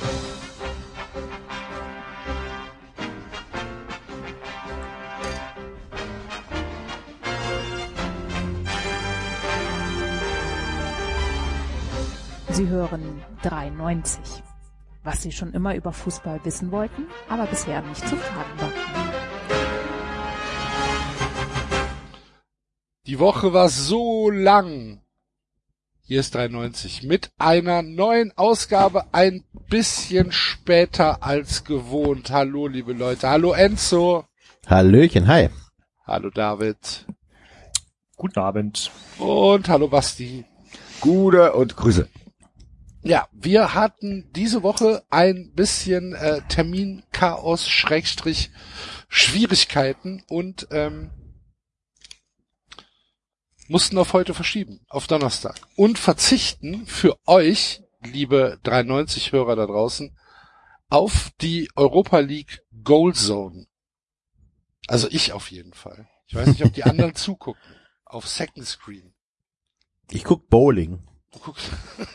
Sie hören 93. Was Sie schon immer über Fußball wissen wollten, aber bisher nicht zu fragen war. Die Woche war so lang. Hier ist 93 mit einer neuen Ausgabe ein bisschen später als gewohnt. Hallo, liebe Leute. Hallo, Enzo. Hallöchen, hi. Hallo, David. Guten Abend. Und hallo, Basti. Gute und Grüße. Ja, wir hatten diese Woche ein bisschen Terminchaos, Schwierigkeiten und mussten auf heute verschieben, auf Donnerstag. Und verzichten für euch, liebe 93-Hörer da draußen, auf die Europa League Goal Zone. Also ich auf jeden Fall. Ich weiß nicht, ob die anderen zugucken. Auf Second Screen. Ich guck Bowling. Du guckst.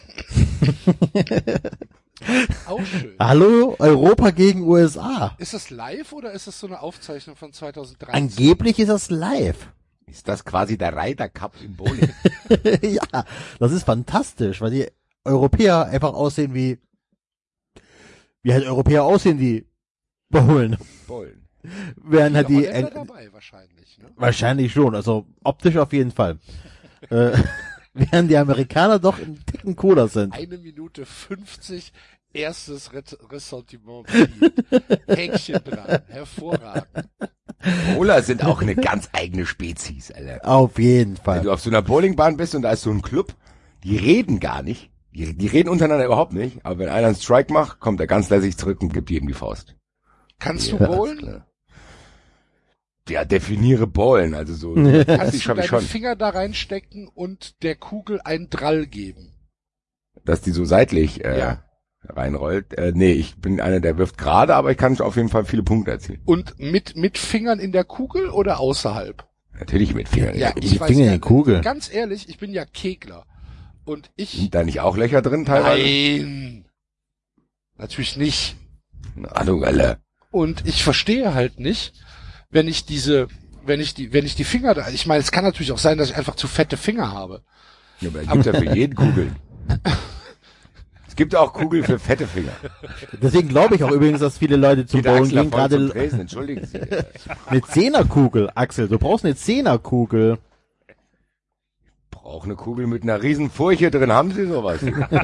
Auch schön. Hallo, Europa gegen USA. Ist das live oder ist das so eine Aufzeichnung von 2013? Angeblich ist das live. Ist das quasi der Ryder Cup im Bowling? Ja, das ist fantastisch, weil die Europäer einfach aussehen wie halt Europäer aussehen, die bowlen. Während halt die Holländer dabei wahrscheinlich, ne? Wahrscheinlich schon, also optisch auf jeden Fall. Während die Amerikaner doch ein Ticken cooler sind. 1 Minute 50, erstes Ressentiment. Häkchen dran, hervorragend. Bowler sind auch eine ganz eigene Spezies, Alter. Auf jeden Wenn Fall. du auf so einer Bowlingbahn bist und da ist so ein Club, die reden gar nicht. Die reden untereinander überhaupt nicht, aber wenn einer einen Strike macht, kommt er ganz lässig zurück und gibt jedem die Faust. Kannst du Ja, bowlen? klar. Ja, definiere Bowlen, also so. Kannst du schaffe deine ich schon. Finger da reinstecken und der Kugel einen Drall geben? Dass die so seitlich Ja. reinrollt. Nee, ich bin einer, der wirft gerade, aber ich kann auf jeden Fall viele Punkte erzielen. Und mit Fingern in der Kugel oder außerhalb? Natürlich mit Fingern. Ja, in der Kugel. ich weiß Finger in ja, die Kugel. Ganz ehrlich, ich bin ja Kegler. Und ich... Sind da nicht auch Löcher drin teilweise? Nein! Natürlich nicht. Hallo, Alter. Und ich verstehe halt nicht, wenn ich die Finger da, ich meine, es kann natürlich auch sein, dass ich einfach zu fette Finger habe. Ja, aber es gibt ja für jeden Kugeln. Es gibt auch Kugeln für fette Finger. Deswegen glaube ich auch übrigens, dass viele Leute zum Peter Bowlen Axel gehen, davon zum gerade Dresden, entschuldigen Sie. eine Zehnerkugel, Axel. Du brauchst eine Zehnerkugel. Brauch eine Kugel mit einer riesen Furche drin, haben Sie sowas?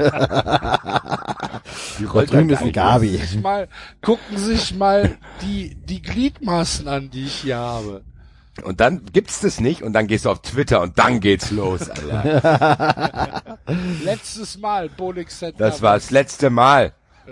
Die rollt drüben dann ist ein gar nicht. Gabi. Gucken Sie sich mal die Gliedmaßen an, die ich hier habe. Und dann gibt's das nicht und dann gehst du auf Twitter und dann geht's los, Alter. Letztes Mal, Bowling Center. Das war das letzte Mal.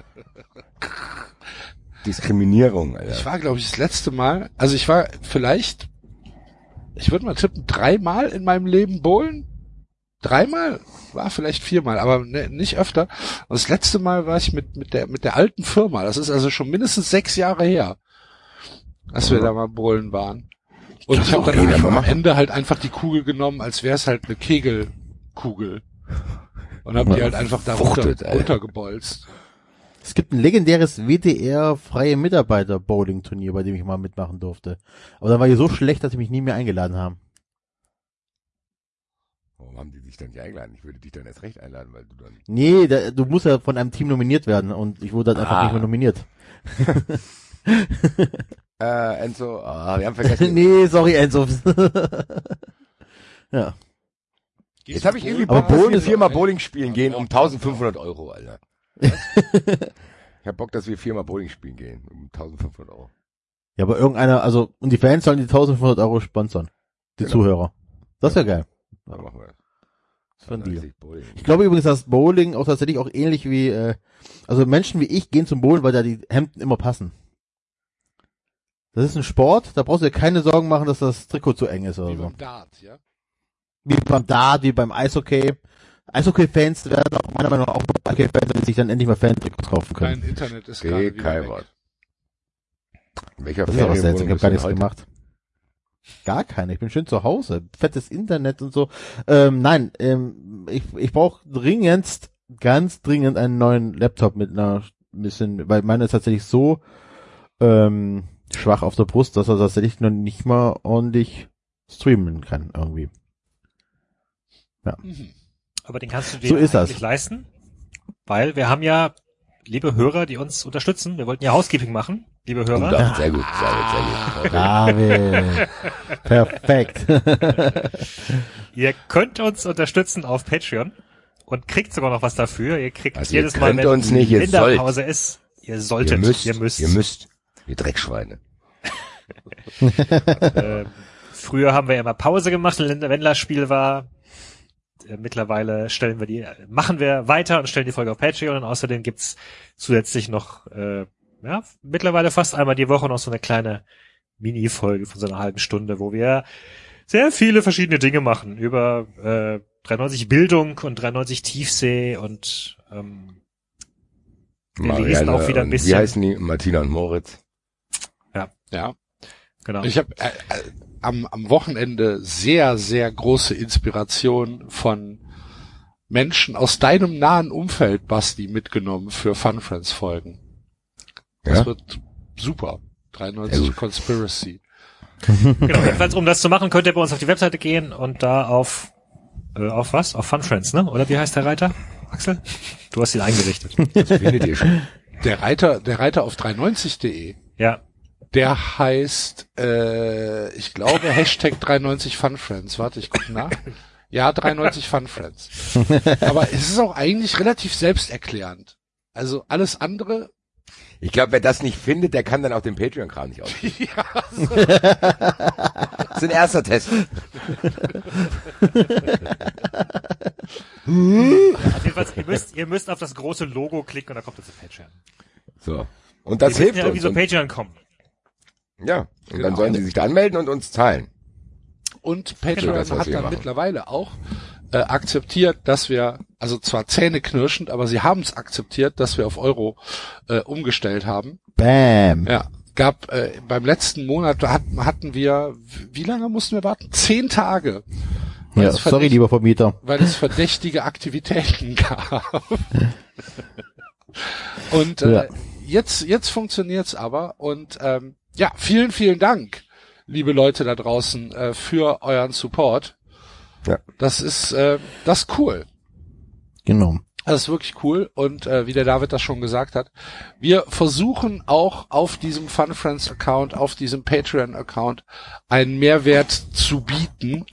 Diskriminierung, Alter. Ich war, glaube ich, das letzte Mal, also ich war vielleicht, ich würde mal tippen, 3-mal in meinem Leben bowlen. 3-mal? War vielleicht 4-mal, aber nicht öfter. Und das letzte Mal war ich mit der alten Firma. Das ist also schon mindestens 6 Jahre her, dass wir da mal bowlen waren. Und ich habe dann einfach am Ende halt einfach die Kugel genommen, als wäre es halt eine Kegelkugel. Und habe die halt einfach da runtergebolzt. Es gibt ein legendäres WDR freie Mitarbeiter Bowling Turnier, bei dem ich mal mitmachen durfte. Aber da war ich so schlecht, dass sie mich nie mehr eingeladen haben. Warum haben die dich dann nicht eingeladen? Ich würde dich dann erst recht einladen, weil du dann... Nee, du musst ja von einem Team nominiert werden und ich wurde dann einfach nicht mehr nominiert. Enzo, wir haben vergessen. Nee, sorry, Enzo. Ja. Jetzt habe ich irgendwie Aber Bock, dass Bowlen wir ist 4-mal Bowling spielen gehen um 1.500 €, Alter. Ich hab Bock, dass wir 4-mal Bowling spielen gehen um 1.500 €. Ja, aber irgendeiner, also, und die Fans sollen die 1.500 € sponsern. Die Genau. Zuhörer. Das wäre geil. Dann machen wir das. Das war ein Deal. Bowling. Ich glaube übrigens, dass Bowling auch tatsächlich auch ähnlich wie, also Menschen wie ich gehen zum Bowlen, weil da die Hemden immer passen. Das ist ein Sport, da brauchst du dir keine Sorgen machen, dass das Trikot zu eng ist oder Wie so. beim Dart, ja? Wie beim Dart, wie beim Eishockey. Eishockey-Fans werden auch meiner Meinung nach auch Eishockey-Fans, damit sich dann endlich mal Fan-Trikots kaufen können. Mein Internet ist gerade wieder kein weg. Wort. In welcher Das ist aber seltsam, ich habe gar nichts heute? gemacht. Gar keine, ich bin schön zu Hause. Fettes Internet und so. Ich brauche ganz dringend einen neuen Laptop mit einer bisschen, weil meiner ist tatsächlich so schwach auf der Brust, dass er tatsächlich noch nicht mal ordentlich streamen kann irgendwie. Ja. Aber den kannst du dir So ist das. eigentlich leisten, weil wir haben ja liebe Hörer, die uns unterstützen. Wir wollten ja Housekeeping machen, liebe Hörer. Doch, sehr gut. David. Perfekt. Ihr könnt uns unterstützen auf Patreon und kriegt sogar noch was dafür. Ihr kriegt Also jedes ihr Mal, könnt wenn uns nicht, ihr Länderpause ist. Ihr solltet, ihr müsst. Ihr Dreckschweine. Früher haben wir immer Pause gemacht, wenn das Spiel war. Mittlerweile machen wir weiter und stellen die Folge auf Patreon und außerdem gibt's zusätzlich noch, mittlerweile fast einmal die Woche noch so eine kleine Mini-Folge von so einer halben Stunde, wo wir sehr viele verschiedene Dinge machen über 93 Bildung und 93 Tiefsee und wir lesen auch wieder ein bisschen. Wie heißen die? Martina und Moritz. Ja. Genau. Ich habe am Wochenende sehr, sehr große Inspiration von Menschen aus deinem nahen Umfeld, Basti, mitgenommen für Fun Friends Folgen. Das Ja? wird super. 93 Conspiracy. Genau, jedenfalls, um das zu machen, könnt ihr bei uns auf die Webseite gehen und da auf was? Auf Fun Friends, ne? Oder wie heißt der Reiter? Axel? Du hast ihn eingerichtet. Das findet ihr schon. Der Reiter auf 390.de. Ja. Der heißt, ich glaube, Hashtag 93 Fun Friends. Warte, ich gucke nach. Ja, 93 Fun Friends. Aber es ist auch eigentlich relativ selbsterklärend. Also alles andere. Ich glaube, wer das nicht findet, der kann dann auch den Patreon-Kram nicht ausführen. Ja, so. Das ist ein erster Test. Jedenfalls, ihr müsst auf das große Logo klicken und dann kommt ihr zu Patreon. So. Und das Wir hilft müssen ja irgendwie uns. so Und, Patreon kommen. ja. Und Genau. dann sollen sie sich da anmelden und uns zahlen. Und Genau, Patreon das, was hat wir dann machen. mittlerweile auch akzeptiert, dass wir, also zwar zähneknirschend, aber sie haben es akzeptiert, dass wir auf Euro umgestellt haben. Bam. Ja, gab beim letzten Monat hatten wir, wie lange mussten wir warten? 10 Tage. Weil Ja, es sorry, lieber Vermieter. weil es verdächtige Aktivitäten gab. Und Ja. jetzt funktioniert's aber und ja, vielen, vielen Dank, liebe Leute da draußen, für euren Support. Ja. Das ist cool. Genau. Das ist wirklich cool und wie der David das schon gesagt hat, wir versuchen auch auf diesem Fun Friends Account, auf diesem Patreon Account einen Mehrwert zu bieten.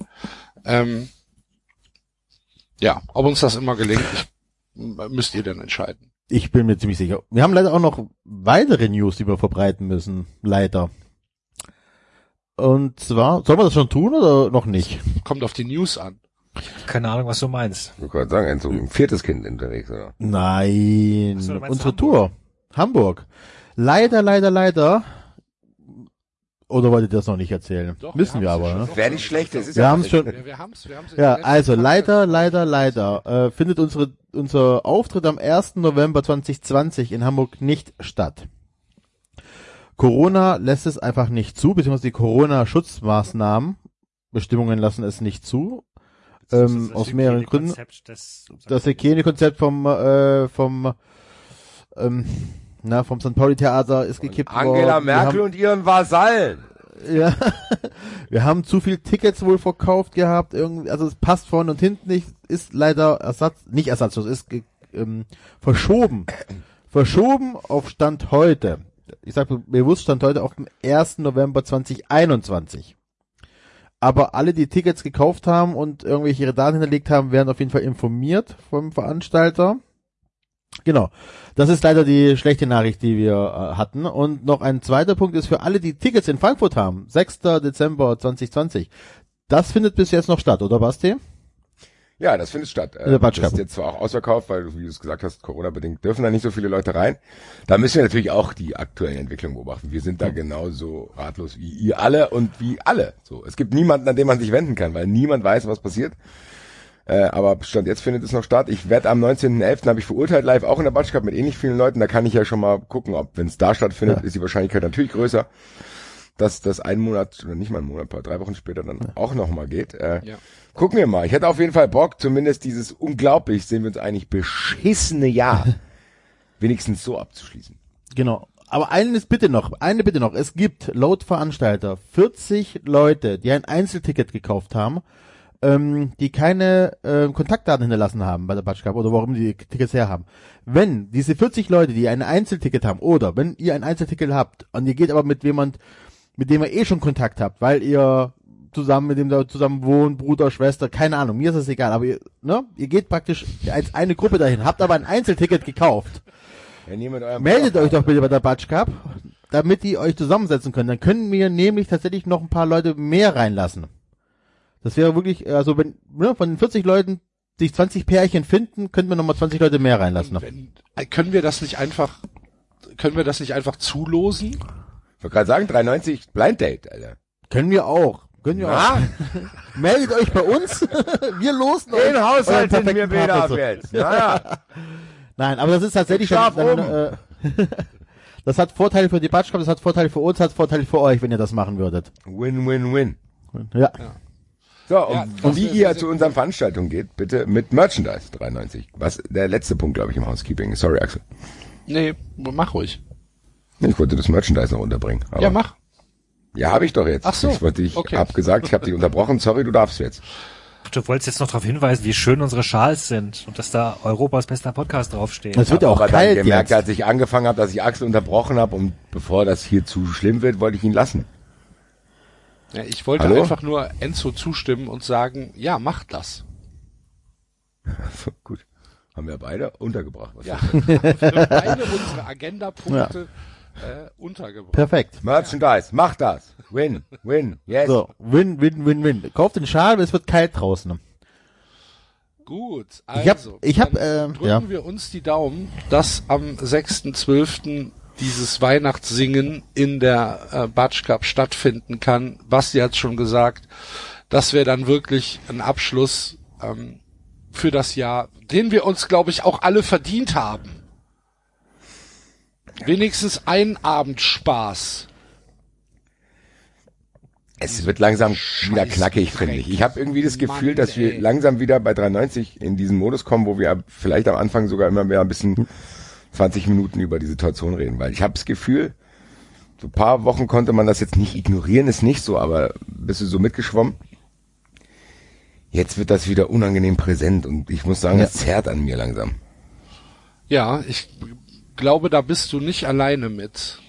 Ja, ob uns das immer gelingt, müsst ihr dann entscheiden. Ich bin mir ziemlich sicher. Wir haben leider auch noch weitere News, die wir verbreiten müssen. Leider. Und zwar, sollen wir das schon tun oder noch nicht? Kommt auf die News an. Keine Ahnung, was du meinst. Ich wollte gerade sagen, so ein 4. Kind unterwegs, oder? Nein. Ach so, du meinst Unsere Hamburg. Tour. Hamburg. Leider. Oder wollt ihr das noch nicht erzählen? Doch, Wissen wir haben's aber, ja ne? schon. Wäre nicht schlecht, das ist Wir ja haben's schon. Wir haben's in Ja, der letzten also Folge- leider findet unser Auftritt am 1. November 2020 in Hamburg nicht statt. Corona lässt es einfach nicht zu, beziehungsweise die Corona-Schutzmaßnahmen, Bestimmungen lassen es nicht zu, aus mehreren Gründen. Das Hygienekonzept vom St. Pauli Theater ist gekippt worden. Angela Merkel und ihren Vasallen. Ja, wir haben zu viel Tickets wohl verkauft gehabt, irgendwie, also es passt vorne und hinten nicht, ist leider nicht ersatzlos, ist verschoben auf Stand heute. Ich sage bewusst Stand heute auf den 1. November 2021. Aber alle, die Tickets gekauft haben und irgendwelche ihre Daten hinterlegt haben, werden auf jeden Fall informiert vom Veranstalter. Genau. Das ist leider die schlechte Nachricht, die wir hatten. Und noch ein zweiter Punkt ist für alle, die Tickets in Frankfurt haben. 6. Dezember 2020. Das findet bis jetzt noch statt, oder Basti? Ja, das findet statt. der Batsch Das ist Cup. jetzt zwar auch ausverkauft, weil, wie du es gesagt hast, Corona-bedingt dürfen da nicht so viele Leute rein. Da müssen wir natürlich auch die aktuellen Entwicklungen beobachten. Wir sind da genauso ratlos wie ihr alle und wie alle. So, es gibt niemanden, an den man sich wenden kann, weil niemand weiß, was passiert. Aber Stand jetzt findet es noch statt. Ich werde am 19.11. habe ich Verurteilt live auch in der Batsch Cup mit ähnlich vielen Leuten. Da kann ich ja schon mal gucken, ob, wenn es da stattfindet, ist die Wahrscheinlichkeit natürlich größer, dass das einen Monat, oder nicht mal einen Monat, 3 Wochen später dann auch nochmal geht. Ja. Gucken wir mal. Ich hätte auf jeden Fall Bock, zumindest dieses unglaublich, sehen wir uns eigentlich, beschissene Jahr wenigstens so abzuschließen. Genau. Aber eine Bitte noch. Es gibt laut Veranstalter 40 Leute, die ein Einzelticket gekauft haben, die keine Kontaktdaten hinterlassen haben bei der Batsch Cup oder warum die Tickets herhaben. Wenn diese 40 Leute, die ein Einzelticket haben, oder wenn ihr ein Einzelticket habt und ihr geht aber mit dem ihr eh schon Kontakt habt, weil ihr mit dem da zusammen wohnt, Bruder, Schwester, keine Ahnung, mir ist das egal, aber ihr geht praktisch als eine Gruppe dahin, habt aber ein Einzelticket gekauft. Meldet euch doch bitte bei der Batsch Cup, damit die euch zusammensetzen können. Dann können wir nämlich tatsächlich noch ein paar Leute mehr reinlassen. Das wäre wirklich, also wenn von den 40 Leuten sich 20 Pärchen finden, könnten wir nochmal 20 Leute mehr reinlassen. Können wir das nicht einfach zulosen? Ich wollte gerade sagen, 93 Blind Date, Alter. Können wir auch. Meldet euch bei uns. Wir losen euch. Den Haushalt sind wir wieder ab jetzt. Naja. Nein, aber das ist tatsächlich dann das hat Vorteile für die Batsch Cup, das hat Vorteile für uns, hat Vorteile für euch, wenn ihr das machen würdet. Win-win-win. Ja. So, und wie ihr zu unseren Veranstaltungen geht, bitte mit Merchandise 93. Was der letzte Punkt, glaube ich, im Housekeeping ist. Sorry, Axel. Nee, mach ruhig. Ich wollte das Merchandise noch unterbringen. Aber ja, mach. Ja, habe ich doch jetzt. Ach so. Hab gesagt, ich habe dich unterbrochen. Sorry, du darfst jetzt. Du wolltest jetzt noch darauf hinweisen, wie schön unsere Schals sind und dass da Europas bester Podcast draufsteht. Das wird ja auch kalt dann gemerkt, jetzt. als ich angefangen habe, dass ich Axel unterbrochen habe und bevor das hier zu schlimm wird, wollte ich ihn lassen. Ja, ich wollte einfach nur Enzo zustimmen und sagen, ja, macht das. So, gut. Haben wir beide untergebracht. Ja, beide unsere Agenda-Punkte untergebracht. Perfekt. Merchandise, macht das. Win, yes. So, win. Kauft den Schal, es wird kalt draußen. Gut, also drücken wir uns die Daumen, dass am 6.12. dieses Weihnachtssingen in der Batsch Cup stattfinden kann. Basti hat schon gesagt, das wäre dann wirklich ein Abschluss für das Jahr, den wir uns, glaube ich, auch alle verdient haben. Wenigstens ein Abend Spaß. Es wird langsam wieder knackig, finde ich. Ich habe irgendwie das Gefühl, dass wir langsam wieder bei 93 in diesen Modus kommen, wo wir vielleicht am Anfang sogar immer mehr ein bisschen 20 Minuten über die Situation reden. Weil ich habe das Gefühl, so ein paar Wochen konnte man das jetzt nicht ignorieren, ist nicht so, aber bist du so mitgeschwommen? Jetzt wird das wieder unangenehm präsent und ich muss sagen, es zerrt an mir langsam. Ja, ich glaube, da bist du nicht alleine mit.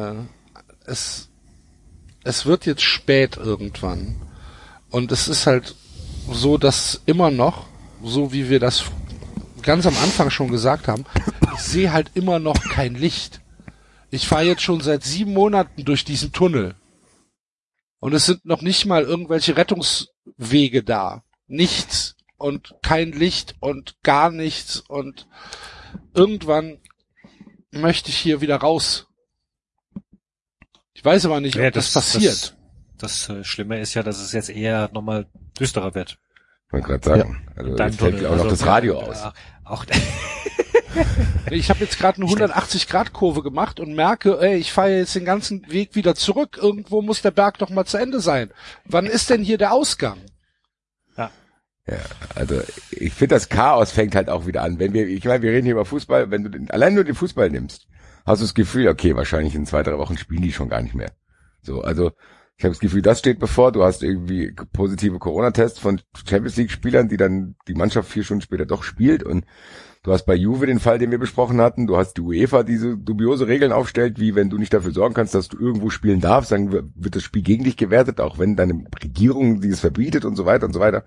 Es wird jetzt spät irgendwann. Und es ist halt so, dass immer noch, so wie wir das ganz am Anfang schon gesagt haben, ich sehe halt immer noch kein Licht. Ich fahre jetzt schon seit 7 Monaten durch diesen Tunnel. Und es sind noch nicht mal irgendwelche Rettungswege da. Nichts. Und kein Licht und gar nichts. Und irgendwann möchte ich hier wieder raus. Ich weiß aber nicht, ob das passiert. Das Schlimme ist ja, dass es jetzt eher nochmal düsterer wird. Ich wollte gerade sagen, also jetzt fällt mir auch noch das Radio aus. Auch ich habe jetzt gerade eine 180-Grad-Kurve gemacht und merke, ich fahre jetzt den ganzen Weg wieder zurück. Irgendwo muss der Berg doch mal zu Ende sein. Wann ist denn hier der Ausgang? Ja, also ich finde, das Chaos fängt halt auch wieder an. Ich meine, wir reden hier über Fußball, wenn du allein nur den Fußball nimmst, hast du das Gefühl, okay, wahrscheinlich in 2-3 Wochen spielen die schon gar nicht mehr. So, also ich habe das Gefühl, das steht bevor. Du hast irgendwie positive Corona-Tests von Champions League-Spielern, die dann die Mannschaft 4 Stunden später doch spielt, und du hast bei Juve den Fall, den wir besprochen hatten. Du hast die UEFA, die diese dubiose Regeln aufstellt, wie wenn du nicht dafür sorgen kannst, dass du irgendwo spielen darfst, dann wird das Spiel gegen dich gewertet, auch wenn deine Regierung dieses verbietet und so weiter und so weiter.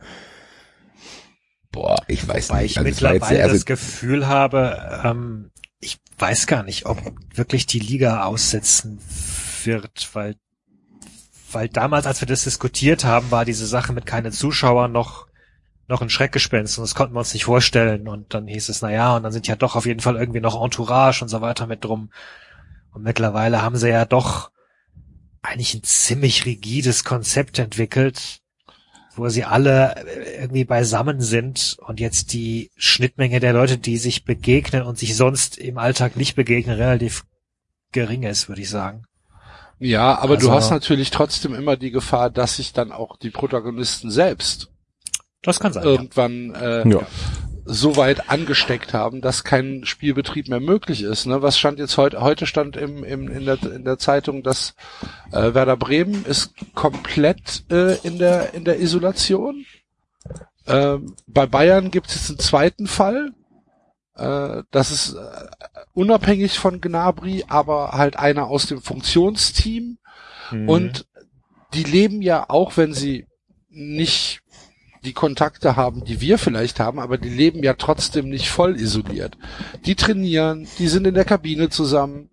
Boah, ich weiß nicht. Weil ich mittlerweile das Gefühl habe, ich weiß gar nicht, ob wirklich die Liga aussetzen wird, weil damals, als wir das diskutiert haben, war diese Sache mit keinen Zuschauern noch ein Schreckgespenst und das konnten wir uns nicht vorstellen, und dann hieß es, und dann sind ja doch auf jeden Fall irgendwie noch Entourage und so weiter mit drum, und mittlerweile haben sie ja doch eigentlich ein ziemlich rigides Konzept entwickelt, wo sie alle irgendwie beisammen sind und jetzt die Schnittmenge der Leute, die sich begegnen und sich sonst im Alltag nicht begegnen, relativ gering ist, würde ich sagen. Ja, aber du hast natürlich trotzdem immer die Gefahr, dass sich dann auch die Protagonisten selbst das kann sein, irgendwann so weit angesteckt haben, dass kein Spielbetrieb mehr möglich ist. Ne? Was stand jetzt heute stand in der Zeitung, dass Werder Bremen ist komplett in der Isolation. Bei Bayern gibt es jetzt einen zweiten Fall. Das ist unabhängig von Gnabry, aber halt einer aus dem Funktionsteam. Und die leben ja auch, wenn sie nicht die Kontakte haben, die wir vielleicht haben, aber die leben ja trotzdem nicht voll isoliert. Die trainieren, die sind in der Kabine zusammen.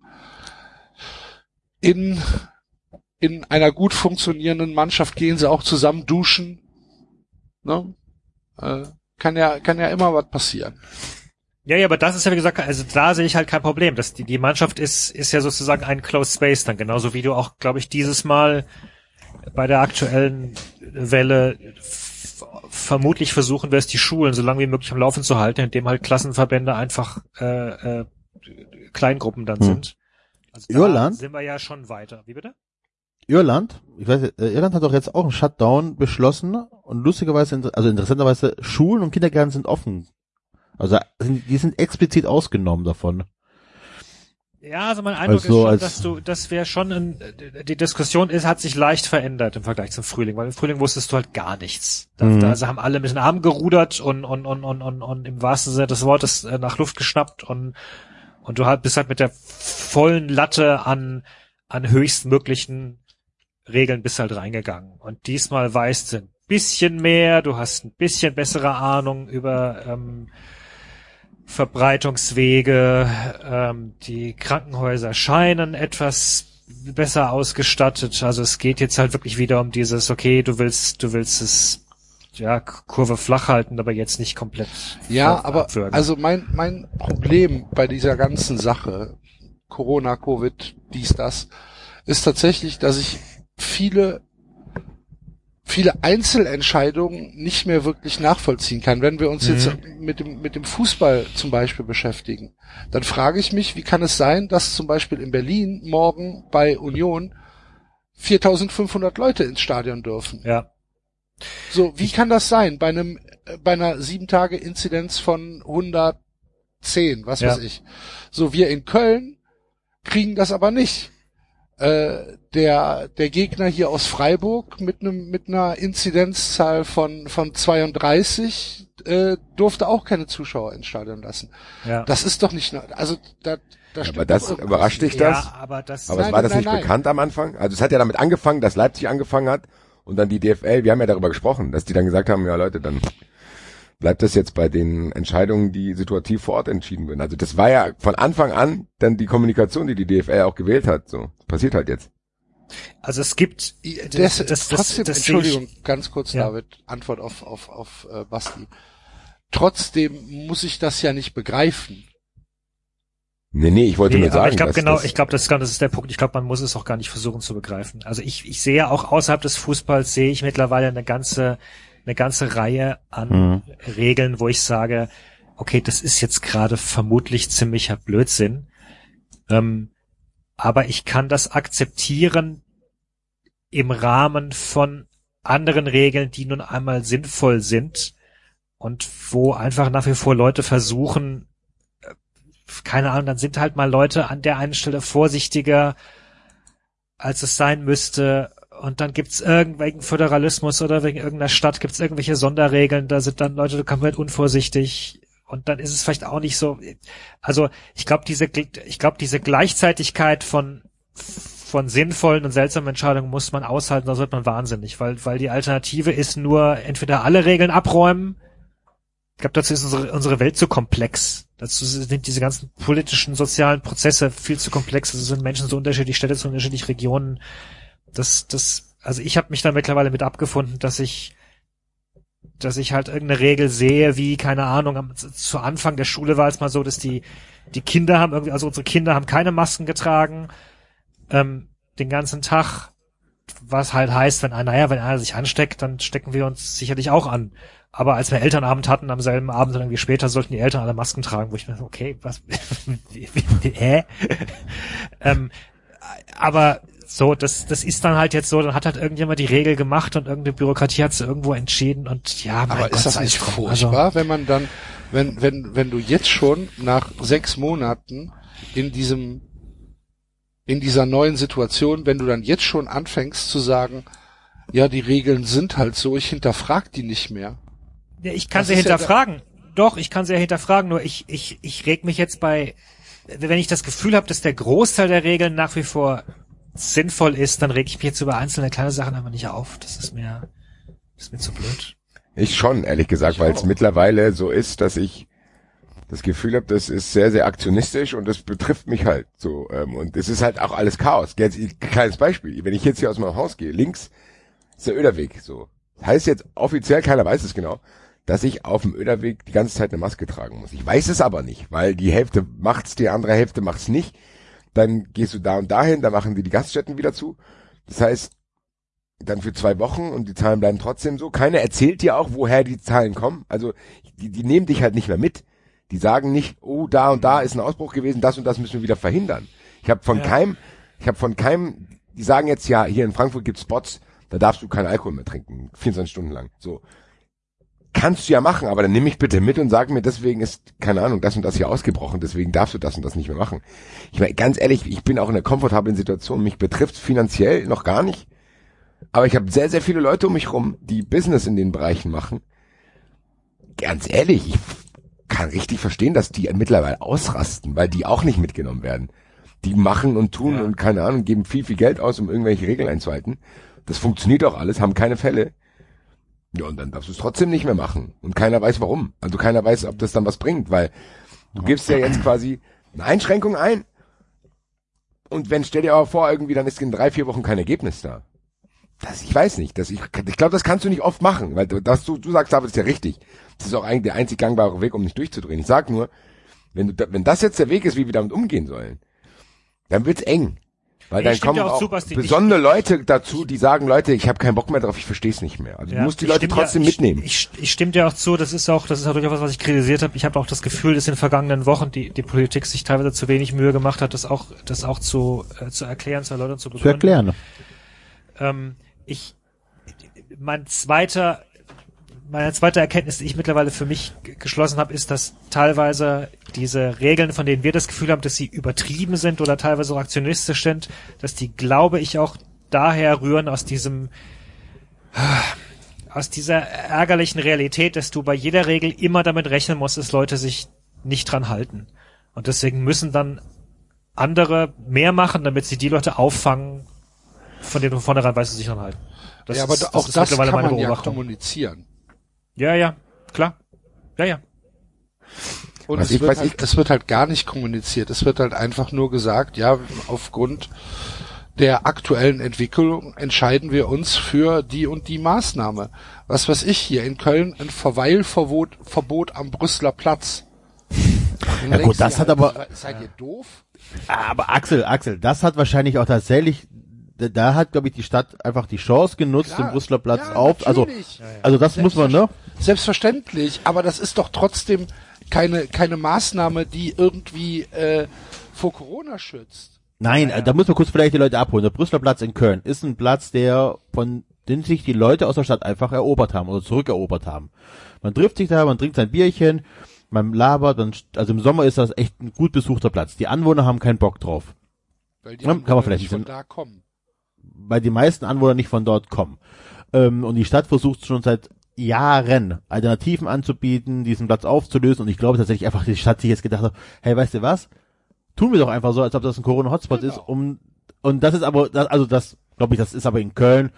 In einer gut funktionierenden Mannschaft gehen sie auch zusammen duschen. Ne? Kann ja immer was passieren. Ja, aber das ist ja, wie gesagt, also da sehe ich halt kein Problem. Die Mannschaft ist ja sozusagen ein Closed Space dann, genauso wie du auch, glaube ich, dieses Mal bei der aktuellen Welle vermutlich versuchen wirst, die Schulen so lange wie möglich am Laufen zu halten, indem halt Klassenverbände einfach Kleingruppen dann sind. Also da Irland sind wir ja schon weiter. Wie bitte? Irland hat doch jetzt auch einen Shutdown beschlossen und lustigerweise, also interessanterweise, Schulen und Kindergärten sind offen. Also die sind explizit ausgenommen davon. Ja, also mein Eindruck ist schon, das wäre schon die Diskussion hat sich leicht verändert im Vergleich zum Frühling, weil im Frühling wusstest du halt gar nichts. Da also haben alle mit den Armen gerudert und im wahrsten Sinne des Wortes nach Luft geschnappt und du bist halt mit der vollen Latte an höchstmöglichen Regeln bist halt reingegangen. Und diesmal weißt du ein bisschen mehr, du hast ein bisschen bessere Ahnung über Verbreitungswege, die Krankenhäuser scheinen etwas besser ausgestattet, also es geht jetzt halt wirklich wieder um dieses, okay, du willst es, ja, Kurve flach halten, aber jetzt nicht komplett. Ja, aber, also mein Problem bei dieser ganzen Sache, Corona, Covid, dies, das, ist tatsächlich, dass ich viele Einzelentscheidungen nicht mehr wirklich nachvollziehen kann. Wenn wir uns jetzt mit dem Fußball zum Beispiel beschäftigen, dann frage ich mich, wie kann es sein, dass zum Beispiel in Berlin morgen bei Union 4.500 Leute ins Stadion dürfen? Ja. So, wie kann das sein? Bei einer 7-Tage-Inzidenz von 110, was weiß ich. So, wir in Köln kriegen das aber nicht. Der Gegner hier aus Freiburg mit einer Inzidenzzahl von 32 durfte auch keine Zuschauer ins Stadion lassen. Ja. Das ist doch nicht, also da aber das überrascht dich das? Ja, aber war das nicht bekannt am Anfang? Also es hat ja damit angefangen, dass Leipzig angefangen hat und dann die DFL, wir haben ja darüber gesprochen, dass die dann gesagt haben, ja Leute, dann bleibt das jetzt bei den Entscheidungen, die situativ vor Ort entschieden werden. Also das war ja von Anfang an dann die Kommunikation, die DFL auch gewählt hat. So, das passiert halt jetzt. Also es gibt Entschuldigung, ganz kurz, ja. David, Antwort auf Basti. Trotzdem muss ich das ja nicht begreifen. Nee, ich wollte nur sagen, ich glaube, das ist der Punkt. Ich glaube, man muss es auch gar nicht versuchen zu begreifen. Also ich sehe auch außerhalb des Fußballs sehe ich mittlerweile eine ganze Reihe an Regeln, wo ich sage, okay, das ist jetzt gerade vermutlich ziemlicher Blödsinn. Aber ich kann das akzeptieren im Rahmen von anderen Regeln, die nun einmal sinnvoll sind und wo einfach nach wie vor Leute versuchen, keine Ahnung, dann sind halt mal Leute an der einen Stelle vorsichtiger, als es sein müsste. Und dann gibt's wegen Föderalismus oder wegen irgendeiner Stadt gibt's irgendwelche Sonderregeln, da sind dann Leute komplett unvorsichtig und dann ist es vielleicht auch nicht so, also ich glaube diese Gleichzeitigkeit von sinnvollen und seltsamen Entscheidungen muss man aushalten, sonst wird man wahnsinnig, weil die Alternative ist nur entweder alle Regeln abräumen. Ich glaube, dazu ist unsere Welt zu komplex. Dazu sind diese ganzen politischen, sozialen Prozesse viel zu komplex. Also sind Menschen so unterschiedlich, Städte zu unterschiedlichen Regionen. Also ich habe mich da mittlerweile mit abgefunden, dass ich halt irgendeine Regel sehe, wie, keine Ahnung, zu Anfang der Schule war es mal so, dass die Kinder haben irgendwie, also unsere Kinder haben keine Masken getragen, den ganzen Tag, was halt heißt, wenn einer sich ansteckt, dann stecken wir uns sicherlich auch an. Aber als wir Elternabend hatten, am selben Abend oder irgendwie später, sollten die Eltern alle Masken tragen, wo ich mir so, okay, was, aber so, das ist dann halt jetzt so, dann hat halt irgendjemand die Regel gemacht und irgendeine Bürokratie hat sie irgendwo entschieden und ja, mein aber Gott, ist das nicht furchtbar, wenn man dann wenn du jetzt schon nach 6 Monaten in dieser neuen Situation, wenn du dann jetzt schon anfängst zu sagen, ja, die Regeln sind halt so, ich hinterfrag die nicht mehr. Ja, ich kann sie hinterfragen. Doch, ich kann sie ja hinterfragen, nur ich reg mich jetzt wenn ich das Gefühl habe, dass der Großteil der Regeln nach wie vor sinnvoll ist, dann reg ich mich jetzt über einzelne kleine Sachen einfach nicht auf. Das ist mir zu blöd. Ich schon, ehrlich gesagt, weil es mittlerweile so ist, dass ich das Gefühl habe, das ist sehr, sehr aktionistisch und das betrifft mich halt so. Und es ist halt auch alles Chaos. Jetzt, kleines Beispiel, wenn ich jetzt hier aus meinem Haus gehe, links ist der Oederweg so. Das heißt jetzt offiziell, keiner weiß es genau, dass ich auf dem Oederweg die ganze Zeit eine Maske tragen muss. Ich weiß es aber nicht, weil die Hälfte macht's, die andere Hälfte macht's nicht. Dann gehst du da und dahin, da machen die Gaststätten wieder zu. Das heißt, dann für 2 Wochen und die Zahlen bleiben trotzdem so. Keiner erzählt dir auch, woher die Zahlen kommen. Also die nehmen dich halt nicht mehr mit. Die sagen nicht, oh, da und da ist ein Ausbruch gewesen, das und das müssen wir wieder verhindern. Ich habe von keinem, die sagen jetzt, ja, hier in Frankfurt gibt's Spots, da darfst du keinen Alkohol mehr trinken, 24 Stunden lang. So. Kannst du ja machen, aber dann nimm mich bitte mit und sag mir, deswegen ist, keine Ahnung, das und das hier ausgebrochen, deswegen darfst du das und das nicht mehr machen. Ich meine, ganz ehrlich, ich bin auch in einer komfortablen Situation, mich betrifft finanziell noch gar nicht, aber ich habe sehr, sehr viele Leute um mich rum, die Business in den Bereichen machen. Ganz ehrlich, ich kann richtig verstehen, dass die mittlerweile ausrasten, weil die auch nicht mitgenommen werden. Die machen und tun und keine Ahnung, geben viel, viel Geld aus, um irgendwelche Regeln einzuhalten. Das funktioniert auch alles, haben keine Fälle. Ja, und dann darfst du es trotzdem nicht mehr machen. Und keiner weiß warum. Also keiner weiß, ob das dann was bringt, weil du gibst ja jetzt quasi eine Einschränkung ein und stell dir aber vor, irgendwie dann ist in 3-4 Wochen kein Ergebnis da. Ich weiß nicht. Ich glaube, das kannst du nicht oft machen, weil du sagst, aber das ist ja richtig. Das ist auch eigentlich der einzig gangbare Weg, um nicht durchzudrehen. Ich sag nur, wenn das jetzt der Weg ist, wie wir damit umgehen sollen, dann wird's eng. Weil dann kommen auch besondere Leute dazu, die sagen, Leute, ich habe keinen Bock mehr drauf, ich verstehe es nicht mehr. Also du musst die Leute trotzdem mitnehmen. Ich stimme dir auch zu, das ist auch durchaus was ich kritisiert habe. Ich habe auch das Gefühl, dass in den vergangenen Wochen die Politik sich teilweise zu wenig Mühe gemacht hat, das auch zu erklären, zu erläutern, zu begründen. Zu erklären. Meine zweite Erkenntnis, die ich mittlerweile für mich geschlossen habe, ist, dass teilweise diese Regeln, von denen wir das Gefühl haben, dass sie übertrieben sind oder teilweise auch aktionistisch sind, dass die, glaube ich, auch daher rühren aus dieser ärgerlichen Realität, dass du bei jeder Regel immer damit rechnen musst, dass Leute sich nicht dran halten. Und deswegen müssen dann andere mehr machen, damit sie die Leute auffangen, von denen du von vornherein weißt, dass sie sich dran halten. Aber auch das kann man ja kommunizieren. Ja, klar. Ja. Und es wird halt gar nicht kommuniziert. Es wird halt einfach nur gesagt, ja, aufgrund der aktuellen Entwicklung entscheiden wir uns für die und die Maßnahme. Was weiß ich, hier in Köln ein Verweilverbot am Brüsseler Platz. Ja gut, das hat aber... Seid ihr doof? Aber Axel, das hat wahrscheinlich auch tatsächlich... Da hat, glaube ich, die Stadt einfach die Chance genutzt, den Brüsseler Platz auf. Also das muss man, ne? Selbstverständlich, aber das ist doch trotzdem keine Maßnahme, die irgendwie vor Corona schützt. Nein, da muss man kurz vielleicht die Leute abholen. Der Brüsseler Platz in Köln ist ein Platz, den sich die Leute aus der Stadt einfach erobert haben oder zurückerobert haben. Man trifft sich da, man trinkt sein Bierchen, man labert, also im Sommer ist das echt ein gut besuchter Platz. Die Anwohner haben keinen Bock drauf. Weil die Anwohner nicht von da kommen. Weil die meisten Anwohner nicht von dort kommen. Und die Stadt versucht schon seit Jahren Alternativen anzubieten, diesen Platz aufzulösen. Und ich glaube tatsächlich einfach, die Stadt sich jetzt gedacht hat, hey, weißt du was? Tun wir doch einfach so, als ob das ein Corona-Hotspot ist. Und das ist aber, das glaube ich, das ist aber in Köln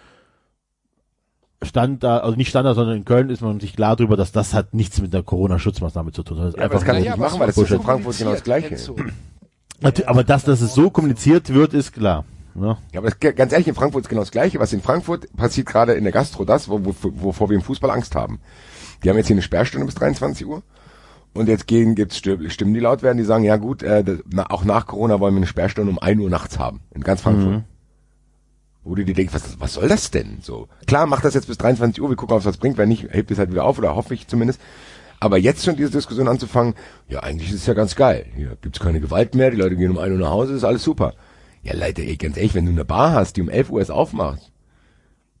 Standard, also nicht Standard, sondern in Köln ist man sich klar darüber, dass das hat nichts mit der Corona-Schutzmaßnahme zu tun. Das ist einfach das kann ich nicht machen, weil das ist in Frankfurt genau das Gleiche. Aber dass es so kommuniziert wird, ist klar. Ja, aber ganz ehrlich, in Frankfurt ist genau das Gleiche. Was in Frankfurt passiert gerade in der Gastro, wovor wir im Fußball Angst haben. Die haben jetzt hier eine Sperrstunde bis 23 Uhr. Und jetzt gibt's Stimmen, die laut werden, die sagen, ja gut, auch nach Corona wollen wir eine Sperrstunde um 1 Uhr nachts haben. In ganz Frankfurt. Wo du dir denkst, was soll das denn? So. Klar, macht das jetzt bis 23 Uhr, wir gucken, ob es was bringt. Wenn nicht, hebt es halt wieder auf, oder hoffe ich zumindest. Aber jetzt schon diese Diskussion anzufangen, ja, eigentlich ist es ja ganz geil. Hier gibt's keine Gewalt mehr, die Leute gehen um 1 Uhr nach Hause, ist alles super. Ja, Leute, ganz ehrlich, wenn du eine Bar hast, die um 11 Uhr erst aufmacht,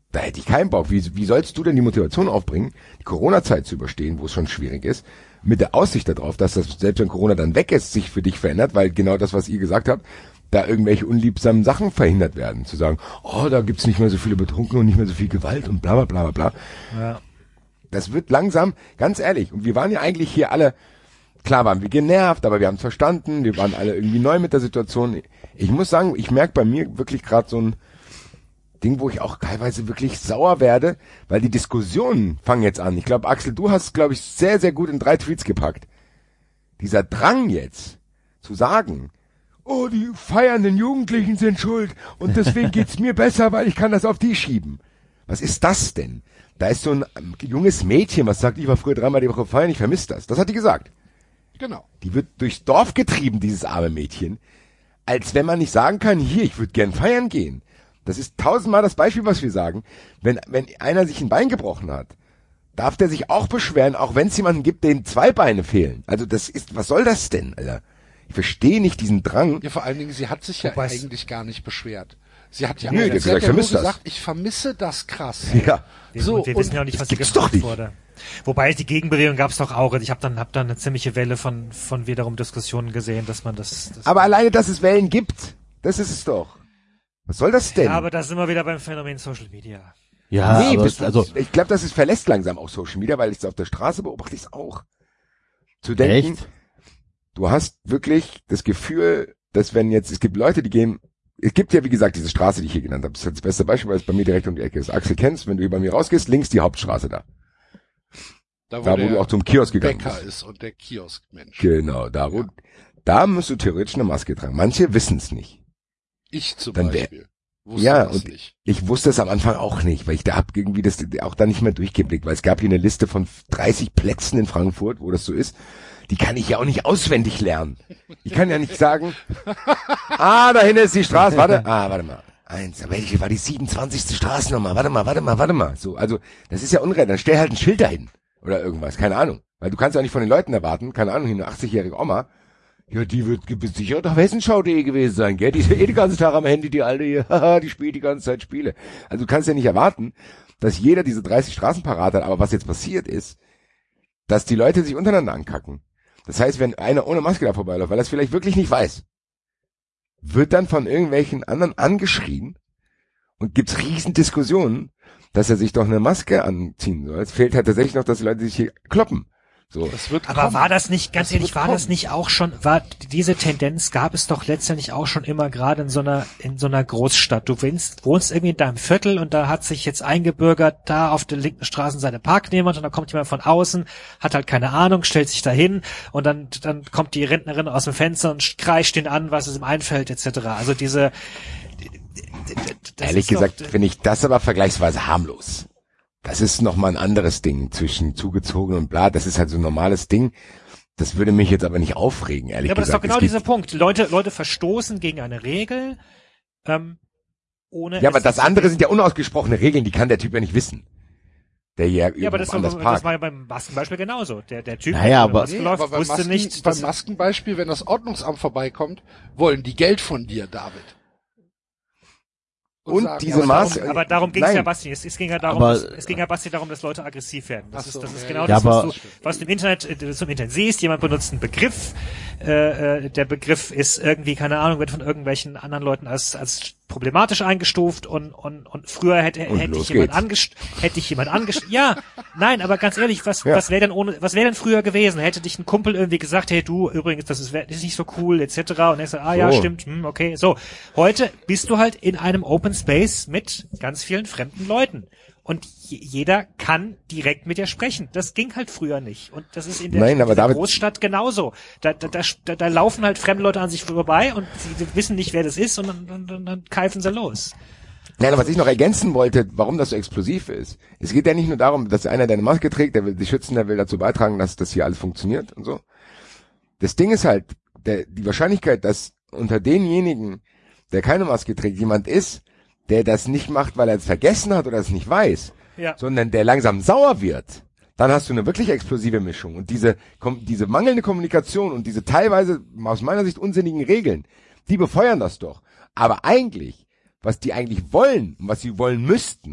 Da hätte ich keinen Bock. Wie sollst du denn die Motivation aufbringen, die Corona-Zeit zu überstehen, wo es schon schwierig ist, mit der Aussicht darauf, dass das, selbst wenn Corona dann weg ist, sich für dich verändert, weil genau das, was ihr gesagt habt, da irgendwelche unliebsamen Sachen verhindert werden. Zu sagen, oh, da gibt's nicht mehr so viele Betrunkene und nicht mehr so viel Gewalt und bla bla bla bla bla. Ja. Das wird langsam, ganz ehrlich, und wir waren ja eigentlich hier alle, klar waren wir genervt, aber wir haben es verstanden, wir waren alle irgendwie neu mit der Situation. Ich muss sagen, ich merke bei mir wirklich gerade so ein Ding, wo ich auch teilweise wirklich sauer werde, weil die Diskussionen fangen jetzt an. Ich glaube, Axel, du hast, glaube ich, sehr, sehr gut in 3 Tweets gepackt. Dieser Drang jetzt zu sagen, oh, die feiernden Jugendlichen sind schuld und deswegen geht's mir besser, weil ich kann das auf die schieben. Was ist das denn? Da ist so ein junges Mädchen, was sagt, ich war früher 3-mal die Woche feiern, ich vermisse das. Das hat die gesagt. Genau. Die wird durchs Dorf getrieben, dieses arme Mädchen, als wenn man nicht sagen kann, hier, ich würde gern feiern gehen. Das ist 1000-mal das Beispiel, was wir sagen. Wenn einer sich ein Bein gebrochen hat, darf der sich auch beschweren, auch wenn es jemanden gibt, denen 2 Beine fehlen. Also das ist, was soll das denn, Alter? Ich verstehe nicht diesen Drang. Ja, vor allen Dingen, sie hat sich ja eigentlich gar nicht beschwert. Sie hat ja, Nö, sie gesagt, hat ja nur vermisst das. gesagt, ich vermisse das krass. Ja. So, wir wissen ja auch nicht, was hier gibt's doch gefragt nicht. wurde. Wobei die Gegenbewegung gab es doch auch. Ich habe dann eine ziemliche Welle von wiederum Diskussionen gesehen, dass man das Aber alleine, dass es Wellen gibt, das ist es doch. Was soll das denn? Ja, aber da sind wir wieder beim Phänomen Social Media. Ja, nee, aber also ich glaube, das ist verlässt langsam auch Social Media, weil ich es auf der Straße beobachte, ich es auch. Zu denken, echt? du hast wirklich das Gefühl, dass wenn jetzt, es gibt Leute, die gehen, es gibt ja wie gesagt diese Straße, die ich hier genannt habe, das ist das beste Beispiel, weil es bei mir direkt um die Ecke ist. Axel kennst, wenn du hier bei mir rausgehst, links die Hauptstraße da. Da wo du auch zum Kiosk gegangen Bäcker bist. ist und der Kioskmensch. Genau, da musst du theoretisch eine Maske tragen. Manche wissen es nicht. Ich zum Dann Beispiel. Wusste Ja, das und nicht. ich wusste es am Anfang auch nicht, weil ich da hab irgendwie das auch da nicht mehr durchgeblickt, weil es gab hier eine Liste von 30 Plätzen in Frankfurt, wo das so ist. Die kann ich ja auch nicht auswendig lernen. Ich kann ja nicht sagen, da hinten ist die Straße, warte mal. Welche war die 27. Straßennummer? Warte mal. So, also, das ist ja unreal, dann stell halt ein Schild dahin. Oder irgendwas, keine Ahnung. Weil du kannst ja nicht von den Leuten erwarten, keine Ahnung, hier eine 80-jährige Oma, ja, die wird sicher doch Wessenschau.de gewesen sein, gell? Die ist ja die ganze Tag am Handy, die alte hier, haha, die spielt die ganze Zeit Spiele. Also du kannst ja nicht erwarten, dass jeder diese 30 Straßen parat hat, aber was jetzt passiert ist, dass die Leute sich untereinander ankacken. Das heißt, wenn einer ohne Maske da vorbeiläuft, weil er es vielleicht wirklich nicht weiß, wird dann von irgendwelchen anderen angeschrien und gibt's riesen Diskussionen, dass er sich doch eine Maske anziehen soll. Es fehlt halt tatsächlich noch, dass die Leute sich hier kloppen. So. Das wird Aber kommen. war das nicht, ganz Das ehrlich, wird war das kommen. nicht auch schon, diese Tendenz gab es doch letztendlich auch schon immer gerade in so einer Großstadt. Du wohnst irgendwie in deinem Viertel und da hat sich jetzt eingebürgert, da auf der linken Straßenseite parkt jemand und da kommt jemand von außen, hat halt keine Ahnung, stellt sich da hin und dann kommt die Rentnerin aus dem Fenster und kreischt ihn an, was es ihm einfällt, etc. Also diese, Ehrlich gesagt finde ich das aber vergleichsweise harmlos. Das ist nochmal ein anderes Ding zwischen zugezogen und bla. Das ist halt so ein normales Ding. Das würde mich jetzt aber nicht aufregen, ehrlich Ja, aber das ist gesagt. doch genau dieser Punkt. Leute verstoßen gegen eine Regel, ohne. Ja, aber das andere sind ja unausgesprochene Regeln, die kann der Typ ja nicht wissen. Der hier Ja, aber das anders war parkt. ja beim Maskenbeispiel genauso. Der Typ, Naja, der aber- Maske läuft, aber wusste nicht, beim dass Maskenbeispiel, wenn das Ordnungsamt vorbeikommt, wollen die Geld von dir, David. Und sagen, diese aber Maske- aber darum ging es Nein. ja, Basti. Es ging ja darum, Aber- es ging ja, Basti, darum, dass Leute aggressiv werden. Das Ach so, ist ja, genau ja. das, Ja, was aber- was du im Internet, zum Internet siehst. Jemand benutzt einen Begriff. Der Begriff ist irgendwie, keine Ahnung, wird von irgendwelchen anderen Leuten als problematisch eingestuft und früher hätte los ich jemand angestuft. Ja, nein, aber ganz ehrlich, was wäre denn früher gewesen? Hätte dich ein Kumpel irgendwie gesagt, hey du, übrigens, das ist nicht so cool, etc. Und er sagt, ja, So. stimmt, okay, so. Heute bist du halt in einem Open Space mit ganz vielen fremden Leuten. Und jeder kann direkt mit dir sprechen. Das ging halt früher nicht. Und das ist in der, Nein, aber dieser David- Großstadt genauso. Da laufen halt fremde Leute an sich vorbei und sie wissen nicht, wer das ist und dann keifen sie los. Nein, was ich noch ergänzen wollte, warum das so explosiv ist. Es geht ja nicht nur darum, dass einer deine Maske trägt, der will dich schützen, der will dazu beitragen, dass das hier alles funktioniert und so. Das Ding ist halt, die Wahrscheinlichkeit, dass unter denjenigen, der keine Maske trägt, jemand ist, der das nicht macht, weil er es vergessen hat oder es nicht weiß, Ja. sondern der langsam sauer wird, dann hast du eine wirklich explosive Mischung. Und diese mangelnde Kommunikation und diese teilweise aus meiner Sicht unsinnigen Regeln, die befeuern das doch. Aber eigentlich, was die eigentlich wollen und was sie wollen müssten,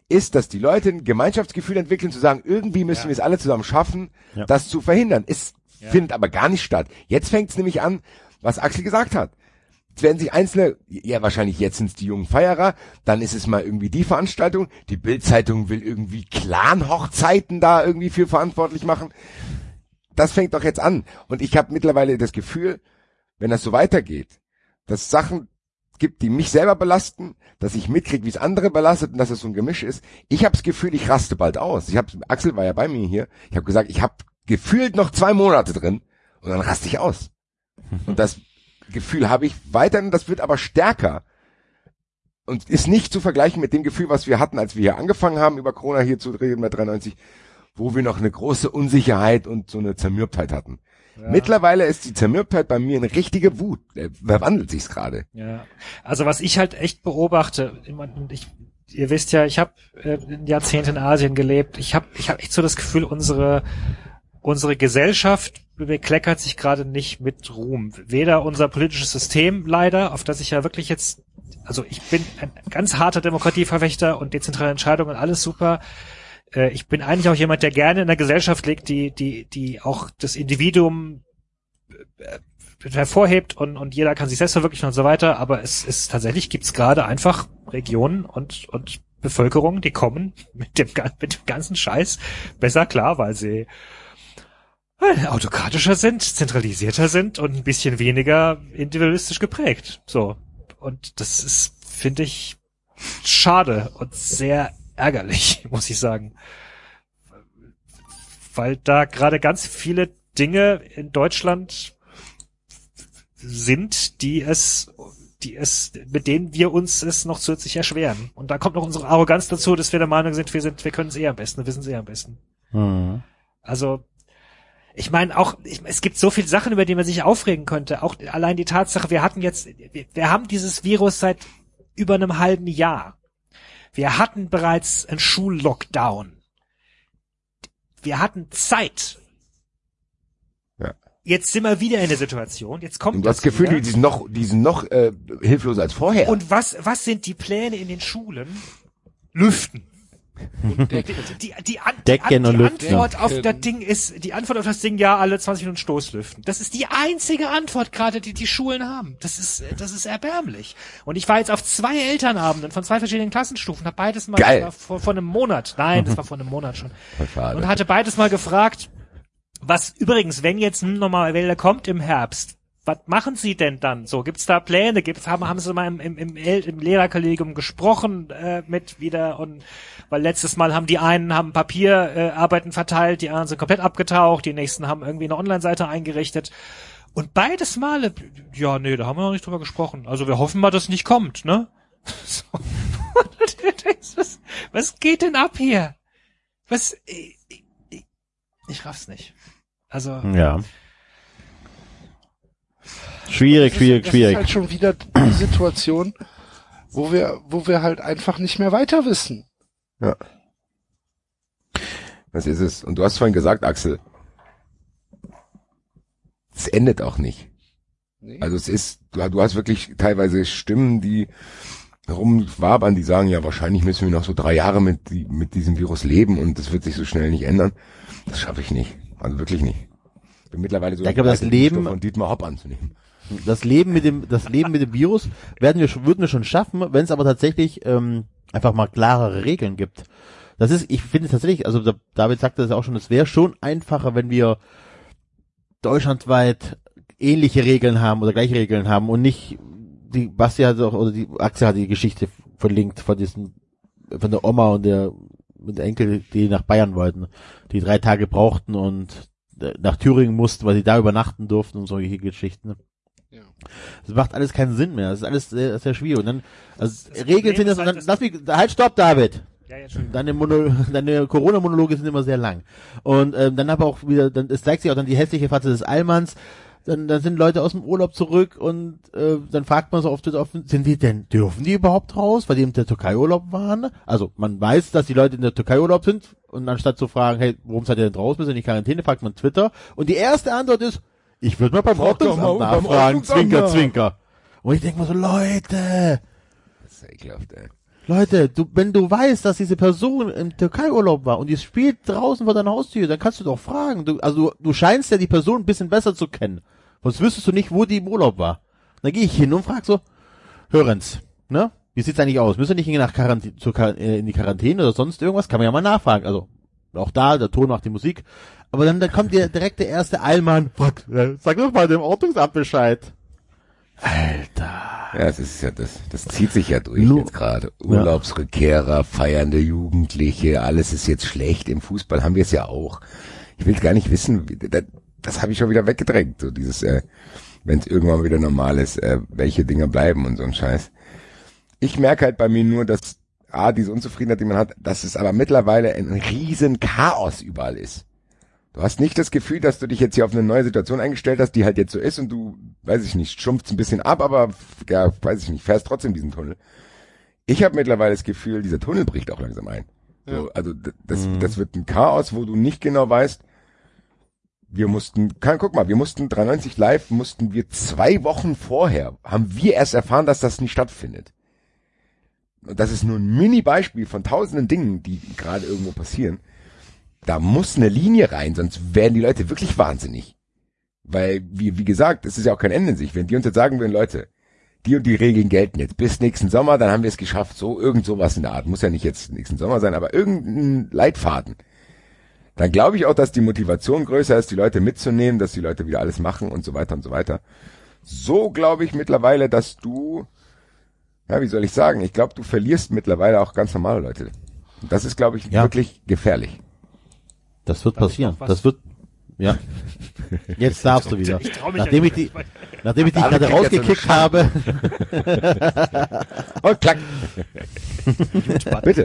ist, dass die Leute ein Gemeinschaftsgefühl entwickeln, zu sagen, irgendwie müssen wir es alle zusammen schaffen, das zu verhindern. Es findet aber gar nicht statt. Jetzt fängt es nämlich an, was Axel gesagt hat. Jetzt werden sich einzelne, ja wahrscheinlich jetzt sind es die jungen Feierer, dann ist es mal irgendwie die Veranstaltung, die Bild-Zeitung will irgendwie Clan-Hochzeiten da irgendwie für verantwortlich machen. Das fängt doch jetzt an. Und ich habe mittlerweile das Gefühl, wenn das so weitergeht, dass es Sachen gibt, die mich selber belasten, dass ich mitkriege, wie es andere belastet und dass es so ein Gemisch ist. Ich habe das Gefühl, ich raste bald aus. Axel war ja bei mir hier. Ich habe gesagt, ich habe gefühlt noch 2 Monate drin und dann raste ich aus. Und das Gefühl habe ich weiterhin, das wird aber stärker und ist nicht zu vergleichen mit dem Gefühl, was wir hatten, als wir hier angefangen haben, über Corona hier zu reden bei 93, wo wir noch eine große Unsicherheit und so eine Zermürbtheit hatten. Ja. Mittlerweile ist die Zermürbtheit bei mir eine richtige Wut. Verwandelt sich's gerade. Ja. Also was ich halt echt beobachte, ihr wisst ja, ich habe ein Jahrzehnt in Asien gelebt. Ich hab echt so das Gefühl, unsere Gesellschaft bekleckert sich gerade nicht mit Ruhm. Weder unser politisches System leider, auf das ich ja wirklich jetzt, also ich bin ein ganz harter Demokratieverfechter und dezentrale Entscheidungen, alles super. Ich bin eigentlich auch jemand, der gerne in der Gesellschaft lebt, die auch das Individuum hervorhebt und jeder kann sich selbst verwirklichen und so weiter. Aber es ist tatsächlich, gibt's gerade einfach Regionen und Bevölkerung, die kommen mit dem ganzen Scheiß besser klar, weil sie autokratischer sind, zentralisierter sind und ein bisschen weniger individualistisch geprägt. So. Und das ist, finde ich, schade und sehr ärgerlich, muss ich sagen. Weil da gerade ganz viele Dinge in Deutschland sind, mit denen wir uns es noch zusätzlich erschweren. Und da kommt noch unsere Arroganz dazu, dass wir der Meinung sind, wir können es am besten, wir wissen es am besten. Mhm. Also, ich meine auch, es gibt so viele Sachen, über die man sich aufregen könnte. Auch allein die Tatsache, wir haben dieses Virus seit über einem halben Jahr. Wir hatten bereits einen Schullockdown. Wir hatten Zeit. Ja. Jetzt sind wir wieder in der Situation. Jetzt kommt und das Gefühl, wieder. die sind noch hilfloser als vorher. Und was sind die Pläne in den Schulen? Lüften. Die Antwort auf das Ding ist, ja, alle 20 Minuten Stoßlüften. Das ist die einzige Antwort gerade, die Schulen haben. Das ist erbärmlich. Und ich war jetzt auf 2 Elternabenden von 2 verschiedenen Klassenstufen, habe beides mal, Geil. Das war vor einem Monat. Nein, das war vor einem Monat schon. Und hatte beides mal gefragt, was übrigens, wenn jetzt eine normale Welle kommt im Herbst, was machen Sie denn dann? So, gibt's da Pläne? Haben Sie mal im Lehrerkollegium gesprochen mit wieder? Und weil letztes Mal haben die einen Papierarbeiten verteilt, die anderen sind komplett abgetaucht, die nächsten haben irgendwie eine Online-Seite eingerichtet. Und beides Male, ja, nee, da haben wir noch nicht drüber gesprochen. Also wir hoffen mal, dass es nicht kommt, ne? So. Was geht denn ab hier? Ich raff's nicht. Also. Ja. Schwierig. Das ist halt schon wieder die Situation, wo wir halt einfach nicht mehr weiter wissen. Ja. Das ist es. Und du hast vorhin gesagt, Axel, es endet auch nicht. Nee. Also du hast wirklich teilweise Stimmen, die rumwabern, die sagen, ja, wahrscheinlich müssen wir noch so 3 Jahre mit diesem Virus leben und das wird sich so schnell nicht ändern. Das schaffe ich nicht. Also wirklich nicht. Ich bin mittlerweile so, ich glaube, das Leben von Dietmar Hopp anzunehmen. Das Leben mit dem Virus würden wir schon schaffen, wenn es aber tatsächlich einfach mal klarere Regeln gibt. Ich finde tatsächlich, also David sagte das auch schon, es wäre schon einfacher, wenn wir deutschlandweit ähnliche Regeln haben oder gleiche Regeln haben und nicht die Basti hat auch, oder die Axel hat die Geschichte verlinkt von der Oma und der Enkel, die nach Bayern wollten, die 3 Tage brauchten und nach Thüringen mussten, weil sie da übernachten durften und solche Geschichten. Ja. Das macht alles keinen Sinn mehr. Das ist alles sehr, sehr schwierig. Und dann, also Regeln sind das, und dann, halt, stopp, David! Ja, deine Corona-Monologe sind immer sehr lang. Und dann aber auch wieder, es zeigt sich auch dann die hässliche Fratze des Allmanns. Dann sind Leute aus dem Urlaub zurück und dann fragt man so oft, dürfen die überhaupt raus, weil die in der Türkei Urlaub waren? Also man weiß, dass die Leute in der Türkei Urlaub sind und anstatt zu fragen, hey, warum seid ihr denn draußen, bist du in die Quarantäne, fragt man Twitter. Und die erste Antwort ist, ich würde mal beim Ordnungsamt nachfragen, Zwinker, Zwinker. Und ich denke mal so, Leute. Das ist ekelhaft, ey. Leute, wenn du weißt, dass diese Person im Türkei-Urlaub war und die spielt draußen vor deiner Haustür, dann kannst du doch fragen. Du scheinst ja die Person ein bisschen besser zu kennen. Sonst wüsstest du nicht, wo die im Urlaub war. Dann gehe ich hin und frage so, Hörenz, ne? Wie sieht's eigentlich aus? Müssen wir nicht in die Quarantäne oder sonst irgendwas? Kann man ja mal nachfragen. Also, auch da, der Ton macht die Musik. Aber dann kommt direkt der erste Eilmann. Sag doch mal dem Ordnungsamt Bescheid. Alter. Ja, es ist ja das zieht sich ja durch jetzt gerade. Urlaubsrückkehrer, feiernde Jugendliche, alles ist jetzt schlecht. Im Fußball haben wir es ja auch. Ich will gar nicht wissen, das habe ich schon wieder weggedrängt, so dieses, wenn es irgendwann wieder normal ist, welche Dinge bleiben und so ein Scheiß. Ich merke halt bei mir nur, dass diese Unzufriedenheit, die man hat, dass es aber mittlerweile ein riesen Chaos überall ist. Du hast nicht das Gefühl, dass du dich jetzt hier auf eine neue Situation eingestellt hast, die halt jetzt so ist und du, weiß ich nicht, schrumpfst ein bisschen ab, aber ja, weiß ich nicht, fährst trotzdem diesen Tunnel. Ich habe mittlerweile das Gefühl, dieser Tunnel bricht auch langsam ein. Ja. So, also das wird ein Chaos, wo du nicht genau weißt, wir mussten 93 live, mussten wir 2 Wochen vorher, haben wir erst erfahren, dass das nicht stattfindet. Und das ist nur ein Mini-Beispiel von tausenden Dingen, die gerade irgendwo passieren. Da muss eine Linie rein, sonst werden die Leute wirklich wahnsinnig. Weil, wie gesagt, es ist ja auch kein Ende in sich. Wenn die uns jetzt sagen würden, Leute, die und die Regeln gelten jetzt bis nächsten Sommer, dann haben wir es geschafft. So, irgend sowas in der Art. Muss ja nicht jetzt nächsten Sommer sein, aber irgendein Leitfaden. Dann glaube ich auch, dass die Motivation größer ist, die Leute mitzunehmen, dass die Leute wieder alles machen und so weiter und so weiter. So glaube ich mittlerweile, dass du, ja, wie soll ich sagen, ich glaube, du verlierst mittlerweile auch ganz normale Leute. Und das ist, glaube ich, wirklich gefährlich. Das wird passieren. Das wird, ja. Jetzt darfst du wieder. Nachdem ich dich gerade rausgekickt habe. Und klack. Bitte.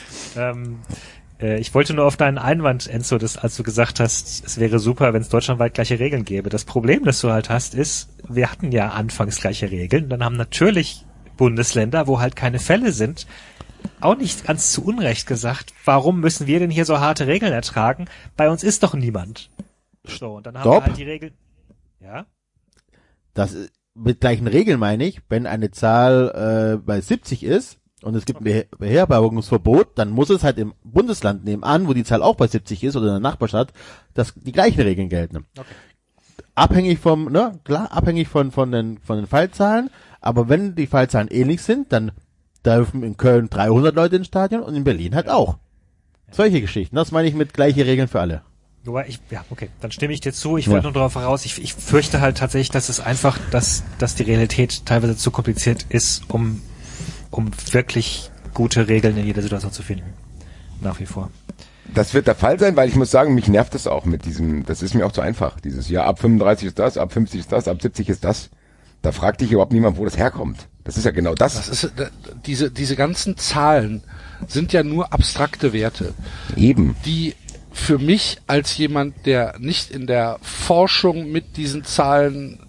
Ich wollte nur auf deinen Einwand, Enzo, als du gesagt hast, es wäre super, wenn es deutschlandweit gleiche Regeln gäbe. Das Problem, das du halt hast, ist, wir hatten ja anfangs gleiche Regeln, dann haben natürlich Bundesländer, wo halt keine Fälle sind, auch nicht ganz zu Unrecht gesagt, warum müssen wir denn hier so harte Regeln ertragen? Bei uns ist doch niemand. So, und dann haben wir halt die Regeln. Ja? Das mit gleichen Regeln meine ich, wenn eine Zahl bei 70 ist und es gibt ein Beherbergungsverbot, dann muss es halt im Bundesland nebenan, wo die Zahl auch bei 70 ist oder in der Nachbarstadt, dass die gleichen Regeln gelten. Okay. Abhängig von den Fallzahlen, aber wenn die Fallzahlen ähnlich sind, dann dürfen in Köln 300 Leute ins Stadion und in Berlin halt auch. Solche Geschichten, das meine ich mit gleiche Regeln für alle. Wobei okay, dann stimme ich dir zu. Ich wollte nur darauf voraus, ich fürchte halt tatsächlich, dass es einfach, dass die Realität teilweise zu kompliziert ist, um wirklich gute Regeln in jeder Situation zu finden. Nach wie vor. Das wird der Fall sein, weil ich muss sagen, mich nervt das auch mit diesem, das ist mir auch zu einfach. Dieses, ja, ab 35 ist das, ab 50 ist das, ab 70 ist das. Da fragt dich überhaupt niemand, wo das herkommt. Das ist ja genau das. Das ist, diese ganzen Zahlen sind ja nur abstrakte Werte. Eben. Die für mich als jemand, der nicht in der Forschung mit diesen Zahlen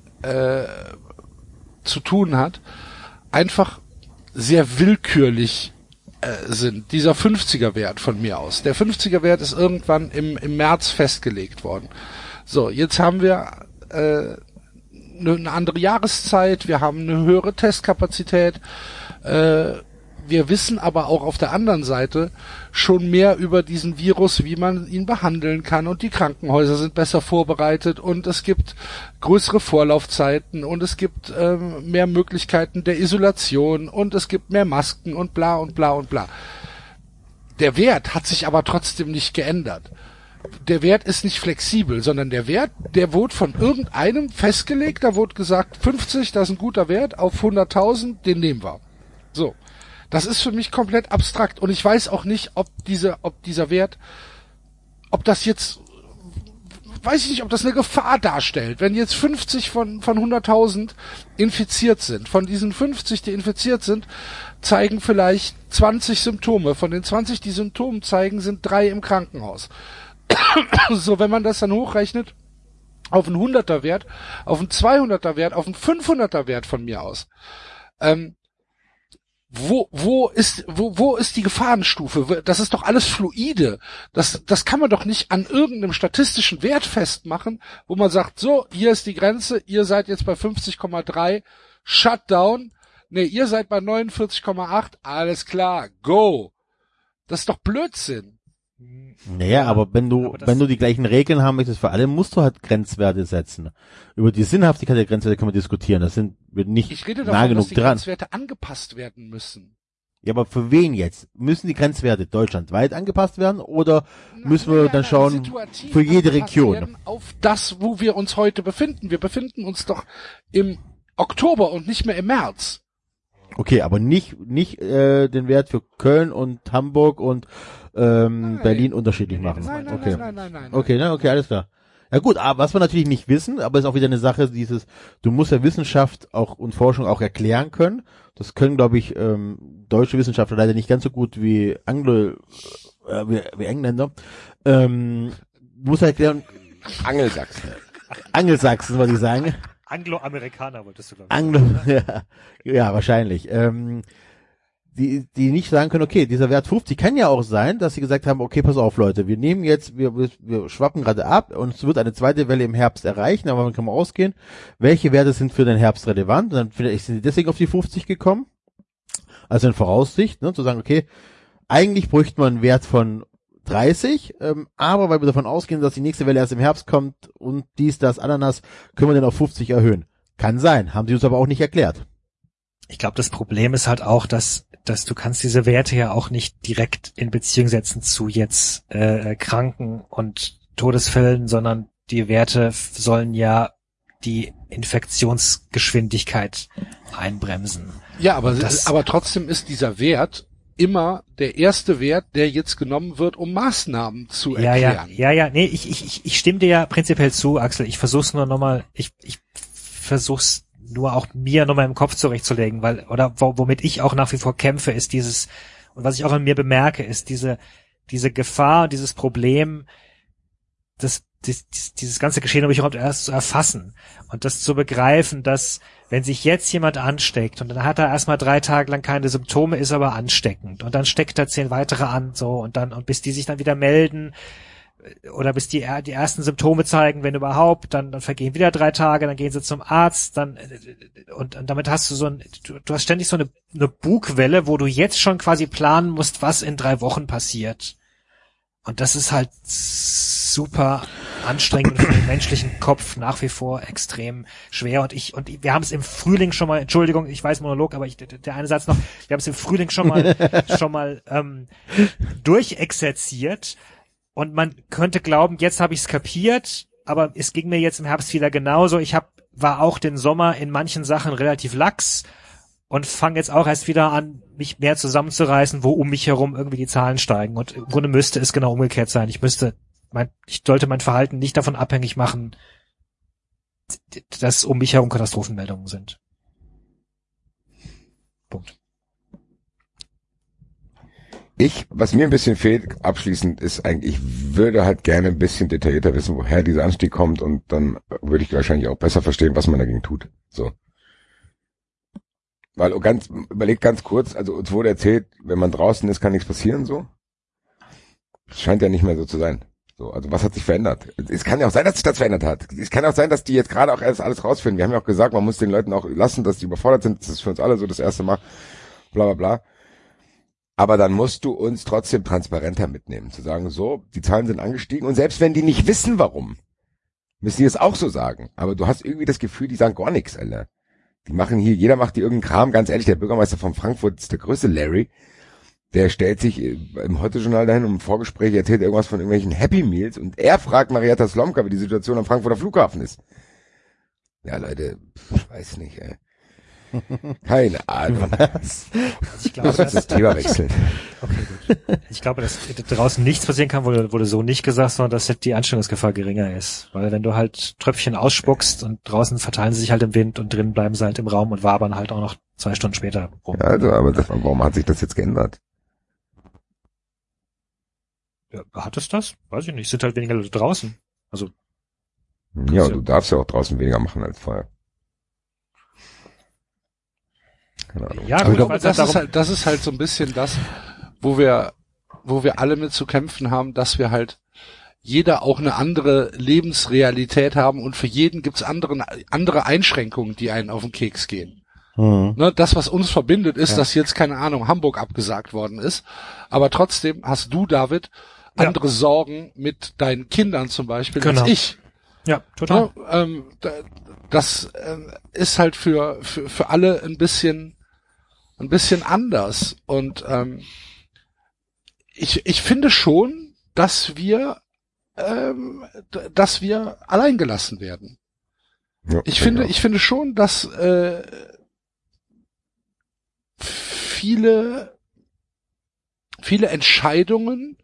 zu tun hat, einfach sehr willkürlich sind. Dieser 50er-Wert von mir aus. Der 50er-Wert ist irgendwann im März festgelegt worden. So, jetzt haben wir eine andere Jahreszeit, wir haben eine höhere Testkapazität, wir wissen aber auch auf der anderen Seite schon mehr über diesen Virus, wie man ihn behandeln kann, und die Krankenhäuser sind besser vorbereitet und es gibt größere Vorlaufzeiten und es gibt mehr Möglichkeiten der Isolation und es gibt mehr Masken und bla und bla und bla. Der Wert hat sich aber trotzdem nicht geändert. Der Wert ist nicht flexibel, sondern der Wert, der wurde von irgendeinem festgelegt, da wurde gesagt, 50, das ist ein guter Wert, auf 100.000, den nehmen wir. So. Das ist für mich komplett abstrakt und ich weiß auch nicht, ob dieser Wert, ob das jetzt, weiß ich nicht, ob das eine Gefahr darstellt. Wenn jetzt 50 von 100.000 infiziert sind, von diesen 50, die infiziert sind, zeigen vielleicht 20 Symptome. Von den 20, die Symptome zeigen, sind 3 im Krankenhaus. So, wenn man das dann hochrechnet, auf einen 100er Wert, auf einen 200er Wert, auf einen 500er Wert von mir aus, wo ist die Gefahrenstufe? Das ist doch alles fluide. Das kann man doch nicht an irgendeinem statistischen Wert festmachen, wo man sagt, so, hier ist die Grenze, ihr seid jetzt bei 50,3, Shutdown, Nee, ihr seid bei 49,8, alles klar, go. Das ist doch Blödsinn. Naja, aber wenn du die gleichen Regeln haben möchtest für alle, musst du halt Grenzwerte setzen. Über die Sinnhaftigkeit der Grenzwerte können wir diskutieren. Das sind wir nicht Ich rede nah davon, genug dass die dran. Grenzwerte angepasst werden müssen. Ja, aber für wen jetzt? Müssen die Grenzwerte deutschlandweit angepasst werden oder müssen wir dann schauen situativ für jede angepasst Region? werden auf das, wo wir uns heute befinden. Wir befinden uns doch im Oktober und nicht mehr im März. Okay, aber nicht den Wert für Köln und Hamburg und Berlin unterschiedlich machen. Nein, Okay. nein. Okay, ne, okay, alles klar. Ja gut, aber was wir natürlich nicht wissen, aber ist auch wieder eine Sache, du musst ja Wissenschaft auch und Forschung auch erklären können. Das können, glaube ich, deutsche Wissenschaftler leider nicht ganz so gut wie wie Engländer. Du musst erklären, Angelsachsen, wollte ich sagen. Anglo-Amerikaner wolltest du, glaube ich. Ja, wahrscheinlich. Die nicht sagen können, okay, dieser Wert 50 kann ja auch sein, dass sie gesagt haben, okay, pass auf, Leute, wir nehmen jetzt, wir schwappen gerade ab und es wird eine zweite Welle im Herbst erreichen, aber man kann mal ausgehen, welche Werte sind für den Herbst relevant, und dann vielleicht sind sie deswegen auf die 50 gekommen, also in Voraussicht, ne, zu sagen, okay, eigentlich bräuchte man einen Wert von 30, aber weil wir davon ausgehen, dass die nächste Welle erst im Herbst kommt und das, Ananas, können wir den auf 50 erhöhen. Kann sein, haben sie uns aber auch nicht erklärt. Ich glaube, das Problem ist halt auch, dass du kannst diese Werte ja auch nicht direkt in Beziehung setzen zu jetzt Kranken und Todesfällen, sondern die Werte sollen ja die Infektionsgeschwindigkeit einbremsen. Ja, aber trotzdem ist dieser Wert immer der erste Wert, der jetzt genommen wird, um Maßnahmen zu erklären. Ja, nee, ich stimme dir ja prinzipiell zu, Axel. Ich versuch's nur nochmal, ich versuch's nur auch mir nochmal im Kopf zurechtzulegen, womit ich auch nach wie vor kämpfe, ist dieses, und was ich auch an mir bemerke, ist diese Gefahr, dieses Problem, dieses ganze Geschehen überhaupt erst zu erfassen und das zu begreifen, dass wenn sich jetzt jemand ansteckt und dann hat er erstmal 3 Tage lang keine Symptome, ist aber ansteckend und dann steckt er 10 weitere an, so und bis die sich dann wieder melden oder bis die ersten Symptome zeigen, wenn überhaupt, dann vergehen wieder 3 Tage, dann gehen sie zum Arzt, und damit hast du du hast ständig so eine Bugwelle, wo du jetzt schon quasi planen musst, was in 3 Wochen passiert. Und das ist halt super anstrengend und für den menschlichen Kopf nach wie vor extrem schwer. Und wir haben es im Frühling schon mal, Entschuldigung, ich weiß Monolog, aber der eine Satz noch, wir haben es im Frühling schon mal durchexerziert. Und man könnte glauben, jetzt habe ich es kapiert, aber es ging mir jetzt im Herbst wieder genauso. War auch den Sommer in manchen Sachen relativ lax und fange jetzt auch erst wieder an, mich mehr zusammenzureißen, wo um mich herum irgendwie die Zahlen steigen. Und im Grunde müsste es genau umgekehrt sein. Ich sollte mein Verhalten nicht davon abhängig machen, dass um mich herum Katastrophenmeldungen sind. Punkt. Was mir ein bisschen fehlt, abschließend, ist eigentlich, ich würde halt gerne ein bisschen detaillierter wissen, woher dieser Anstieg kommt, und dann würde ich wahrscheinlich auch besser verstehen, was man dagegen tut. So. Weil, überlegt ganz kurz, also uns wurde erzählt, wenn man draußen ist, kann nichts passieren, so. Das scheint ja nicht mehr so zu sein. So, also was hat sich verändert? Es kann ja auch sein, dass sich das verändert hat. Es kann auch sein, dass die jetzt gerade auch erst alles rausfinden. Wir haben ja auch gesagt, man muss den Leuten auch lassen, dass die überfordert sind. Das ist für uns alle so das erste Mal. Bla, bla, bla. Aber dann musst du uns trotzdem transparenter mitnehmen, zu sagen, so, die Zahlen sind angestiegen, und selbst wenn die nicht wissen, warum, müssen die es auch so sagen. Aber du hast irgendwie das Gefühl, die sagen gar nichts, Alter. Jeder macht hier irgendeinen Kram, ganz ehrlich, der Bürgermeister von Frankfurt ist der größte Larry, der stellt sich im Heute-Journal dahin und im Vorgespräch erzählt irgendwas von irgendwelchen Happy Meals, und er fragt Marietta Slomka, wie die Situation am Frankfurter Flughafen ist. Ja, Leute, weiß nicht, ey. Keine Ahnung. Ich glaube, das Thema wechseln. Okay, gut. Ich glaube, dass draußen nichts passieren kann, wurde so nicht gesagt, sondern dass die Ansteckungsgefahr geringer ist. Weil wenn du halt Tröpfchen ausspuckst und draußen verteilen sie sich halt im Wind und drinnen bleiben sie halt im Raum und wabern halt auch noch 2 Stunden später rum. Ja, also, aber warum hat sich das jetzt geändert? Ja, hat es das? Weiß ich nicht. Es sind halt weniger Leute draußen. Also. Ja, und du darfst ja auch draußen weniger machen als vorher. Keine Ahnung. Ja, aber gut, ich glaube, das ist halt so ein bisschen das, wo wir alle mit zu kämpfen haben, dass wir halt jeder auch eine andere Lebensrealität haben, und für jeden gibt's andere Einschränkungen, die einen auf den Keks gehen. Ne, das, was uns verbindet, ist, dass jetzt, keine Ahnung, Hamburg abgesagt worden ist. Aber trotzdem hast du, David, andere Sorgen mit deinen Kindern zum Beispiel als ich. Ja, total. Ne, das ist halt für alle ein bisschen anders. Und ich finde schon, dass wir alleingelassen werden. Ja, Ich finde schon, dass viele Entscheidungen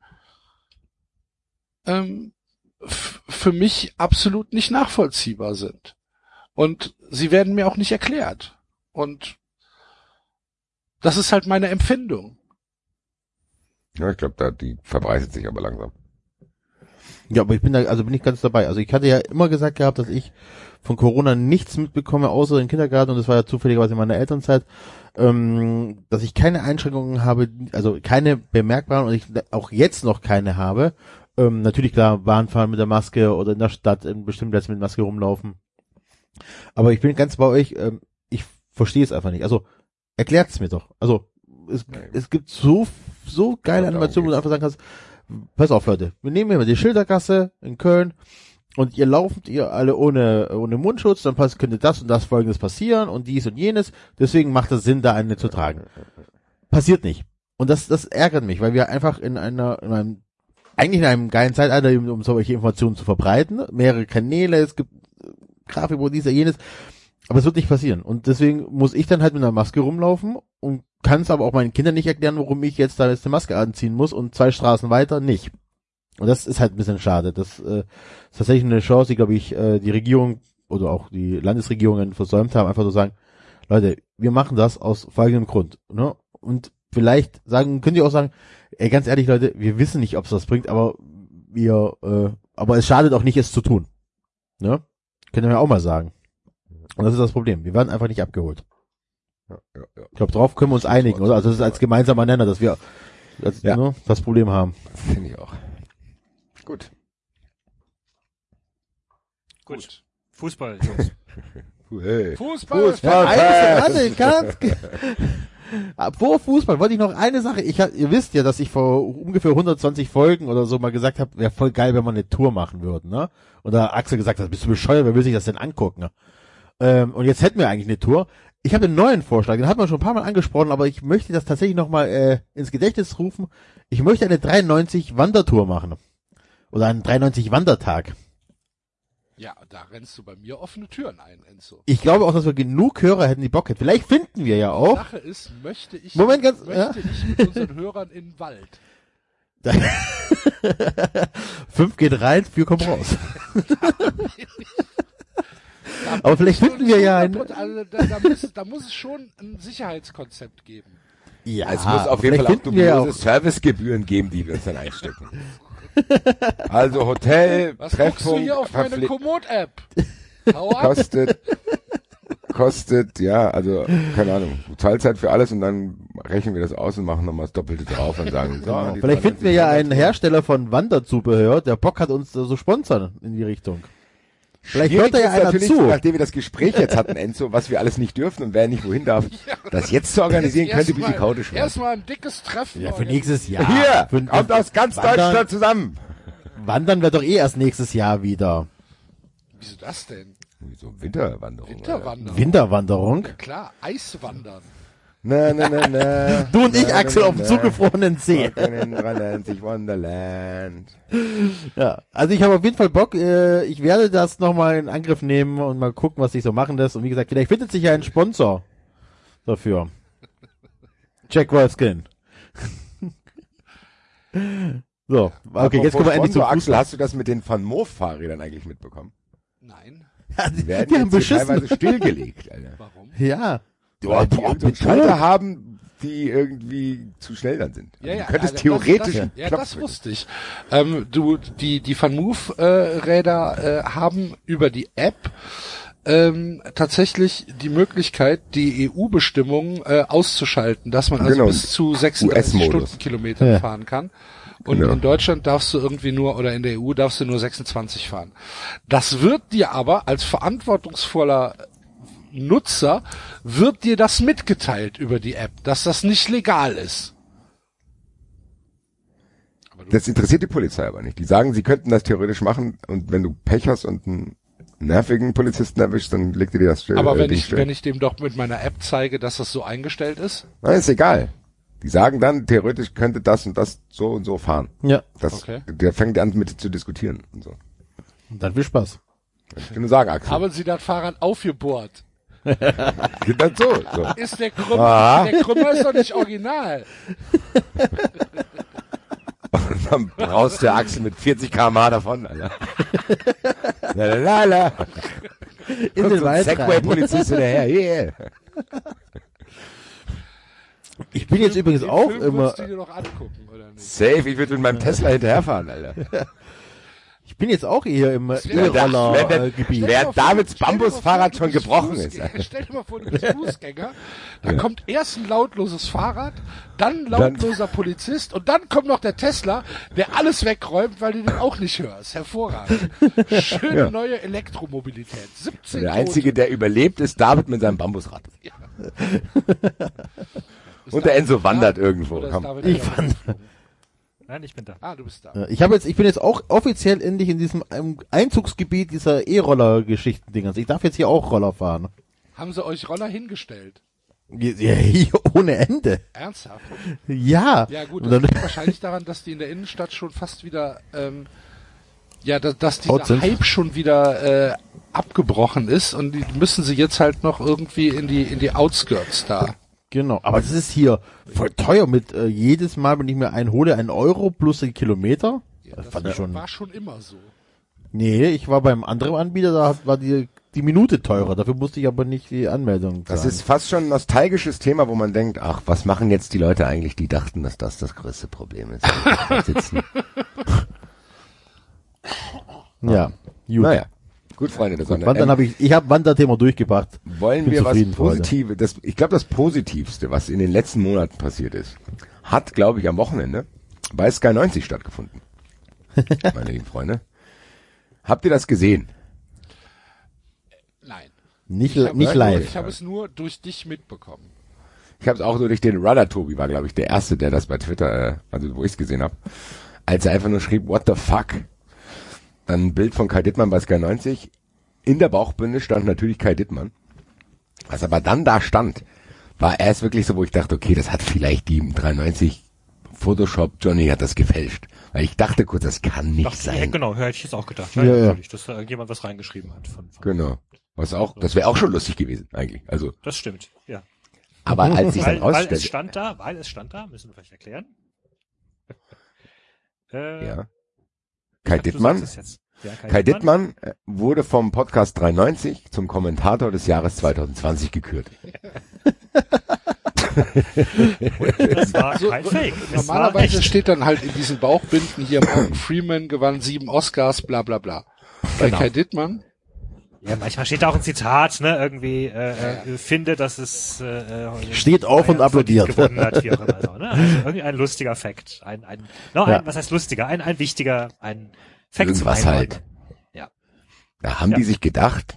für mich absolut nicht nachvollziehbar sind. Und sie werden mir auch nicht erklärt. Und das ist halt meine Empfindung. Ja, ich glaube, die verbreitet sich aber langsam. Ja, aber bin ich ganz dabei. Also ich hatte ja immer gesagt gehabt, dass ich von Corona nichts mitbekomme, außer im Kindergarten, und das war ja zufälligerweise in meiner Elternzeit, dass ich keine Einschränkungen habe, also keine bemerkbaren, und ich auch jetzt noch keine habe. Natürlich klar, Bahnfahren mit der Maske oder in der Stadt in bestimmten Plätzen mit Maske rumlaufen. Aber ich bin ganz bei euch, ich verstehe es einfach nicht. Also, erklärt's mir doch. Also, es gibt so geile Animationen, wo du einfach sagen kannst, pass auf, Leute, wir nehmen hier mal die Schildergasse in Köln und ihr alle ohne Mundschutz, dann könnte das und das Folgendes passieren und dies und jenes, deswegen macht es Sinn, da eine zu tragen. Passiert nicht. Und das ärgert mich, weil wir einfach in einem geilen Zeitalter, um solche Informationen zu verbreiten, mehrere Kanäle, es gibt Grafik, wo dies, jenes, aber es wird nicht passieren. Und deswegen muss ich dann halt mit einer Maske rumlaufen und kann es aber auch meinen Kindern nicht erklären, warum ich jetzt da jetzt eine Maske anziehen muss und 2 Straßen weiter nicht. Und das ist halt ein bisschen schade. Das ist tatsächlich eine Chance, die, glaube ich, die Regierung oder auch die Landesregierungen versäumt haben, einfach so sagen, Leute, wir machen das aus folgendem Grund. Ne? Und vielleicht könnt ihr auch sagen, ey, ganz ehrlich, Leute, wir wissen nicht, ob es was bringt, aber aber es schadet auch nicht, es zu tun. Ne? Können wir auch mal sagen. Und das ist das Problem. Wir werden einfach nicht abgeholt. Ja. Ich glaube, drauf können wir uns einigen, oder? Also das ist als gemeinsamer Nenner, dass wir das Problem haben. Finde ich auch. Gut. Fußball, Jungs. Hey. Fußball. Vor Fußball wollte ich noch eine Sache. Ihr wisst ja, dass ich vor ungefähr 120 Folgen oder so mal gesagt habe, wäre voll geil, wenn wir eine Tour machen würden, ne? Und da Axel gesagt hat, bist du bescheuert, wer will sich das denn angucken? Ne? Und jetzt hätten wir eigentlich eine Tour. Ich habe einen neuen Vorschlag, den hat man schon ein paar Mal angesprochen, aber ich möchte das tatsächlich nochmal ins Gedächtnis rufen. Ich möchte eine 93 Wandertour machen. Oder einen 93 Wandertag. Ja, da rennst du bei mir offene Türen ein, Enzo. Ich glaube auch, dass wir genug Hörer hätten, die Bock hätten. Vielleicht finden wir ja Die auch. Sache ist, möchte ich ja? mit unseren Hörern in den Wald. 5 geht rein, 4 kommt raus. Aber vielleicht finden wir ja einen. Also da muss es schon ein Sicherheitskonzept geben. Ja, es muss auf jeden Fall auch dubiose Servicegebühren geben, die wir uns dann einstecken. Also Hotel, Was Treffpunkt, guckst du hier auf meine Komoot-App? kostet, ja, also, keine Ahnung, du zahlst halt für alles und dann rechnen wir das aus und machen nochmal das Doppelte drauf und sagen, so. Genau. Vielleicht finden wir ja einen Hersteller von Wanderzubehör, der Bock hat, uns so sponsern in die Richtung. Vielleicht hört da ja einer zu. Nachdem wir das Gespräch jetzt hatten, Enzo, was wir alles nicht dürfen und wer nicht wohin darf, das jetzt zu organisieren, könnte wie die Kaute schmerzen. Erstmal ein dickes Treffen. Ja, für nächstes Jahr. Hier, kommt aus ganz Deutschland zusammen. Wandern wir doch erst nächstes Jahr wieder. Wieso das denn? So Winterwanderung. Winterwanderung? Klar, Eiswandern. Na. Du und ich, Axel, auf dem zugefrorenen See. Wonderland. Ja, also ich habe auf jeden Fall Bock. Ich werde das nochmal in Angriff nehmen und mal gucken, was sich so machen lässt. Und wie gesagt, vielleicht findet sich ja ein Sponsor dafür. Jack Wolfskin. So, okay, jetzt kommen wir endlich zu Axel, hast du das mit den Van Moof-Fahrrädern eigentlich mitbekommen? Nein. Ja, Die werden die haben jetzt beschissen. teilweise stillgelegt, Alter. Warum? Ja. Weil die irgendeinen Schalter haben, die irgendwie zu schnell dann sind. Also du könntest theoretisch einen Knopf das drücken. wusste ich. Die Van Moof Räder haben über die App tatsächlich die Möglichkeit, die EU-Bestimmungen auszuschalten, dass man also bis zu 36 Stundenkilometern fahren kann. Und in Deutschland darfst du irgendwie nur, oder in der EU darfst du nur 26 fahren. Das wird dir aber als verantwortungsvoller Nutzer wird dir das mitgeteilt über die App, dass das nicht legal ist. Das interessiert die Polizei aber nicht. Die sagen, sie könnten das theoretisch machen und wenn du Pech hast und einen nervigen Polizisten erwischst, dann legt ihr dir das still. Aber wenn ich dem doch mit meiner App zeige, dass das so eingestellt ist? Nein, ist egal. Die sagen dann, theoretisch könnte das und das so und so fahren. Ja. Okay. Der fängt an mit zu diskutieren und so. Und dann viel Spaß. Ich kann nur sagen, Axel. Haben Sie das Fahrrad aufgebohrt? Geht dann so. Ist der Krümmer ist doch nicht original. Und dann braust der Axel mit 40 km/h davon, Alter. Lalalala. In den Wald rein. Segway-Polizist hinterher, yeah. Ich bin jetzt übrigens auch Film immer, würdest du dir doch angucken, oder nicht? Safe, ich würde mit meinem Tesla hinterherfahren, Alter. ich bin jetzt auch hier im Wenn E-Roller-Gebiet. Wer Davids Bambusfahrrad schon gebrochen ist. Stell dir mal vor, du bist Fußgänger, da kommt erst ein lautloses Fahrrad, dann ein lautloser Polizist und dann kommt noch der Tesla, der alles wegräumt, weil du den auch nicht hörst. Hervorragend. Schöne neue Elektromobilität. 17 Der Einzige, der überlebt, ist David mit seinem Bambusrad. Und der Enzo wandert irgendwo. Oder ist Komm. David Ich wieder fand- aufgeflogen? Nein, ich bin da. Ah, du bist da. Ich bin jetzt auch offiziell endlich in diesem Einzugsgebiet dieser E-Roller-Geschichten-Dingers. Ich darf jetzt hier auch Roller fahren. Haben sie euch Roller hingestellt? Ja, ohne Ende. Ernsthaft? Ja. Ja gut, Und das dann, liegt wahrscheinlich daran, dass die in der Innenstadt schon fast wieder, dass Out dieser sind. Hype schon wieder abgebrochen ist und die müssen sie jetzt halt noch irgendwie in die Outskirts da. genau. Aber das ist hier voll teuer mit jedes Mal, wenn ich mir einen hole, 1 Euro plus den Kilometer. Ja, Das das fand ich schon. war schon immer so. Nee, ich war beim anderen Anbieter, da war die Minute teurer. Dafür musste ich aber nicht die Anmeldung zahlen. Das ist fast schon ein nostalgisches Thema, wo man denkt, ach, was machen jetzt die Leute eigentlich, die dachten, dass das das größte Problem ist. Sitzen. ja, gut. Naja, gut, Freunde der Sonne. Wandern ich habe Wanderthema durchgebracht. Wollen bin wir was zufrieden, Freunde. Positives, ich glaube, das Positivste, was in den letzten Monaten passiert ist, hat, glaube ich, am Wochenende bei Sky 90 stattgefunden. Meine lieben Freunde. Habt ihr das gesehen? Nein. Nicht nein, live. Ich habe es nur durch dich mitbekommen. Ich habe es auch nur durch den Rudder Tobi, war, glaube ich, der Erste, der das bei Twitter, also wo ich es gesehen habe, als er einfach nur schrieb, what the fuck? Dann ein Bild von Kai Dittmann bei Sky 90. In der Bauchbinde stand natürlich Kai Dittmann. Was aber dann da stand, war erst wirklich so, wo ich dachte, okay, das hat vielleicht die 93 Photoshop Johnny hat das gefälscht. Weil ich dachte kurz, das kann nicht Ja, sein. genau, hätte ich jetzt auch gedacht. Ja, Ja, ja. natürlich, dass da irgendjemand was reingeschrieben hat. Von Genau. Was auch, das wäre auch schon lustig gewesen, eigentlich. Also, Das stimmt, ja. aber als ich dann Weil es rausstellte, stand da, müssen wir vielleicht erklären. ja. Kai Du Dittmann, sagst es jetzt. Ja, Kai Dittmann wurde vom Podcast 93 zum Kommentator des Jahres 2020 gekürt. Das war kein Fake. Es war Normalerweise echt. steht dann halt in diesen Bauchbinden hier, Morgan Freeman gewann 7 Oscars, bla bla bla. Bei Genau. Kai Dittmann, Ja, manchmal steht da auch ein Zitat, ne, irgendwie, finde, dass es, Steht auf und applaudiert. gewonnen hat, wie auch immer, so, ne? Also irgendwie ein lustiger Fact. Was heißt lustiger? Ein wichtiger, ein Fact Irgendwas zum halt. Einordnen. Ja. Da haben die sich gedacht,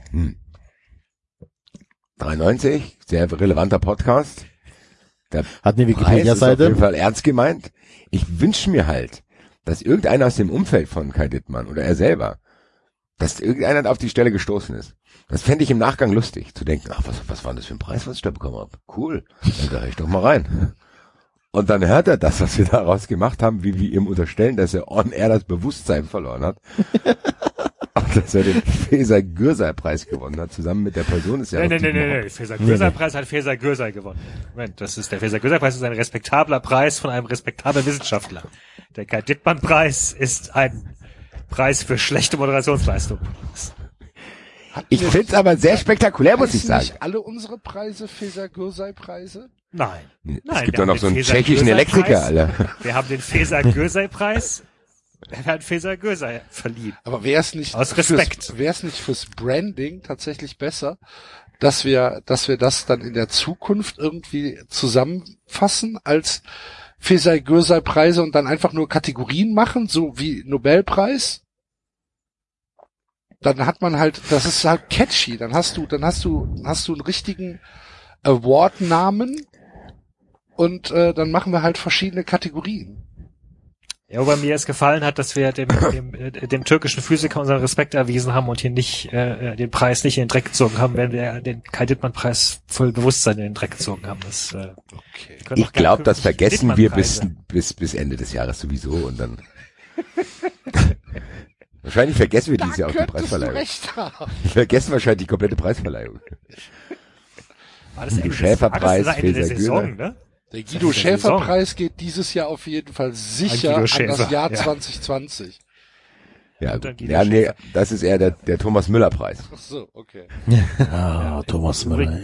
93, sehr relevanter Podcast. Der Hat eine Preis ist auf jeden Wikipedia-Seite. Fall ernst gemeint. Ich wünsche mir halt, dass irgendeiner aus dem Umfeld von Kai Dittmann oder er selber, dass irgendeiner auf die Stelle gestoßen ist. Das fände ich im Nachgang lustig, zu denken, ach, was war denn das für ein Preis, was ich da bekommen habe? Cool, dann da ich doch mal rein. Und dann hört er das, was wir daraus gemacht haben, wie wir ihm unterstellen, dass er on air das Bewusstsein verloren hat. Und dass er den Feser-Gürsei-Preis gewonnen hat, zusammen mit der Person ist ja auch Dietmar Hopp. Nee. Feser-Gürsei-Preis hat Feser-Gürsei gewonnen. Moment, der Feser-Gürsei-Preis ist ein respektabler Preis von einem respektablen Wissenschaftler. Der Kai-Dittmann-Preis ist ein Preis für schlechte Moderationsleistung. Ich find's aber sehr spektakulär, muss ich heißen sagen. nicht alle unsere Preise Feser-Gürsei-Preise? Nein. Es gibt wir doch noch haben so einen den tschechischen Elektriker, Feser-Gürsei-Preis. Alter. Wir haben den Feser-Gürsei-Preis. Er hat Feser-Gürsei verliehen. Aber wäre es nicht Aus Respekt. fürs Branding tatsächlich besser, dass wir das dann in der Zukunft irgendwie zusammenfassen als Feser-Gürsei-Preise und dann einfach nur Kategorien machen, so wie Nobelpreis? dann hat man halt, das ist halt catchy, dann hast du einen richtigen Award-Namen und dann machen wir halt verschiedene Kategorien. Ja, wobei mir es gefallen hat, dass wir dem türkischen Physiker unseren Respekt erwiesen haben und hier nicht den Preis nicht in den Dreck gezogen haben, wenn wir den Kai-Dittmann-Preis voll Bewusstsein in den Dreck gezogen haben. Das, Okay. Ich glaube, das vergessen wir bis Ende des Jahres sowieso und dann wahrscheinlich vergessen wir dieses Jahr auch die Preisverleihung. Wir vergessen wahrscheinlich die komplette Preisverleihung. War das Guido Schäfer-Preis, Ende der Feser Saison, Güler. ne? Der Guido-Schäfer-Preis geht dieses Jahr auf jeden Fall sicher an das Jahr 2020. Ja, nee, das ist eher der Thomas Müller-Preis. Ach so, okay. Thomas Müller.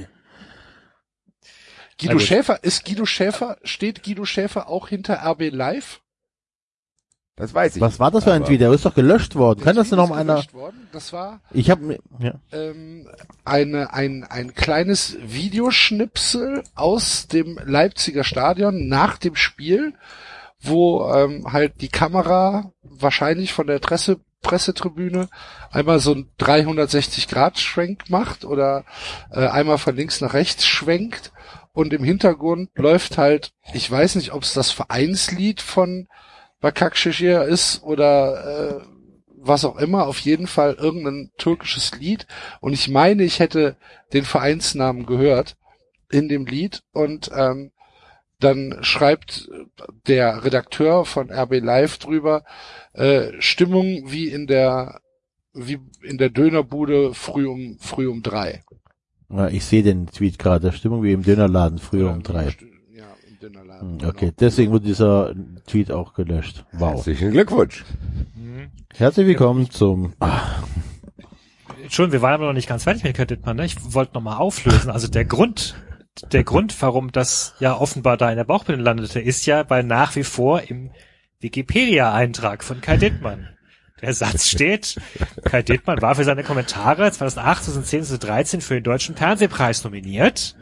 Steht Guido Schäfer auch hinter RB Live? Das weiß ich. Was war das für ein Tweet? Der ist doch gelöscht worden. Kann das denn noch mal einer? Das war Ich habe ein kleines Videoschnipsel aus dem Leipziger Stadion nach dem Spiel, wo halt die Kamera wahrscheinlich von der Pressetribüne einmal so ein 360-Grad-Schwenk macht oder einmal von links nach rechts schwenkt und im Hintergrund läuft halt, ich weiß nicht, ob es das Vereinslied von Başakşehir ist oder was auch immer, auf jeden Fall irgendein türkisches Lied und ich meine, ich hätte den Vereinsnamen gehört in dem Lied und dann schreibt der Redakteur von RB Live drüber, Stimmung wie in der Dönerbude früh um 3. Ja, ich sehe den Tweet gerade. Stimmung wie im Dönerladen früher um 3. Ja, im Dönerladen. Okay, deswegen wurde dieser Tweet auch gelöscht. Wow. Herzlichen Glückwunsch. Herzlich willkommen zum... Entschuldigung, wir waren aber noch nicht ganz fertig mit Kai Dittmann, ne? Ich wollte nochmal auflösen. Also der Grund, warum das ja offenbar da in der Bauchbinde landete, ist ja bei nach wie vor im Wikipedia-Eintrag von Kai Dittmann. Der Satz steht, Kai Dittmann war für seine Kommentare 2008, 2010, 2013 für den Deutschen Fernsehpreis nominiert.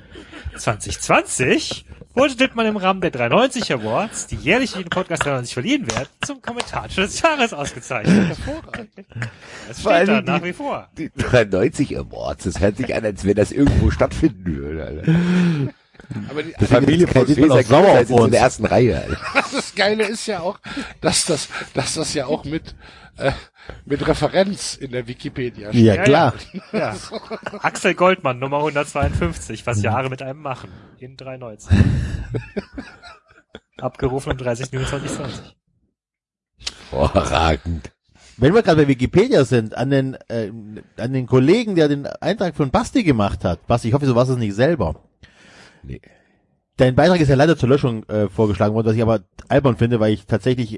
2020 wurde Dittmann im Rahmen der 390 Awards, die jährlich in den Podcast 390 verliehen werden, zum Kommentator des Jahres ausgezeichnet. Hervorragend. Das steht da nach wie vor. Die 390 Awards, das hört sich an, als wenn das irgendwo stattfinden würde, Alter. Aber die Familie von Feser Güler ist in der ersten Reihe, Alter. Das Geile ist ja auch, dass das ja auch mit Referenz in der Wikipedia steht. Ja, klar. Ja. Axel Goldmann, Nummer 152, was Jahre mit einem machen. In 390. Abgerufen am 30. Juni 2020. Hervorragend. Wenn wir gerade bei Wikipedia sind, an den Kollegen, der den Eintrag von Basti gemacht hat. Basti, ich hoffe, so war es nicht selber. Nee. Dein Beitrag ist ja leider zur Löschung vorgeschlagen worden, was ich aber albern finde, weil ich tatsächlich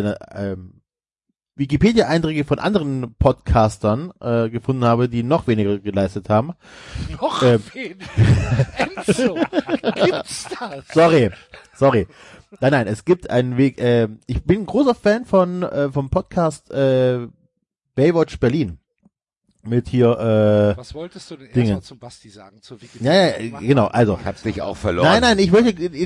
Wikipedia-Einträge von anderen Podcastern gefunden habe, die noch weniger geleistet haben. Noch weniger. Enzo, gibt's das? Sorry. Nein, es gibt einen Weg. Ich bin ein großer Fan vom Podcast Baywatch Berlin. Mit hier Was wolltest du denn Dinge. erstmal zum Basti sagen, zur Wikipedia? Ja, genau, also. Hab's dich auch verloren. Nein, ich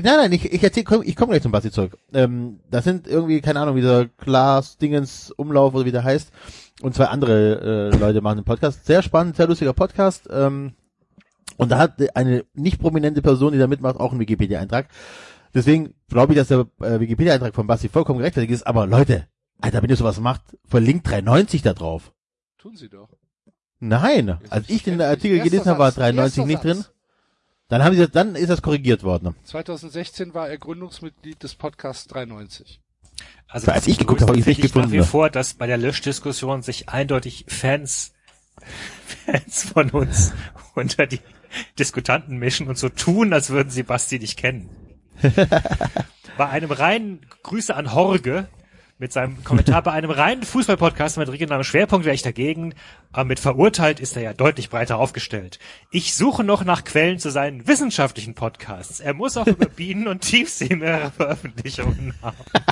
komme gleich zum Basti zurück. Das sind irgendwie, keine Ahnung, wie dieser Klaas-Dingens Umlauf oder wie der heißt. Und zwei andere Leute machen den Podcast. Sehr spannend, sehr lustiger Podcast. Und da hat eine nicht prominente Person, die da mitmacht, auch einen Wikipedia-Eintrag. Deswegen glaube ich, dass der Wikipedia-Eintrag von Basti vollkommen gerechtfertigt ist. Aber Leute, Alter, wenn ihr sowas macht, verlinkt 390 da drauf. Tun sie doch. Nein, als ich den Artikel gelesen habe, war 93 nicht drin. Dann ist das korrigiert worden. 2016 war er Gründungsmitglied des Podcasts 390. Also als ich geguckt habe, habe ich es nicht gefunden. Nach wie vor, dass bei der Löschdiskussion sich eindeutig Fans von uns unter die Diskutanten mischen und so tun, als würden sie Basti nicht kennen. Bei einem reinen Grüße an Horge mit seinem Kommentar bei einem reinen Fußballpodcast mit regionalem Schwerpunkt wäre ich dagegen, aber mit verurteilt ist er ja deutlich breiter aufgestellt. Ich suche noch nach Quellen zu seinen wissenschaftlichen Podcasts. Er muss auch über Bienen und Tiefsee mehrere Veröffentlichungen haben.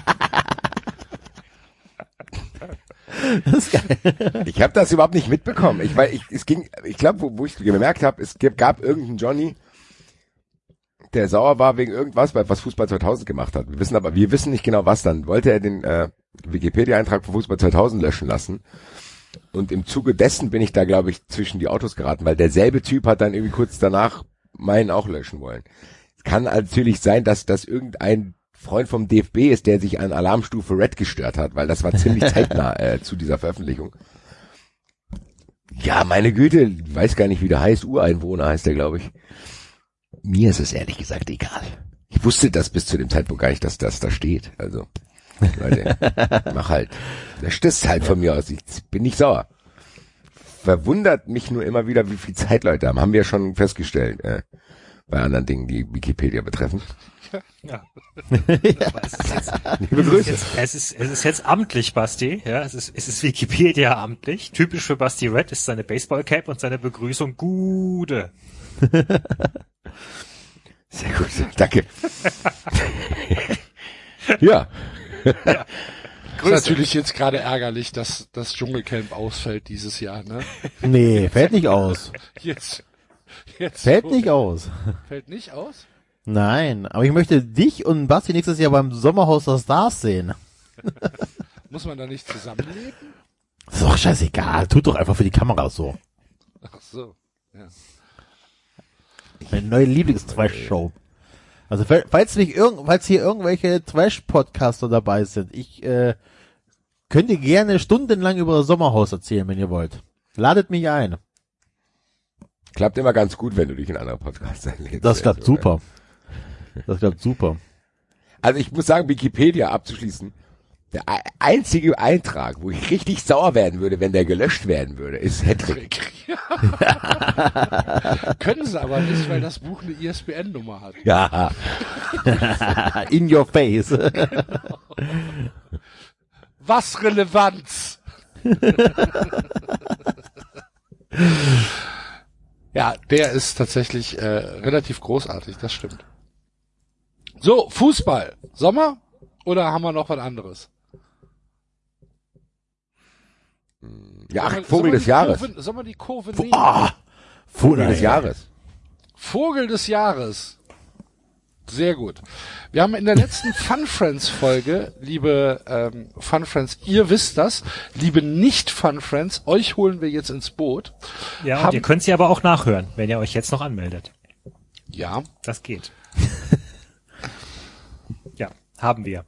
Das ist geil. Ich habe das überhaupt nicht mitbekommen. Ich glaube, wo ich gemerkt habe, es gab irgendeinen Johnny, der sauer war wegen irgendwas, was Fußball 2000 gemacht hat. Wir wissen nicht genau was dann. Wollte er den Wikipedia-Eintrag von Fußball 2000 löschen lassen. Und im Zuge dessen bin ich da, glaube ich, zwischen die Autos geraten, weil derselbe Typ hat dann irgendwie kurz danach meinen auch löschen wollen. Es kann natürlich sein, dass das irgendein Freund vom DFB ist, der sich an Alarmstufe Red gestört hat, weil das war ziemlich zeitnah zu dieser Veröffentlichung. Ja, meine Güte, ich weiß gar nicht, wie der heißt, Ureinwohner heißt der, glaube ich. Mir ist es ehrlich gesagt egal. Ich wusste das bis zu dem Zeitpunkt gar nicht, dass das da steht. Also, Leute, mach halt. Löscht das halt von mir aus. Ich bin nicht sauer. Verwundert mich nur immer wieder, wie viel Zeit Leute haben. Haben wir ja schon festgestellt, bei anderen Dingen, die Wikipedia betreffen. Ja. Aber Liebe Grüße. Es ist jetzt amtlich, Basti. Ja, es ist Wikipedia amtlich. Typisch für Basti Red ist seine Baseballcap und seine Begrüßung Gude. Sehr gut, danke. Ja. Ist natürlich jetzt gerade ärgerlich, dass das Dschungelcamp ausfällt dieses Jahr, ne? Nee, fällt nicht aus. Jetzt Fällt so. nicht aus. Fällt nicht aus? Nein, aber ich möchte dich und Basti nächstes Jahr beim Sommerhaus der Stars sehen. Muss man da nicht zusammenleben? Ist doch scheißegal, tut doch einfach für die Kamera so. Ach so, ja. Meine neue Lieblings-Trash-Show. Also falls hier irgendwelche Trash-Podcaster dabei sind, ich könnt ihr gerne stundenlang über das Sommerhaus erzählen, wenn ihr wollt. Ladet mich ein. Klappt immer ganz gut, wenn du dich in andere Podcasts einlädst. Das klappt super. Das klappt super. Also ich muss sagen, Wikipedia abzuschließen, der einzige Eintrag, wo ich richtig sauer werden würde, wenn der gelöscht werden würde, ist Hattrick. Können sie aber nicht, weil das Buch eine ISBN-Nummer hat. Ja. In your face. Was Relevanz? Ja, der ist tatsächlich relativ großartig, das stimmt. So, Fußball. Sommer? Oder haben wir noch was anderes? Ja, ach, Vogel des Jahres. Sollen wir die Kurve nehmen? Vogel des Jahres. Vogel des Jahres. Sehr gut. Wir haben in der letzten Fun Friends Folge, liebe Fun Friends, ihr wisst das, liebe nicht Fun Friends, euch holen wir jetzt ins Boot. Ja, und ihr könnt sie aber auch nachhören, wenn ihr euch jetzt noch anmeldet. Ja. Das geht. Ja, haben wir.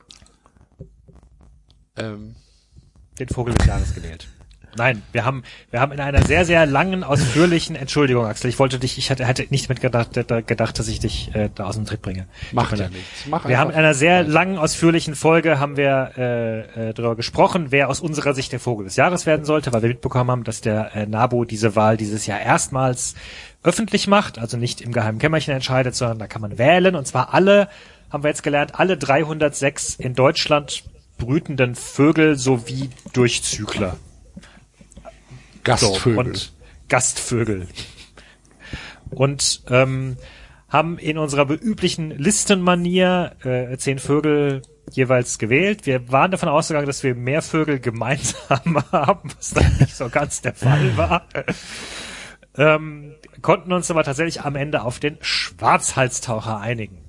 Den Vogel des Jahres gewählt. Nein, wir haben in einer sehr, sehr langen, ausführlichen, Entschuldigung, Axel, ich hätte nicht gedacht, dass ich dich da aus dem Tritt bringe. Macht ja nichts. Wir haben in einer sehr langen, ausführlichen Folge haben wir darüber gesprochen, wer aus unserer Sicht der Vogel des Jahres werden sollte, weil wir mitbekommen haben, dass der NABU diese Wahl dieses Jahr erstmals öffentlich macht, also nicht im geheimen Kämmerchen entscheidet, sondern da kann man wählen, und zwar alle, haben wir jetzt gelernt, alle 306 in Deutschland brütenden Vögel sowie Durchzügler. Gastvögel. So, und Gastvögel. Und haben in unserer üblichen Listenmanier 10 Vögel jeweils gewählt. Wir waren davon ausgegangen, dass wir mehr Vögel gemeinsam haben, was dann nicht so ganz der Fall war. Konnten uns aber tatsächlich am Ende auf den Schwarzhalstaucher einigen.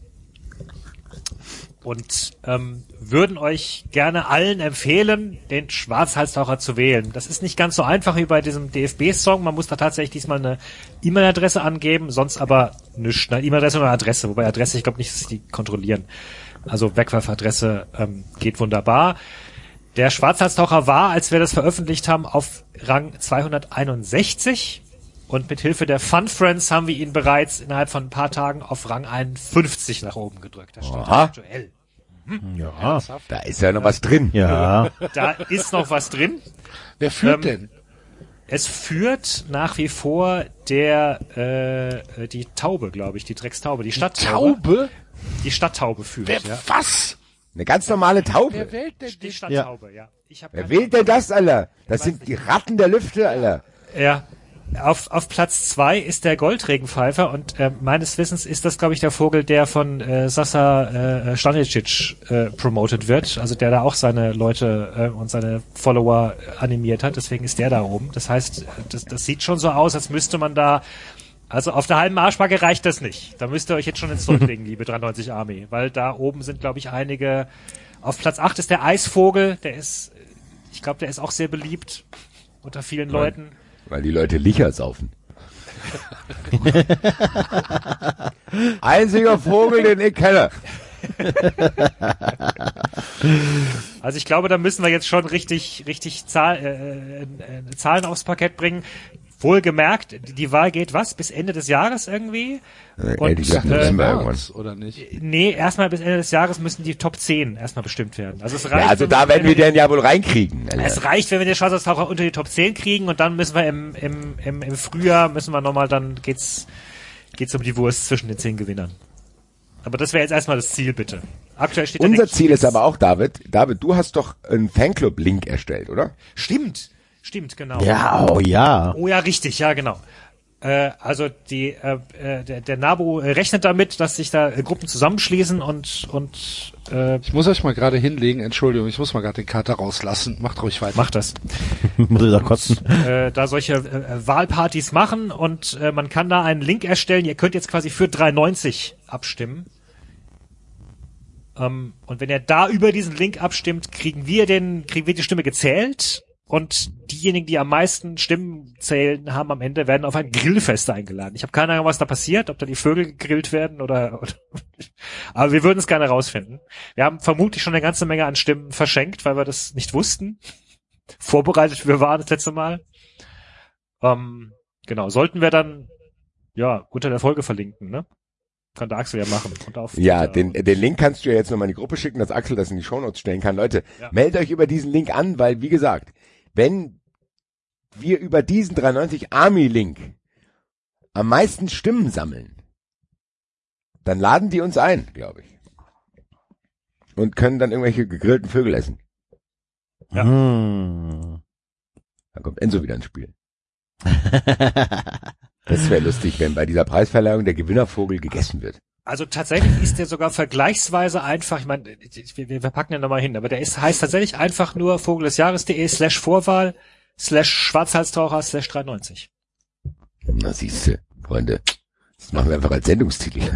Und würden euch gerne allen empfehlen, den Schwarzhalstaucher zu wählen. Das ist nicht ganz so einfach wie bei diesem DFB-Song. Man muss da tatsächlich diesmal eine E-Mail-Adresse angeben, sonst aber nichts. Eine E-Mail-Adresse oder Adresse. Wobei Adresse, ich glaube nicht, dass sie die kontrollieren. Also Wegwerfadresse geht wunderbar. Der Schwarzhalstaucher war, als wir das veröffentlicht haben, auf Rang 261. Und mit Hilfe der Fun Friends haben wir ihn bereits innerhalb von ein paar Tagen auf Rang 51 nach oben gedrückt. Das steht aktuell. Ja. Da ist ja noch was drin. Ja. Da ist noch was drin. Wer führt denn? Es führt nach wie vor die Taube, glaube ich, die Dreckstaube, die Stadttaube. Taube? Die Stadttaube führt, Wer, ja. was? Eine ganz normale Taube. Wer wählt denn Die den? Stadttaube, ja. Ich hab Wer keine wählt denn das, Alter? Das sind die Ratten der Lüfte, Alter. Ja. Auf Platz 2 ist der Goldregenpfeifer und meines Wissens ist das, glaube ich, der Vogel, der von Sasa Stanisic promoted wird, also der da auch seine Leute und seine Follower animiert hat, deswegen ist der da oben. Das heißt, das sieht schon so aus, als müsste man da, also auf der halben Arschbacke reicht das nicht. Da müsst ihr euch jetzt schon ins Zeug legen, liebe 93 Army, weil da oben sind, glaube ich, einige. Auf Platz 8 ist der Eisvogel, ich glaube, der ist auch sehr beliebt. unter vielen Leuten. Weil die Leute Licher saufen. Einziger Vogel, den ich kenne. Also ich glaube, da müssen wir jetzt schon richtig Zahlen aufs Parkett bringen. Wohlgemerkt, die Wahl geht was? Bis Ende des Jahres irgendwie? Ehrlich gesagt, November irgendwann. Oder nicht? Nee, erstmal bis Ende des Jahres müssen die Top 10 erstmal bestimmt werden. Also es reicht. Ja, also da werden wir den ja wohl reinkriegen. Alter. Es reicht, wenn wir den Schwarzwaldtaucher unter die Top 10 kriegen und dann müssen wir im Frühjahr müssen wir nochmal, dann geht's um die Wurst zwischen den 10 Gewinnern. Aber das wäre jetzt erstmal das Ziel, bitte. Aktuell steht Unser Ziel ist aber auch, David, du hast doch einen Fanclub-Link erstellt, oder? Stimmt, genau. Ja, oh ja. Oh ja, richtig, ja, genau. Also der NABU rechnet damit, dass sich da Gruppen zusammenschließen und Ich muss euch mal gerade hinlegen, Entschuldigung, ich muss mal gerade den Kater rauslassen. Macht ruhig weiter. macht das. Muss ich da kotzen. Da solche Wahlpartys machen und man kann da einen Link erstellen. Ihr könnt jetzt quasi für 3,90 abstimmen. Und wenn ihr da über diesen Link abstimmt, kriegen wir die Stimme gezählt. Und diejenigen, die am meisten Stimmen zählen haben am Ende, werden auf ein Grillfest eingeladen. Ich habe keine Ahnung, was da passiert, ob da die Vögel gegrillt werden oder aber wir würden es gerne rausfinden. Wir haben vermutlich schon eine ganze Menge an Stimmen verschenkt, weil wir das nicht wussten. Vorbereitet wir waren das letzte Mal. Genau, sollten wir dann ja unter der Folge verlinken, ne? Kann der Axel ja machen. Und auf Ja, den Link kannst du ja jetzt nochmal in die Gruppe schicken, dass Axel das in die Shownotes stellen kann. Leute, meldet euch über diesen Link an, weil, wie gesagt, wenn wir über diesen 390 Army-Link am meisten Stimmen sammeln, dann laden die uns ein, glaube ich. Und können dann irgendwelche gegrillten Vögel essen. Ja. Hm. Dann kommt Enzo wieder ins Spiel. Das wäre lustig, wenn bei dieser Preisverleihung der Gewinnervogel gegessen wird. Also tatsächlich ist der sogar vergleichsweise einfach, ich meine, wir packen den nochmal hin, aber der heißt tatsächlich einfach nur vogeldesjahres.de/Vorwahl/Schwarzhalstaucher/390. Na siehste, Freunde, das machen wir einfach als Sendungstitel.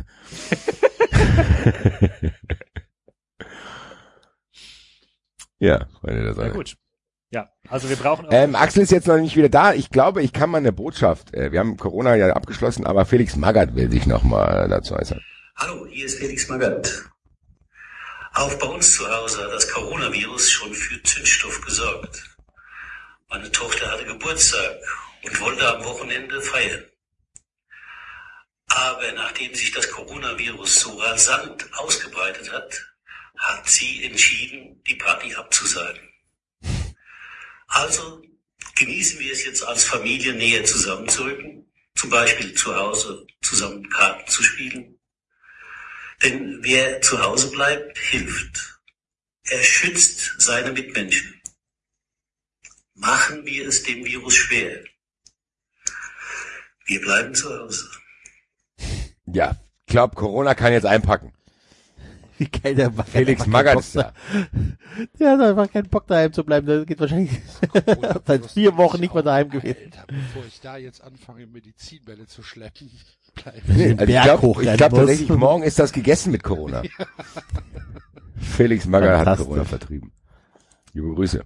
Ja, Freunde der Sonne. Na gut. Ja, also wir brauchen Axel ist jetzt noch nicht wieder da. Ich glaube, ich kann mal eine Botschaft. Wir haben Corona ja abgeschlossen, aber Felix Magath will sich noch mal dazu äußern. Hallo, hier ist Felix Magath. Auch bei uns zu Hause hat das Coronavirus schon für Zündstoff gesorgt. Meine Tochter hatte Geburtstag und wollte am Wochenende feiern. Aber nachdem sich das Coronavirus so rasant ausgebreitet hat sie entschieden, die Party abzusagen. Also genießen wir es jetzt als Familie näher zusammenzurücken, zum Beispiel zu Hause zusammen Karten zu spielen. Denn wer zu Hause bleibt, hilft. Er schützt seine Mitmenschen. Machen wir es dem Virus schwer. Wir bleiben zu Hause. Ja, ich glaube, Corona kann jetzt einpacken. Wie geil der war. Felix Magath ist da. Der hat einfach keinen Bock daheim zu bleiben. Der geht wahrscheinlich seit 4 Wochen nicht mehr daheim gewesen. Alter, bevor ich da jetzt anfange, Medizinbälle zu schleppen, bleibe Nee, also ich hochrennen glaube muss. tatsächlich, morgen ist das gegessen mit Corona. Felix Magath hat Fantastisch. Corona vertrieben. Liebe Grüße.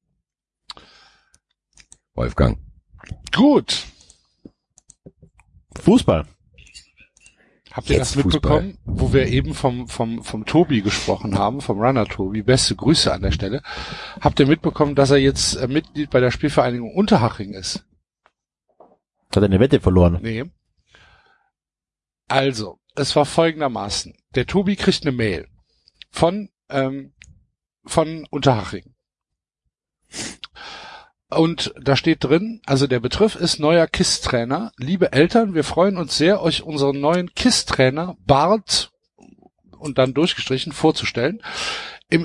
Wolfgang. Gut. Fußball. Habt ihr Jetzt das mitbekommen, wo wir eben vom Tobi gesprochen haben, vom Runner Tobi, beste Grüße an der Stelle. Habt ihr mitbekommen, dass er jetzt Mitglied bei der Spielvereinigung Unterhaching ist? Hat er eine Wette verloren? Nee. Also, es war folgendermaßen. Der Tobi kriegt eine Mail von Unterhaching. Und da steht drin, also der Betreff ist neuer KISS-Trainer. Liebe Eltern, wir freuen uns sehr, euch unseren neuen KISS-Trainer Bart und dann durchgestrichen vorzustellen. Im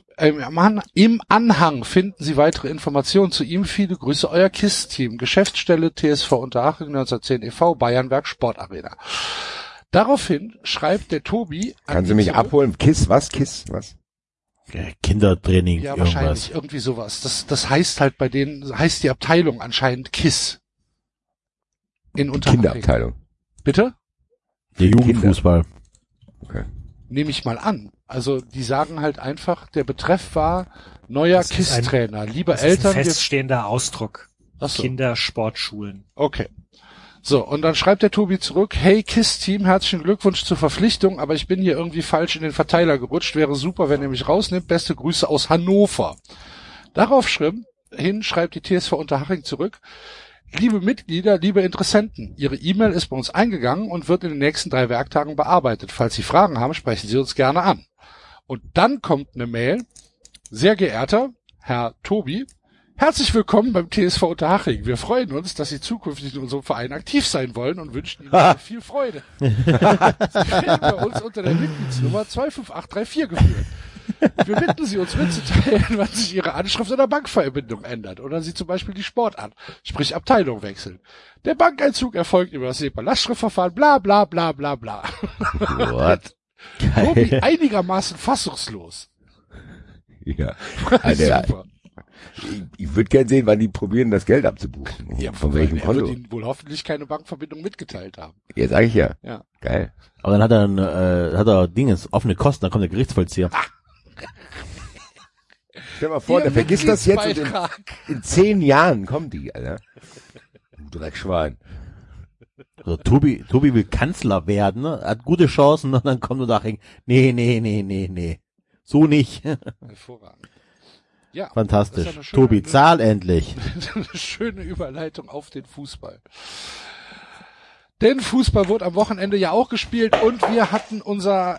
Anhang finden Sie weitere Informationen zu ihm. Viele Grüße, euer KISS-Team. Geschäftsstelle TSV Unterhaching 1910 e.V. Bayernwerk Sportarena. Daraufhin schreibt der Tobi... Kannst du mich abholen? KISS, was? KISS, was? Kindertraining, Ja, irgendwas. wahrscheinlich irgendwie sowas. Das heißt halt bei denen, heißt die Abteilung anscheinend KISS. In Unterhaching. Kinderabteilung. Bitte? Der Jugendfußball. Okay. Nehme ich mal an. Also die sagen halt einfach, der Betreff war neuer Das ist KISS-Trainer. Liebe Das ist Eltern, ein feststehender Ausdruck. Ach so. Kindersportschulen. Okay. So, und dann schreibt der Tobi zurück, hey KISS-Team, herzlichen Glückwunsch zur Verpflichtung, aber ich bin hier irgendwie falsch in den Verteiler gerutscht, wäre super, wenn ihr mich rausnimmt, beste Grüße aus Hannover. Daraufhin schreibt die TSV Unterhaching zurück, liebe Mitglieder, liebe Interessenten, Ihre E-Mail ist bei uns eingegangen und wird in den nächsten 3 Werktagen bearbeitet. Falls Sie Fragen haben, sprechen Sie uns gerne an. Und dann kommt eine Mail, sehr geehrter Herr Tobi, herzlich willkommen beim TSV Unterhaching. Wir freuen uns, dass Sie zukünftig in unserem Verein aktiv sein wollen und wünschen Ihnen viel Freude. Sie werden bei uns unter der Mitgliedsnummer 25834 geführt. Wir bitten Sie, uns mitzuteilen, wann sich Ihre Anschrift oder Bankverbindung ändert oder Sie zum Beispiel die Sportart, sprich Abteilung wechseln. Der Bankeinzug erfolgt über das SEPA-Lastschriftverfahren, bla bla bla bla bla. What? Tobi einigermaßen fassungslos. Ja. Alter, ich würde gern sehen, wann die probieren, das Geld abzubuchen. Ja, von welchem er Konto? wird Ihnen wohl hoffentlich keine Bankverbindung mitgeteilt haben. Ja, sag ich ja. Ja. Geil. Aber dann hat er Dinges, offene Kosten, dann kommt der Gerichtsvollzieher. Stell dir mal vor, Ihr der vergisst das jetzt und Mitgliedsbeitrag. in 10 Jahren kommen die, Alter. Du Dreckschwein. Also Tobi will Kanzler werden, ne? Hat gute Chancen und dann kommt nur nachher, nee. So nicht. Hervorragend. Ja, Fantastisch. das ist ja eine schöne- Tobi, zahl endlich. eine schöne Überleitung auf den Fußball. Denn Fußball wurde am Wochenende ja auch gespielt und wir hatten unser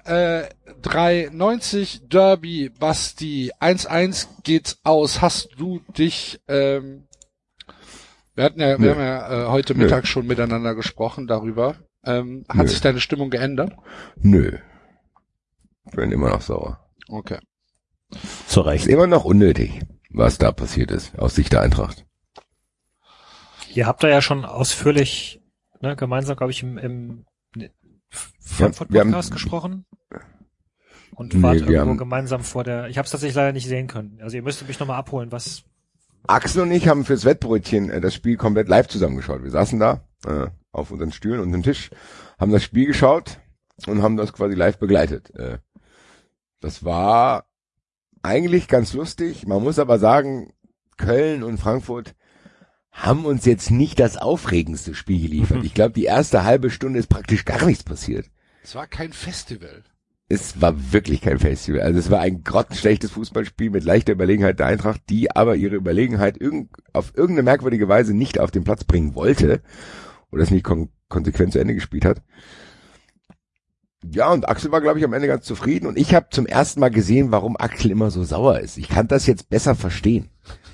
390 Derby, Basti. 1-1 geht's aus. Hast du dich, wir haben ja heute Mittag schon miteinander gesprochen darüber. Hat sich deine Stimmung geändert? Nö. Bin immer noch sauer. Okay. Zu Ist Recht. immer noch unnötig, was da passiert ist, aus Sicht der Eintracht. Ihr habt da ja schon ausführlich, ne, gemeinsam, glaube ich, im Frankfurt-Podcast gesprochen. Und wart irgendwo gemeinsam vor der, ich habe es tatsächlich leider nicht sehen können. Also ihr müsstet mich nochmal abholen, was... Axel und ich haben fürs Wettbrötchen das Spiel komplett live zusammengeschaut. Wir saßen da auf unseren Stühlen und dem Tisch, haben das Spiel geschaut und haben das quasi live begleitet. Das war eigentlich ganz lustig. Man muss aber sagen, Köln und Frankfurt haben uns jetzt nicht das aufregendste Spiel geliefert. Ich glaube, die erste halbe Stunde ist praktisch gar nichts passiert. Es war kein Festival. Es war wirklich kein Festival. Also es war ein grottenschlechtes Fußballspiel mit leichter Überlegenheit der Eintracht, die aber ihre Überlegenheit auf irgendeine merkwürdige Weise nicht auf den Platz bringen wollte oder es nicht konsequent zu Ende gespielt hat. Ja, und Axel war, glaube ich, am Ende ganz zufrieden und ich habe zum ersten Mal gesehen, warum Axel immer so sauer ist. Ich kann das jetzt besser verstehen.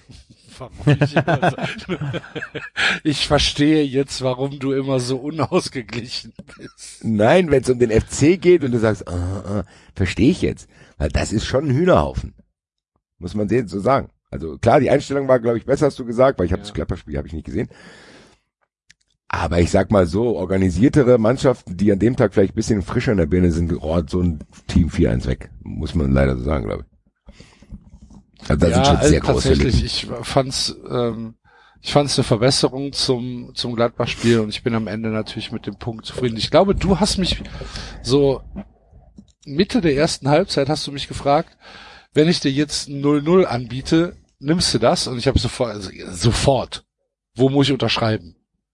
Ich verstehe jetzt, warum du immer so unausgeglichen bist. Nein, wenn es um den FC geht und du sagst, verstehe ich jetzt. Weil das ist schon ein Hühnerhaufen. Muss man jetzt so sagen. Also klar, die Einstellung war, glaube ich, besser, hast du gesagt, weil ich habe das Klepperspiel habe ich nicht gesehen. Aber ich sag mal so, organisiertere Mannschaften, die an dem Tag vielleicht ein bisschen frischer in der Birne sind, so ein Team 4-1 weg. Muss man leider so sagen, glaube ich. Also das sind schon sehr große tatsächlich, Lücken. ich fand's eine Verbesserung zum Gladbach-Spiel und ich bin am Ende natürlich mit dem Punkt zufrieden. Ich glaube, du hast mich so Mitte der ersten Halbzeit hast du mich gefragt, wenn ich dir jetzt 0-0 anbiete, nimmst du das? Und ich habe sofort. Wo muss ich unterschreiben?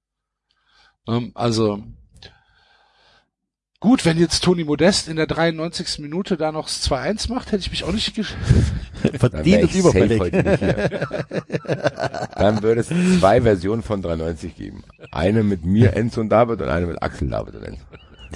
Also gut, wenn jetzt Toni Modest in der 93. Minute da noch das 2-1 macht, hätte ich mich auch nicht Verdient und überfällig. Dann würde es 2 Versionen von 93 geben. Eine mit mir, Enzo und David und eine mit Axel, David und Enzo.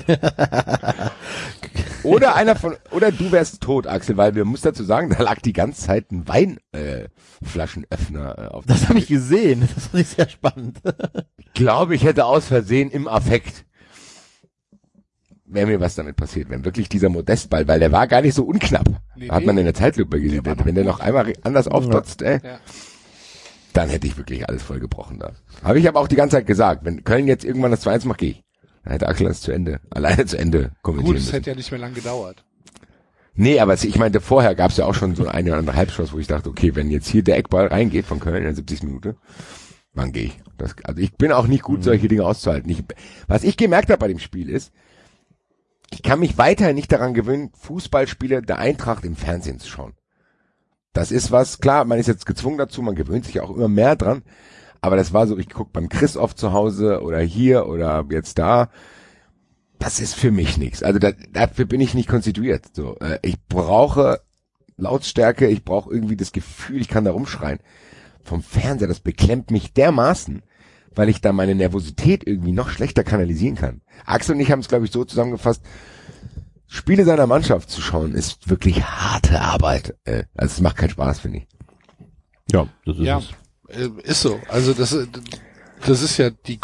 Oder du wärst tot, Axel, weil wir muss dazu sagen, da lag die ganze Zeit ein Weinflaschenöffner auf dem Das habe ich gesehen. Das fand ich sehr spannend. Ich glaube, ich hätte aus Versehen im Affekt, wäre mir was damit passiert, wenn wirklich dieser Modestball, weil der war gar nicht so unknapp. Nee, Hat man in der Zeitlupe gesehen. Wenn der noch einmal anders auftotzt, dann hätte ich wirklich alles voll gebrochen da. Habe ich aber auch die ganze Zeit gesagt, wenn Köln jetzt irgendwann das 2-1 macht, gehe ich. Dann hätte Axel das alleine zu Ende kommentieren Gut, es müssen. hätte ja nicht mehr lang gedauert. Nee, aber ich meinte, vorher gab es ja auch schon so eine oder andere Halbschuss, wo ich dachte, okay, wenn jetzt hier der Eckball reingeht von Köln in der 70. Minute, wann gehe ich? Also ich bin auch nicht gut, solche Dinge auszuhalten. Was ich gemerkt habe bei dem Spiel ist, ich kann mich weiterhin nicht daran gewöhnen, Fußballspiele der Eintracht im Fernsehen zu schauen. Das ist was, klar, man ist jetzt gezwungen dazu, man gewöhnt sich auch immer mehr dran, Aber das war so, ich guck beim Chris oft zu Hause oder hier oder jetzt da. Das ist für mich nichts. Also dafür bin ich nicht konstituiert. So, ich brauche Lautstärke, ich brauche irgendwie das Gefühl, ich kann da rumschreien. Vom Fernseher, das beklemmt mich dermaßen, weil ich da meine Nervosität irgendwie noch schlechter kanalisieren kann. Axel und ich haben es, glaube ich, so zusammengefasst, Spiele seiner Mannschaft zu schauen, ist wirklich harte Arbeit. Also es macht keinen Spaß, finde ich. Ja, das ist es. Ist so. Also das ist ja die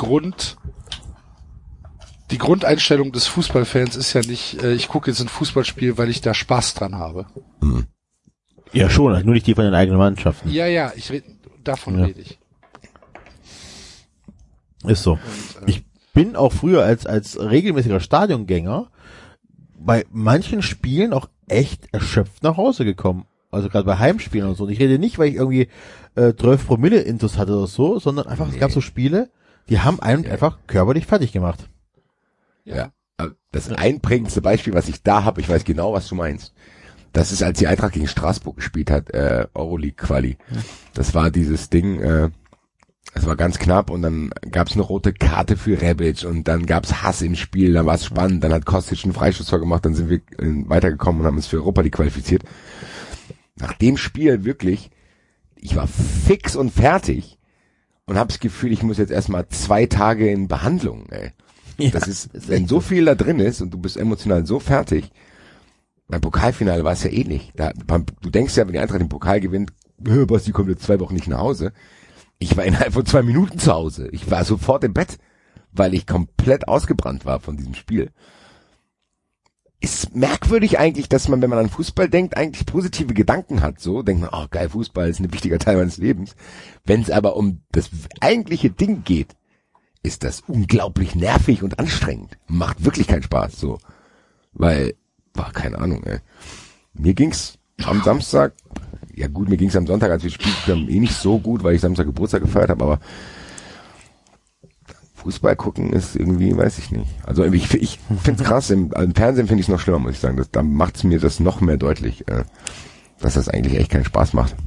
Grundeinstellung des Fußballfans ist ja nicht, ich gucke jetzt ein Fußballspiel, weil ich da Spaß dran habe. Ja, schon, also nur nicht die von den eigenen Mannschaften. Ja, davon rede ich. Ist so. Und, ich bin auch früher als regelmäßiger Stadiongänger bei manchen Spielen auch echt erschöpft nach Hause gekommen. Also gerade bei Heimspielen und so. Und ich rede nicht, weil ich irgendwie 12 Promille Intus hatte oder so, sondern einfach, es gab so Spiele, die haben einen einfach körperlich fertig gemacht. Ja. Das einprägendste Beispiel, was ich da habe, ich weiß genau, was du meinst. Das ist, als die Eintracht gegen Straßburg gespielt hat, Euroleague-Quali. Das war dieses Ding, es war ganz knapp und dann gab's eine rote Karte für Rebic und dann gab's Hass im Spiel, dann war es spannend, dann hat Kostic einen Freistoßtor gemacht, dann sind wir weitergekommen und haben uns für Europa League qualifiziert. Nach dem Spiel wirklich, ich war fix und fertig und habe das Gefühl, ich muss jetzt erstmal 2 Tage in Behandlung, ey. Ja, das ist, wenn so viel da drin ist und du bist emotional so fertig, beim Pokalfinale war es ja ähnlich. Du denkst ja, wenn die Eintracht den Pokal gewinnt, Basti kommt jetzt 2 Wochen nicht nach Hause. Ich war innerhalb von 2 Minuten zu Hause. Ich war sofort im Bett, weil ich komplett ausgebrannt war von diesem Spiel. Ist merkwürdig eigentlich, dass man, wenn man an Fußball denkt, eigentlich positive Gedanken hat. So denkt man, oh geil, Fußball ist ein wichtiger Teil meines Lebens. Wenn es aber um das eigentliche Ding geht, ist das unglaublich nervig und anstrengend. Macht wirklich keinen Spaß, so. Weil, keine Ahnung, ey. Mir ging's am Samstag, ja gut, mir ging's am Sonntag, als wir gespielt haben, nicht so gut, weil ich Samstag Geburtstag gefeiert habe, aber Fußball gucken ist irgendwie, weiß ich nicht. Also ich find's krass, im Fernsehen finde ich es noch schlimmer, muss ich sagen. Da macht's mir das noch mehr deutlich, dass das eigentlich echt keinen Spaß macht.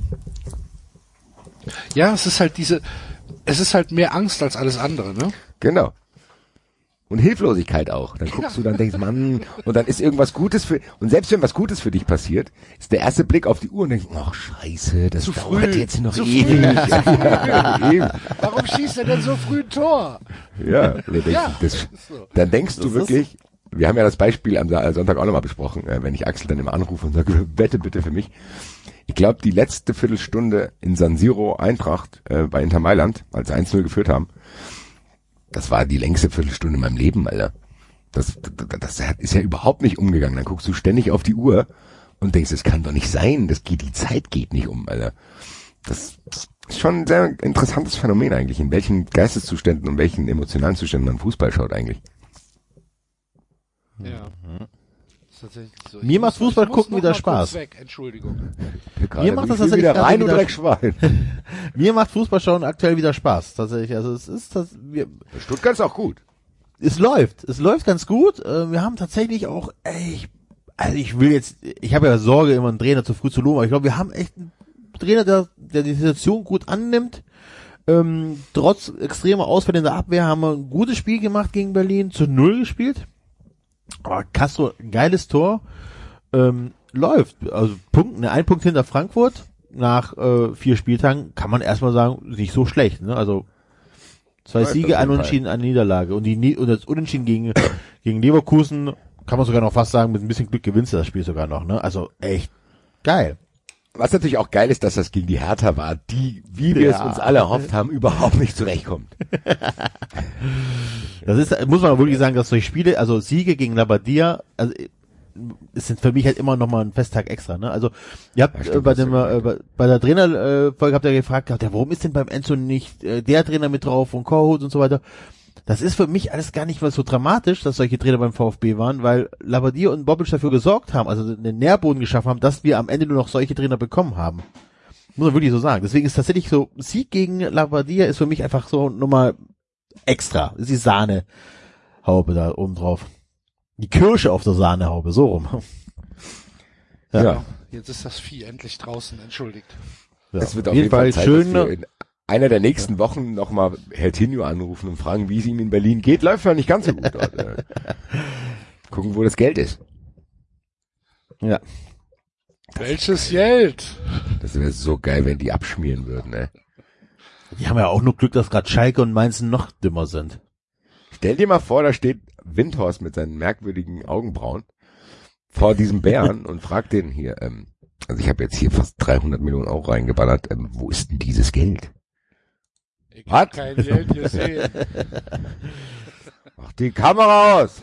Ja, es ist halt mehr Angst als alles andere, ne? Genau. Und Hilflosigkeit auch. Dann guckst du, dann denkst man, und dann ist irgendwas Gutes und selbst wenn was Gutes für dich passiert, ist der erste Blick auf die Uhr und denkst, ach scheiße, das dauert jetzt noch ewig. Ja, warum schießt er denn so früh ein Tor? Ja, dann denkst du wirklich, wir haben ja das Beispiel am Sonntag auch nochmal besprochen, wenn ich Axel dann immer anrufe und sage, wette bitte für mich. Ich glaube, die letzte Viertelstunde in San Siro Eintracht bei Inter Mailand, als sie 1-0 geführt haben, das war die längste Viertelstunde in meinem Leben, Alter. Das ist ja überhaupt nicht umgegangen. Dann guckst du ständig auf die Uhr und denkst, das kann doch nicht sein. Die Zeit geht nicht um, Alter. Das ist schon ein sehr interessantes Phänomen eigentlich, in welchen Geisteszuständen und welchen emotionalen Zuständen man Fußball schaut eigentlich. Ja. Tatsächlich so. Mir macht Fußball gucken wieder Spaß. Entschuldigung. Mir macht das tatsächlich wieder rein und Dreckschwein. Mir macht Fußball schauen aktuell wieder Spaß, tatsächlich. Also es ist Stuttgart ist auch gut. Es läuft ganz gut. Wir haben tatsächlich auch, ich habe ja Sorge, immer einen Trainer zu früh zu loben, aber ich glaube, wir haben echt einen Trainer, der die Situation gut annimmt. Trotz extremer Ausfälle in der Abwehr haben wir ein gutes Spiel gemacht gegen Berlin, zu 0 gespielt. Aber Castro, geiles Tor, läuft. Also ein Punkt hinter Frankfurt. Nach 4 Spieltagen kann man erstmal sagen, nicht so schlecht. Ne? Also 2 Siege, ein Unentschieden, eine Niederlage. Und das Unentschieden gegen Leverkusen kann man sogar noch fast sagen, mit ein bisschen Glück gewinnst du das Spiel sogar noch. Ne? Also echt geil. Was natürlich auch geil ist, dass das gegen die Hertha war, die, wie wir es uns alle erhofft haben, überhaupt nicht zurechtkommt. Das ist, muss man wirklich sagen, dass solche Spiele, also Siege gegen Labadia, also es sind für mich halt immer noch mal ein Festtag extra, ne? Also ihr habt bei der Trainerfolge habt ihr gefragt, warum ist denn beim Enzo nicht der Trainer mit drauf und Korhut und so weiter? Das ist für mich alles gar nicht mal so dramatisch, dass solche Trainer beim VfB waren, weil Labadia und Bobic dafür gesorgt haben, also den Nährboden geschaffen haben, dass wir am Ende nur noch solche Trainer bekommen haben. Muss man wirklich so sagen. Deswegen ist tatsächlich so, Sieg gegen Labadia ist für mich einfach so nochmal extra. Das ist die Sahnehaube da oben drauf. Die Kirsche auf der Sahnehaube, so rum. Ja. Jetzt ist das Vieh endlich draußen, entschuldigt. Ja. Es wird auf jeden Fall Zeit, dass wir einer der nächsten Wochen nochmal Herr Tinio anrufen und fragen, wie es ihm in Berlin geht. Läuft ja nicht ganz so gut dort. Gucken, wo das Geld ist. Ja. Welches Geld? Das wäre so geil, wenn die abschmieren würden, ne? Die haben ja auch nur Glück, dass gerade Schalke und Mainz noch dümmer sind. Stell dir mal vor, da steht Windhorst mit seinen merkwürdigen Augenbrauen vor diesem Bären und fragt den hier, also ich habe jetzt hier fast 300 Millionen Euro reingeballert, wo ist denn dieses Geld? Ich hab kein Geld gesehen. Mach die Kamera aus!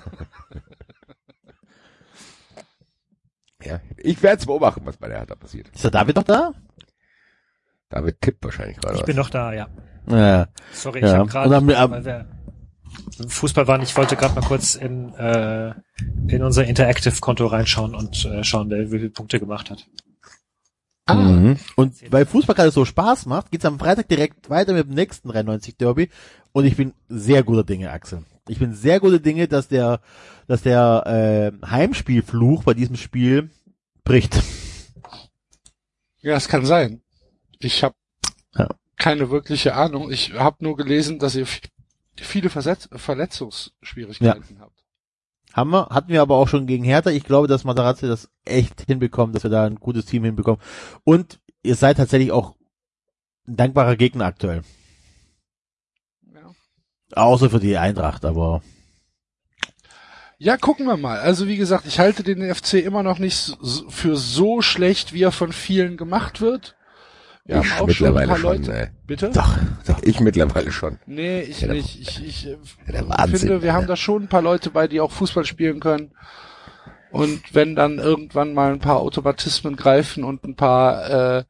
Ja, ich werde es beobachten, was bei der Hertha passiert. Ist der David noch da? David tippt wahrscheinlich gerade. Ich bin noch da, ja. Ja. Sorry, Ja. ich habe Und gerade, dann- weil wir im Fußball waren, ich wollte gerade mal kurz in unser Interactive-Konto reinschauen und schauen, wer wie viele Punkte gemacht hat. Mhm. Und weil Fußball gerade so Spaß macht, geht's am Freitag direkt weiter mit dem nächsten 93 Derby. Und ich bin sehr guter Dinge, Axel. Ich bin sehr guter Dinge, dass der Heimspielfluch bei diesem Spiel bricht. Ja, es kann sein. Ich habe Ja. keine wirkliche Ahnung. Ich habe nur gelesen, dass ihr viele Verletzungsschwierigkeiten habt. Hatten wir aber auch schon gegen Hertha. Ich glaube, dass Materazzi das echt hinbekommt, dass wir da ein gutes Team hinbekommen. Und ihr seid tatsächlich auch ein dankbarer Gegner aktuell. Ja. Außer für die Eintracht, aber Ja, gucken wir mal. Also wie gesagt, ich halte den FC immer noch nicht für so schlecht, wie er von vielen gemacht wird. Wir Ich haben auch schon ein mittlerweile paar schon, Leute. ey. Bitte? doch. Ich mittlerweile schon. Nee, ich Ja, der- nicht. Ich der Wahnsinn, finde, wir Alter. haben da schon ein paar Leute bei, die auch Fußball spielen können. Und wenn dann irgendwann mal ein paar Automatismen greifen und ein paar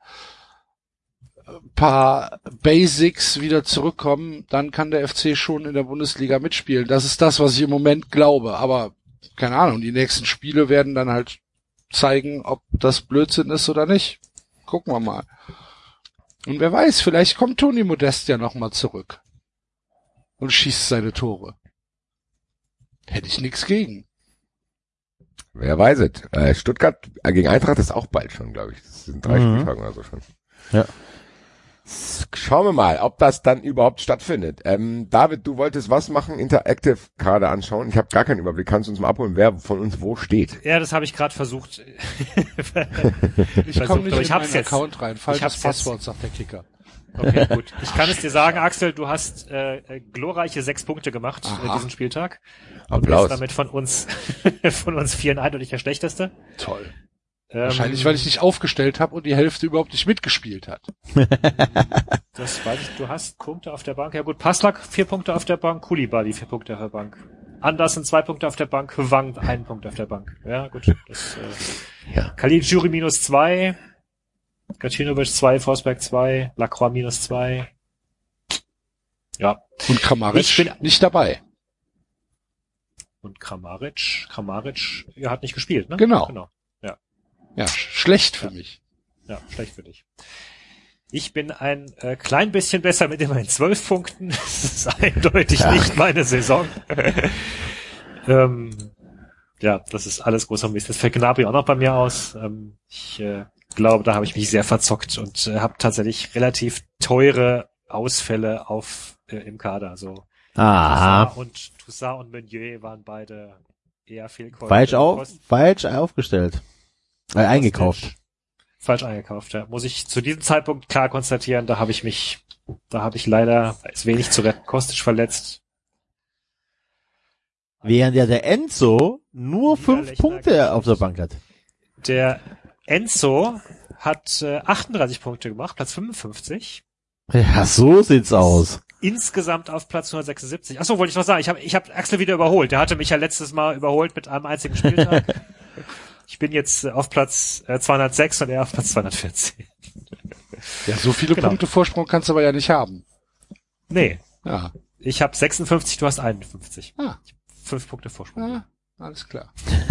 Basics wieder zurückkommen, dann kann der FC schon in der Bundesliga mitspielen. Das ist das, was ich im Moment glaube. Aber keine Ahnung, die nächsten Spiele werden dann halt zeigen, ob das Blödsinn ist oder nicht. Gucken wir mal. Und wer weiß, vielleicht kommt Toni Modest ja nochmal zurück und schießt seine Tore. Hätte ich nichts gegen. Wer weiß es. Stuttgart gegen Eintracht ist auch bald schon, glaube ich. Das sind 3 Spieltage oder so schon. Ja. Schauen wir mal, ob das dann überhaupt stattfindet. David, du wolltest was machen? Interactive gerade anschauen. Ich habe gar keinen Überblick. Kannst du uns mal abholen, wer von uns wo steht? Ja, das habe ich gerade versucht. Ich komme nicht aber in ich hab's meinen jetzt. Account rein. Ich Falsches hab's jetzt. Passwort, sagt der Kicker. Okay, gut. Ich kann es dir sagen, Axel, du hast glorreiche 6 Punkte gemacht diesen Spieltag. Und Applaus. bist damit von uns vielen eindeutig der schlechteste. Toll. Wahrscheinlich, weil ich nicht aufgestellt habe und die Hälfte überhaupt nicht mitgespielt hat. Das weiß ich, du hast Punkte auf der Bank. Ja gut, Passlack 4 Punkte auf der Bank, Koulibaly 4 Punkte auf der Bank. Andersen 2 Punkte auf der Bank, Wang 1 Punkt auf der Bank. Ja, gut. Das, Ja. Khalid Jury -2, Gacinovic 2, Forsberg 2, Lacroix -2. Ja. Und Kramaric Ich bin- nicht dabei. Und Kramaric, er hat nicht gespielt, ne? Genau. Ja, schlecht für mich. Ja, schlecht für dich. Ich bin ein klein bisschen besser mit immerhin 12 Punkten. Das ist eindeutig nicht meine Saison. Ja, das ist alles großer Mist. Das fällt Gnabry auch noch bei mir aus. Ich glaube, da habe ich mich sehr verzockt und habe tatsächlich relativ teure Ausfälle im Kader. So Aha. Toussaint und Meunier waren beide eher Fehlkäufe. Falsch aufgestellt. Eingekauft. Falsch eingekauft, ja. Muss ich zu diesem Zeitpunkt klar konstatieren, da habe ich leider, ist wenig zu retten, Kostic verletzt. Während ja der Enzo nur 5 Niederlechner Punkte geschafft. auf der Bank hat. Der Enzo hat 38 Punkte gemacht, Platz 55. Ja, so sieht's aus. Insgesamt auf Platz 176. Achso, wollte ich noch sagen, ich hab Axel wieder überholt. Der hatte mich ja letztes Mal überholt mit einem einzigen Spieltag. Ich bin jetzt auf Platz 206 und er auf Platz 214. Ja, so viele Genau. Punkte Vorsprung kannst du aber ja nicht haben. Nee, Ja, ich habe 56, du hast 51. Ah. 5 Punkte Vorsprung. Alles klar.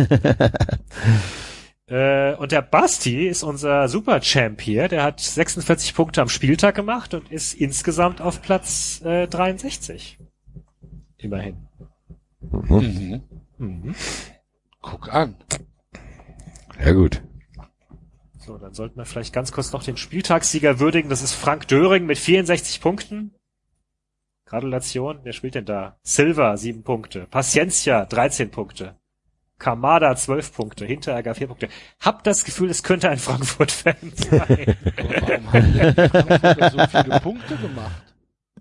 Und der Basti ist unser Super-Champ hier. Der hat 46 Punkte am Spieltag gemacht und ist insgesamt auf Platz 63. Immerhin. Mhm. Guck an. Ja gut. So, dann sollten wir vielleicht ganz kurz noch den Spieltagssieger würdigen. Das ist Frank Döring mit 64 Punkten. Gratulation. Wer spielt denn da? Silva, 7 Punkte. Paciencia, 13 Punkte. Kamada, 12 Punkte. Hinteregger, 4 Punkte. Hab das Gefühl, es könnte ein Frankfurt-Fan sein. Warum haben denn die Frankfurter so viele Punkte gemacht?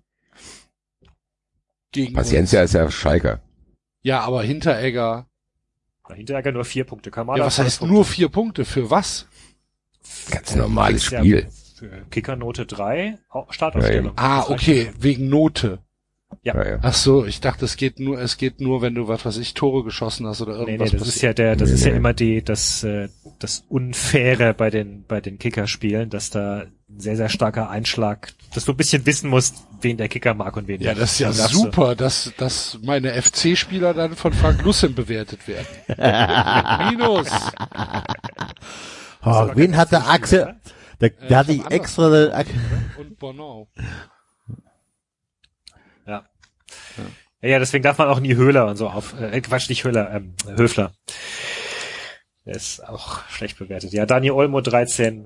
Gegen Paciencia uns. ist ja Schalker. Ja, aber Hinteregger. Hinteregger nur 4 Punkte. Kamada, Ja, was 12 heißt Punkte. nur 4 Punkte? Für was? Ganz normales Ja, Spiel. für Kickernote 3, Startaufstellung. Ah, Das reicht okay, schon. wegen Note. Ja. Ja, ja. Ach so, ich dachte, es geht nur, wenn du, was weiß ich, Tore geschossen hast oder Nee, irgendwas das ist ja immer das Unfaire bei den Kickerspielen, dass da ein sehr, sehr starker Einschlag, dass du ein bisschen wissen musst, wen der Kicker mag und wen Ja, nicht. das ist ja Dann darfst super, dass meine FC-Spieler dann von Frank Lussen bewertet werden. Minus. Oh, wen hat der Axel? Der hat die extra... Und Bono. Ja, deswegen darf man auch nie Höhler und so Quatsch, nicht Höhler, Höfler. Der ist auch schlecht bewertet. Ja, Dani Olmo 13.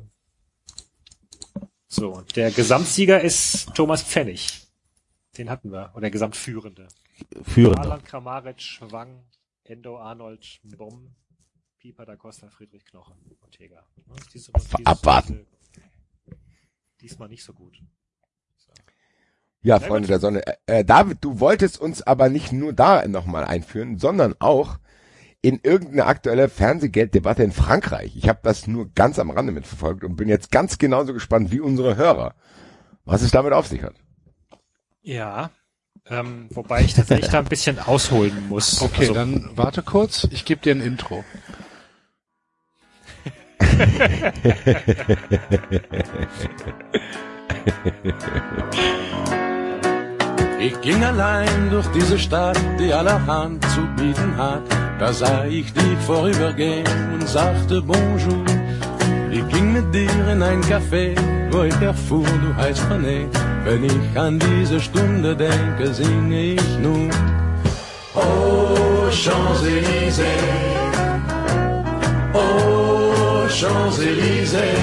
So, und der Gesamtsieger ist Thomas Pfennig. Den hatten wir. Oder der Gesamtführende. Führender. Haaland, Kramaric, Wang, Endo, Arnold, Bomb, Pieper, Da Costa, Friedrich, Knochen und Heger. Abwarten. Diesmal nicht so gut. Ja, Freunde der Sonne. David, du wolltest uns aber nicht nur da nochmal einführen, sondern auch in irgendeine aktuelle Fernsehgelddebatte in Frankreich. Ich habe das nur ganz am Rande mitverfolgt und bin jetzt ganz genauso gespannt wie unsere Hörer, was es damit auf sich hat. Ja, wobei ich tatsächlich da ein bisschen ausholen muss. Okay, Also, dann warte kurz, ich gebe dir ein Intro. Ich ging allein durch diese Stadt, die allerhand zu bieten hat. Da sah ich dich vorübergehen und sagte Bonjour. Ich ging mit dir in ein Café, wo ich erfuhr, du heißt René. Wenn ich an diese Stunde denke, singe ich nun. Oh, Champs-Élysées, oh, Champs-Élysées.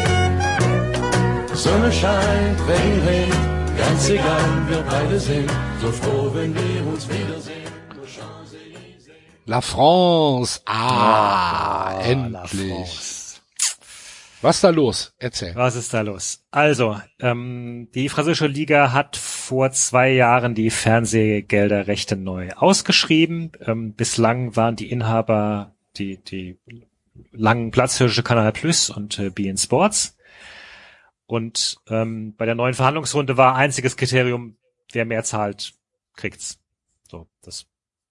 Sonne scheint, Regen regnet, ganz egal, wir beide sind so froh, wenn wir uns wiedersehen. La France. La Endlich. France. Was ist da los? Erzähl. Was ist da los? Also, die französische Liga hat vor 2 Jahren die Fernsehgelderrechte neu ausgeschrieben. Bislang waren die Inhaber die langen Platzhirsche Canal Plus und beIN Sports. Und bei der neuen Verhandlungsrunde war einziges Kriterium, wer mehr zahlt, kriegt's. So, das.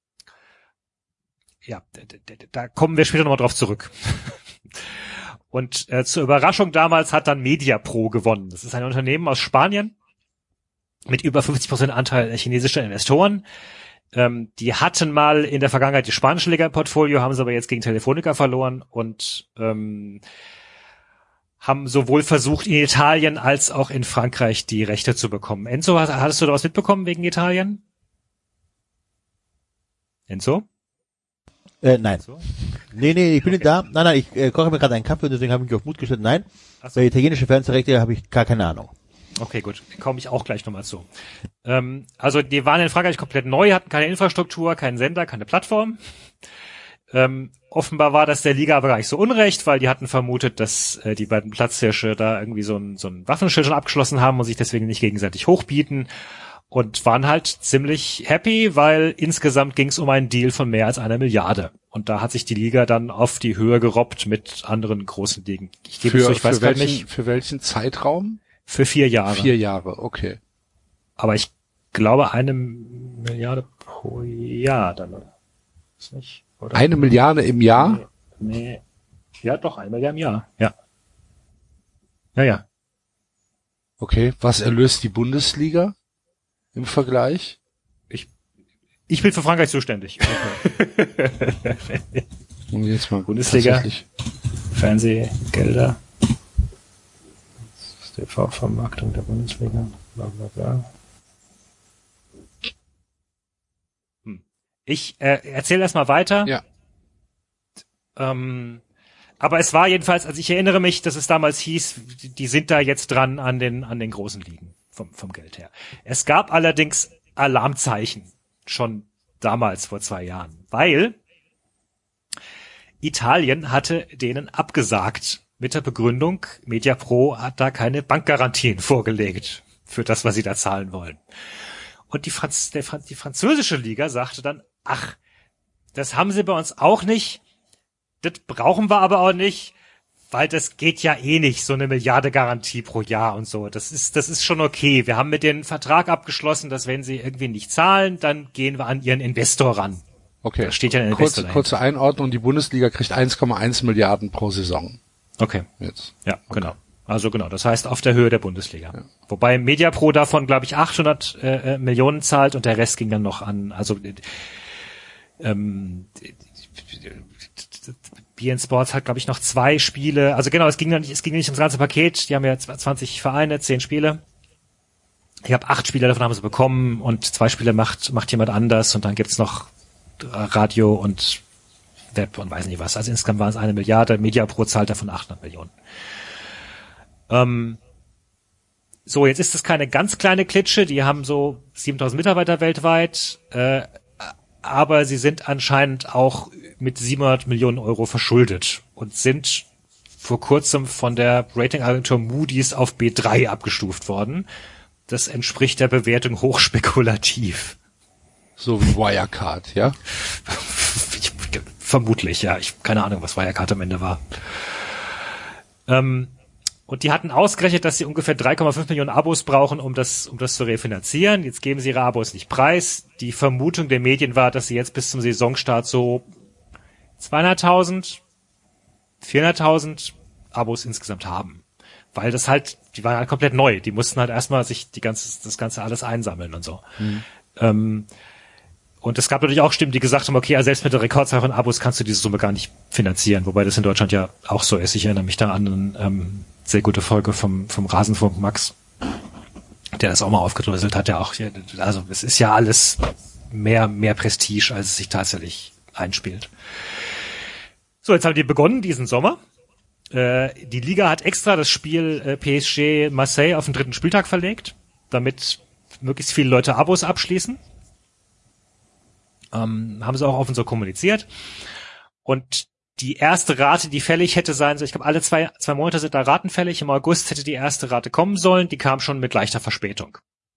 Ja, da kommen wir später nochmal drauf zurück. Und zur Überraschung damals hat dann Mediapro gewonnen. Das ist ein Unternehmen aus Spanien mit über 50% Anteil chinesischer Investoren. Die hatten mal in der Vergangenheit die spanische Liga im Portfolio, haben sie aber jetzt gegen Telefonica verloren und haben sowohl versucht, in Italien als auch in Frankreich die Rechte zu bekommen. Enzo, hattest du da was mitbekommen wegen Italien? Enzo? Nein. Nee, ich bin nicht da. Nein, ich koche mir gerade einen Kaffee und deswegen habe ich mich auf Mut gestellt. Nein, Ach so. bei italienische Fernsehrechte habe ich gar keine Ahnung. Okay, gut. Komme ich auch gleich nochmal zu. Also die waren in Frankreich komplett neu, hatten keine Infrastruktur, keinen Sender, keine Plattform. Offenbar war das der Liga aber gar nicht so unrecht, weil die hatten vermutet, dass die beiden Platzhirsche da irgendwie so ein Waffenschild schon abgeschlossen haben und sich deswegen nicht gegenseitig hochbieten und waren halt ziemlich happy, weil insgesamt ging es um einen Deal von mehr als 1 Milliarde. Und da hat sich die Liga dann auf die Höhe gerobbt mit anderen großen Ligen. Ich gebe es so, ich weiß gar nicht. Für welchen Zeitraum? Für 4 Jahre. 4 Jahre, okay. Aber ich glaube 1 Milliarde pro Jahr dann, oder? Ist nicht, oder? 1 Milliarde im Jahr? Nee. Ja, doch, 1 Milliarde im Jahr. Ja. Ja. Okay. Was erlöst die Bundesliga im Vergleich? Ich bin für Frankreich zuständig. Okay. Und jetzt mal Bundesliga. tatsächlich. Fernsehgelder. Das ist die TV-Vermarktung der Bundesliga. Blablabla. Ich erzähle erstmal weiter. Ja. Aber es war jedenfalls, also ich erinnere mich, dass es damals hieß, die sind da jetzt dran an den großen Ligen vom Geld her. Es gab allerdings Alarmzeichen schon damals vor 2 Jahren, weil Italien hatte denen abgesagt mit der Begründung, Mediapro hat da keine Bankgarantien vorgelegt für das, was sie da zahlen wollen. Und die französische Liga sagte dann, ach, das haben sie bei uns auch nicht, das brauchen wir aber auch nicht, weil das geht ja eh nicht, so eine Milliarde Garantie pro Jahr und so. Das ist schon okay. Wir haben mit denen einen Vertrag abgeschlossen, dass wenn sie irgendwie nicht zahlen, dann gehen wir an ihren Investor ran. Okay. Da steht ja ein Investor dahinter. Kurze Einordnung, die Bundesliga kriegt 1,1 Milliarden pro Saison. Okay. Jetzt. Ja, okay. Genau. Also genau, das heißt auf der Höhe der Bundesliga. Ja. Wobei Mediapro davon, glaube ich, 800 Millionen zahlt und der Rest ging dann noch an, also BN Sports hat, glaube ich, noch 2 Spiele. Also genau, es ging nicht ums ganze Paket. Die haben ja 20 Vereine, 10 Spiele. Ich habe 8 Spiele davon haben sie bekommen und 2 Spiele macht jemand anders und dann gibt's noch Radio und Web und weiß nicht was. Also insgesamt waren es 1 Milliarde. Mediapro zahlt davon 800 Millionen. So, jetzt ist das keine ganz kleine Klitsche. Die haben so 7.000 Mitarbeiter weltweit, aber sie sind anscheinend auch mit 700 Millionen Euro verschuldet und sind vor kurzem von der Ratingagentur Moody's auf B3 abgestuft worden. Das entspricht der Bewertung hochspekulativ. So wie Wirecard, ja? Vermutlich, ja. Ich keine Ahnung, was Wirecard am Ende war. Und die hatten ausgerechnet, dass sie ungefähr 3,5 Millionen Abos brauchen, um das zu refinanzieren. Jetzt geben sie ihre Abos nicht preis. Die Vermutung der Medien war, dass sie jetzt bis zum Saisonstart so 200.000, 400.000 Abos insgesamt haben. Weil das halt, die waren halt komplett neu. Die mussten halt erstmal sich das Ganze alles einsammeln und so. Und es gab natürlich auch Stimmen, die gesagt haben, okay, also selbst mit der Rekordzahl von Abos kannst du diese Summe gar nicht finanzieren. Wobei das in Deutschland ja auch so ist. Ich erinnere mich da an eine sehr gute Folge vom Rasenfunk Max, der das auch mal aufgedröselt hat. Ja auch, also es ist ja alles mehr Prestige, als es sich tatsächlich einspielt. So, jetzt haben die begonnen diesen Sommer. Die Liga hat extra das Spiel PSG Marseille auf den 3. Spieltag verlegt, damit möglichst viele Leute Abos abschließen. Haben sie auch offen so kommuniziert. Und die erste Rate, die fällig hätte sein sollen, ich glaube, alle zwei Monate sind da Raten fällig. Im August hätte die erste Rate kommen sollen, die kam schon mit leichter Verspätung.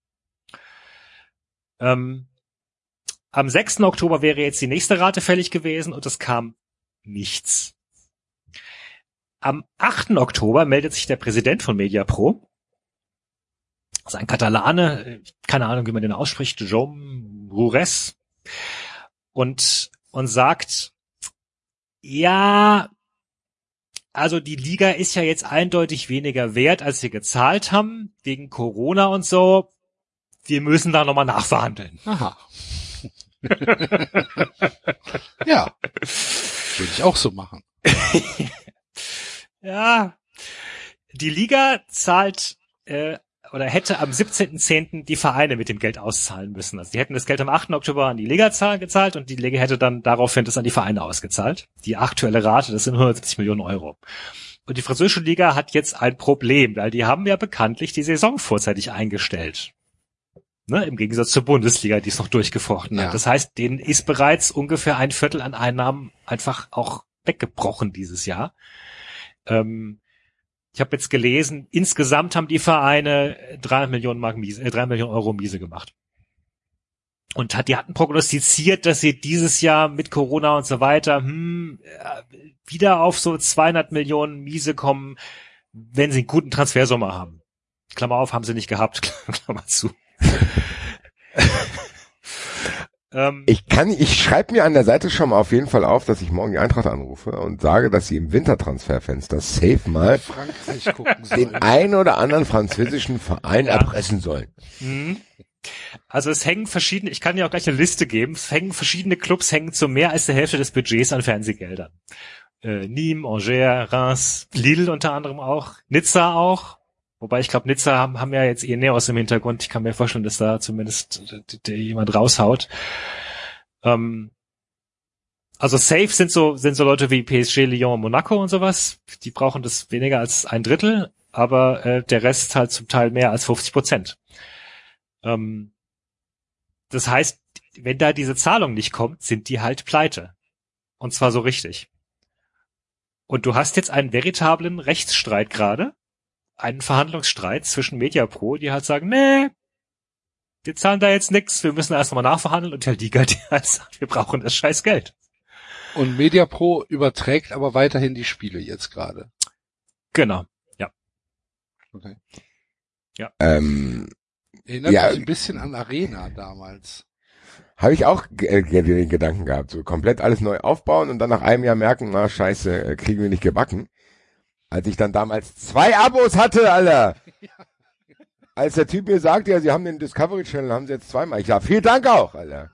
Am 6. Oktober wäre jetzt die nächste Rate fällig gewesen und es kam nichts. Am 8. Oktober meldet sich der Präsident von Mediapro, das ist ein Katalane, keine Ahnung, wie man den ausspricht, Jaume Roures, und sagt, ja, also die Liga ist ja jetzt eindeutig weniger wert, als wir gezahlt haben, wegen Corona und so. Wir müssen da nochmal nachverhandeln. Aha. Ja, würde ich auch so machen. Ja, die Liga zahlt oder hätte am 17.10. die Vereine mit dem Geld auszahlen müssen. Also die hätten das Geld am 8. Oktober an die Liga gezahlt und die Liga hätte dann daraufhin das an die Vereine ausgezahlt. Die aktuelle Rate, das sind 170 Millionen Euro. Und die französische Liga hat jetzt ein Problem, weil die haben ja bekanntlich die Saison vorzeitig eingestellt. Ne, im Gegensatz zur Bundesliga, die es noch durchgefochten hat. Das heißt, denen ist bereits ungefähr 1/4 an Einnahmen einfach auch weggebrochen dieses Jahr. Ich habe jetzt gelesen, insgesamt haben die Vereine 3 Millionen Euro Miese gemacht. Und die hatten prognostiziert, dass sie dieses Jahr mit Corona und so weiter wieder auf so 200 Millionen Miese kommen, wenn sie einen guten Transfersommer haben. Klammer auf, haben sie nicht gehabt, Klammer zu. Ich schreibe mir an der Seite schon mal auf jeden Fall auf, dass ich morgen die Eintracht anrufe und sage, dass sie im Wintertransferfenster safe mal den einen oder anderen französischen Verein erpressen sollen. Also es hängen verschiedene, ich kann dir auch gleich eine Liste geben, es hängen verschiedene Clubs, hängen zu mehr als der Hälfte des Budgets an Fernsehgeldern. Nîmes, Angers, Reims, Lille unter anderem auch, Nizza auch. Wobei ich glaube, Nizza haben ja jetzt Ineos im Hintergrund. Ich kann mir vorstellen, dass da zumindest jemand raushaut. Also safe sind so Leute wie PSG, Lyon, Monaco und sowas. Die brauchen das weniger als 1/3, aber der Rest halt zum Teil mehr als 50%. Das heißt, wenn da diese Zahlung nicht kommt, sind die halt pleite. Und zwar so richtig. Und du hast jetzt einen veritablen Rechtsstreit gerade, einen Verhandlungsstreit zwischen Mediapro, die halt sagen, nee, wir zahlen da jetzt nix, wir müssen erst nochmal nachverhandeln, und der Liga, die halt sagt, wir brauchen das scheiß Geld. Und Mediapro überträgt aber weiterhin die Spiele jetzt gerade. Genau, ja. Okay. Ja. Erinnert mich ein bisschen an Arena damals. Habe ich auch den Gedanken gehabt, so komplett alles neu aufbauen und dann nach einem Jahr merken, na scheiße, kriegen wir nicht gebacken. Als ich dann damals 2 Abos hatte, Alter. Als der Typ mir sagte, ja, sie haben den Discovery Channel, haben sie jetzt 2-mal. Ich sag, vielen Dank auch, Alter.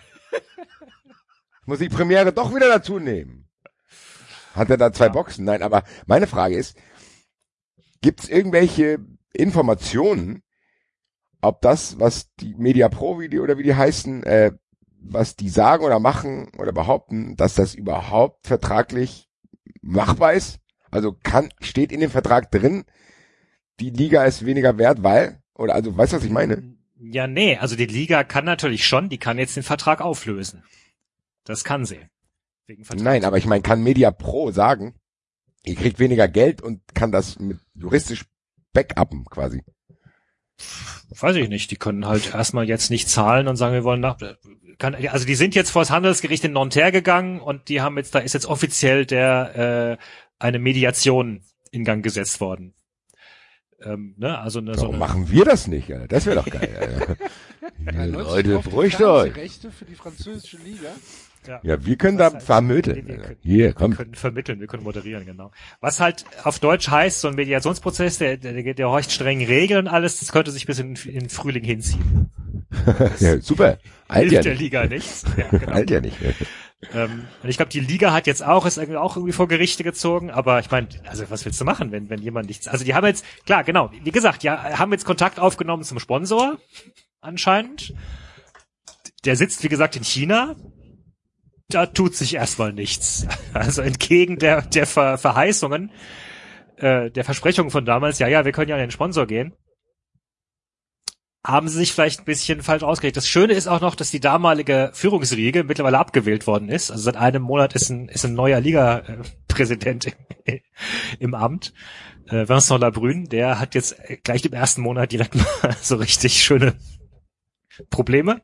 Muss ich Premiere doch wieder dazu nehmen. Hat er da 2 Boxen? Nein, aber meine Frage ist, gibt's irgendwelche Informationen, ob das, was die Mediapro-Video oder wie die heißen, was die sagen oder machen oder behaupten, dass das überhaupt vertraglich machbar ist? Also steht in dem Vertrag drin, die Liga ist weniger wert, weil, oder also, weißt du, was ich meine? Ja, nee, also die Liga kann natürlich schon, die kann jetzt den Vertrag auflösen. Das kann sie. Wegen Vertrag. Nein, aber ich meine, kann Mediapro sagen, ihr kriegt weniger Geld und kann das mit juristisch backuppen quasi? Weiß ich nicht, die können halt erstmal jetzt nicht zahlen und sagen, wir wollen also die sind jetzt vor das Handelsgericht in Nanterre gegangen und die haben jetzt, da ist jetzt offiziell eine Mediation in Gang gesetzt worden. Also Warum machen wir das nicht, Alter? Das wäre doch geil, Alter. Leute, beruhigt euch. Rechte für die französische Liga. Ja, wir können da vermitteln. Wir können vermitteln, wir können moderieren, genau. Was halt auf Deutsch heißt, so ein Mediationsprozess, der horcht strengen Regeln und alles, das könnte sich bis in den Frühling hinziehen. Ja, super. Hilft ja der Liga nichts. Ja, genau. Alt ja nicht. Und ich glaube, die Liga hat jetzt ist irgendwie vor Gerichte gezogen, aber ich meine, also was willst du machen, wenn jemand nichts, also die haben jetzt, klar, genau, wie gesagt, ja, haben jetzt Kontakt aufgenommen zum Sponsor, anscheinend. Der sitzt, wie gesagt, in China. Da tut sich erstmal nichts. Also entgegen der Verheißungen, der Versprechungen von damals, ja, wir können ja an den Sponsor gehen, haben sie sich vielleicht ein bisschen falsch ausgelegt. Das Schöne ist auch noch, dass die damalige Führungsriege mittlerweile abgewählt worden ist. Also seit einem Monat ist ein neuer Liga-Präsident im Amt. Vincent Labrune, der hat jetzt gleich im ersten Monat direkt mal so richtig schöne Probleme.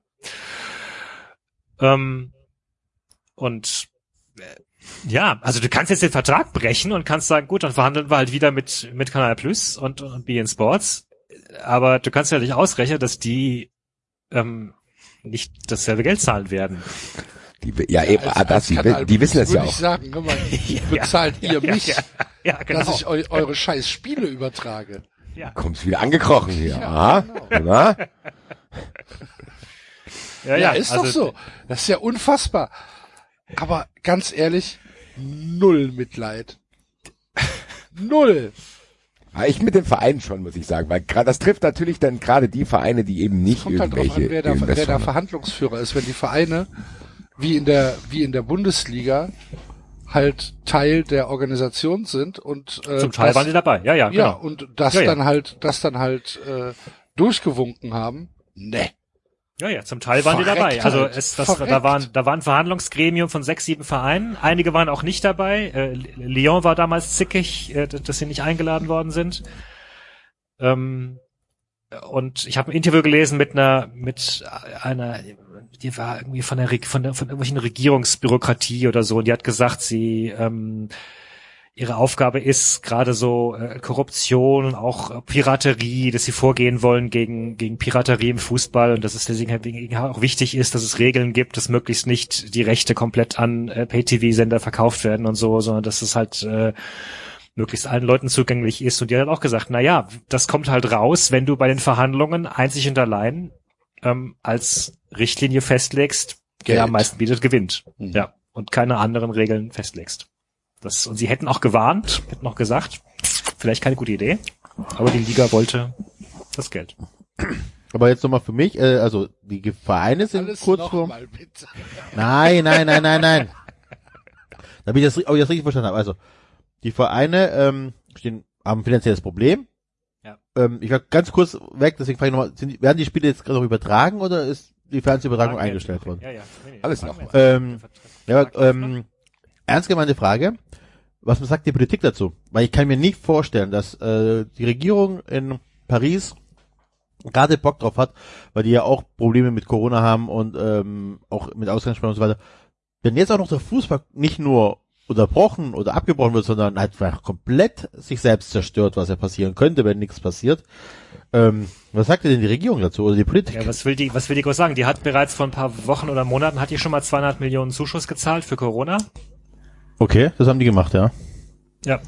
Ja, also du kannst jetzt den Vertrag brechen und kannst sagen, gut, dann verhandeln wir halt wieder mit Canal Plus und beIN Sports. Aber du kannst ja nicht ausrechnen, dass die nicht dasselbe Geld zahlen werden. Die wissen das ja auch. Ich sagen, guck mal, bezahlt ihr mich, genau. dass ich eure scheiß Spiele übertrage. Ja. Kommt's wieder angekrochen hier. Ja, Aha. genau. Na? Ja, ist doch so. Das ist ja unfassbar. Aber ganz ehrlich, 0 Mitleid. 0. Ich mit dem Verein schon, muss ich sagen, weil das trifft natürlich dann gerade die Vereine, die eben nicht kommt irgendwelche halt drauf an, wer da Verhandlungsführer ist. Wenn die Vereine wie in der Bundesliga halt Teil der Organisation sind und zum Teil waren die dabei, ja, genau. Ja, und das dann halt durchgewunken haben. Ne. Ja, zum Teil waren die dabei. Also da war ein Verhandlungsgremium von 6, 7 Vereinen. Einige waren auch nicht dabei. Lyon war damals zickig, dass sie nicht eingeladen worden sind. Und ich habe ein Interview gelesen mit einer, die war irgendwie von irgendwelchen Regierungsbürokratie oder so, und die hat gesagt, sie ihre Aufgabe ist gerade so Korruption und auch Piraterie, dass sie vorgehen wollen gegen Piraterie im Fußball, und dass es deswegen auch wichtig ist, dass es Regeln gibt, dass möglichst nicht die Rechte komplett an Pay-TV-Sender verkauft werden und so, sondern dass es halt möglichst allen Leuten zugänglich ist. Und die hat auch gesagt, na ja, das kommt halt raus, wenn du bei den Verhandlungen einzig und allein als Richtlinie festlegst, der am meisten bietet, gewinnt. Mhm. Ja, und keine anderen Regeln festlegst. Und sie hätten auch gewarnt, hätten auch gesagt, vielleicht keine gute Idee, aber die Liga wollte das Geld. Aber jetzt nochmal für mich, also die Vereine sind alles kurz vor... Mal, bitte. Nein. Damit ich das richtig verstanden habe. Also, die Vereine haben ein finanzielles Problem. Ja. Ich war ganz kurz weg, deswegen frage ich nochmal, werden die Spiele jetzt gerade noch übertragen oder ist die Fernsehübertragung eingestellt worden? Ja. Alles noch. Ernst gemeinte Frage. Was sagt die Politik dazu? Weil ich kann mir nicht vorstellen, dass die Regierung in Paris gerade Bock drauf hat, weil die ja auch Probleme mit Corona haben und auch mit Ausgangssperren und so weiter. Wenn jetzt auch noch der Fußball nicht nur unterbrochen oder abgebrochen wird, sondern halt einfach komplett sich selbst zerstört, was ja passieren könnte, wenn nichts passiert. Was sagt denn die Regierung dazu oder die Politik? Ja, was will die groß sagen? Die hat bereits vor ein paar Wochen oder Monaten hat die schon mal 200 Millionen Zuschuss gezahlt für Corona. Okay, das haben die gemacht, ja. Ja.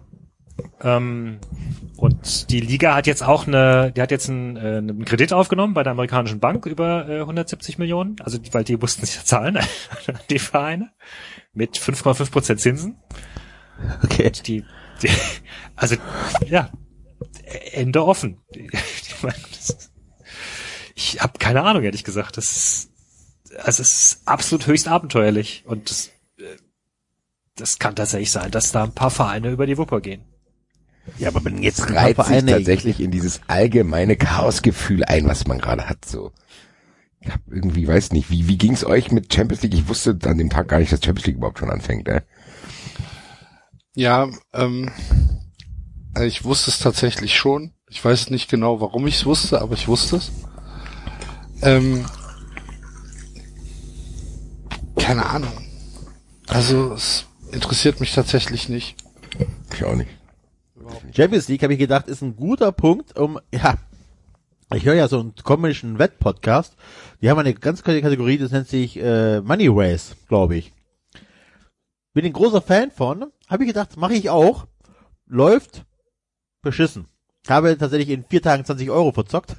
Und die Liga hat jetzt auch einen Kredit aufgenommen bei der amerikanischen Bank über 170 Millionen, also weil die mussten sich zahlen, die Vereine, mit 5,5% Zinsen. Okay. Also ja, Ende offen. Ich habe keine Ahnung, ehrlich gesagt. Es ist absolut höchst abenteuerlich und das kann tatsächlich sein, dass da ein paar Vereine über die Wupper gehen. Ja, aber wenn jetzt reiht sich tatsächlich in dieses allgemeine Chaosgefühl ein, was man gerade hat, so. Ich hab irgendwie, weiß nicht, wie ging's euch mit Champions League? Ich wusste an dem Tag gar nicht, dass Champions League überhaupt schon anfängt, Ja, ich wusste es tatsächlich schon. Ich weiß nicht genau, warum ich es wusste, aber ich wusste es. Keine Ahnung. Also, es interessiert mich tatsächlich nicht. Ich auch nicht. Champions League, habe ich gedacht, ist ein guter Punkt, ich höre ja so einen komischen Wettpodcast, die haben eine ganz kleine Kategorie, das nennt sich Money Race, glaube ich. Bin ein großer Fan von, habe ich gedacht, mache ich auch, läuft beschissen. Habe tatsächlich in 4 Tagen 20 Euro verzockt,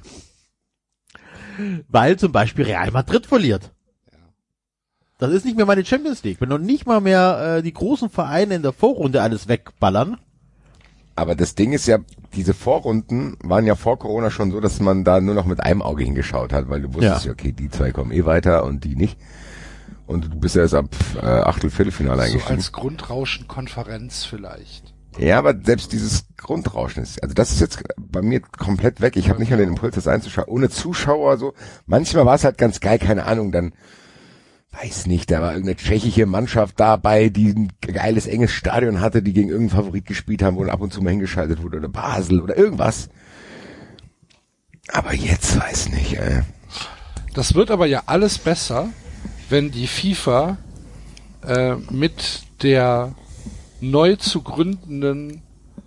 weil zum Beispiel Real Madrid verliert. Das ist nicht mehr meine Champions League, wenn noch nicht mal mehr die großen Vereine in der Vorrunde alles wegballern. Aber das Ding ist ja, diese Vorrunden waren ja vor Corona schon so, dass man da nur noch mit einem Auge hingeschaut hat, weil du wusstest ja, okay, die 2 kommen weiter und die nicht. Und du bist ja erst ab Viertelfinale eingestiegen. So als Grundrauschen-Konferenz vielleicht. Ja, aber selbst dieses Grundrauschen ist, also das ist jetzt bei mir komplett weg. Ich habe nicht mehr den Impuls, das einzuschauen. Ohne Zuschauer so. Manchmal war es halt ganz geil, keine Ahnung, dann weiß nicht, da war irgendeine tschechische Mannschaft dabei, die ein geiles, enges Stadion hatte, die gegen irgendeinen Favorit gespielt haben, wo ab und zu mal hingeschaltet wurde, oder Basel oder irgendwas. Aber jetzt weiß nicht, Das wird aber ja alles besser, wenn die FIFA mit der neu zu gründenden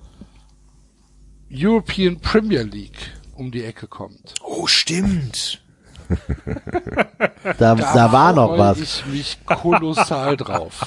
European Premier League um die Ecke kommt. Oh, stimmt. Da war noch was. Da freue ich mich kolossal drauf.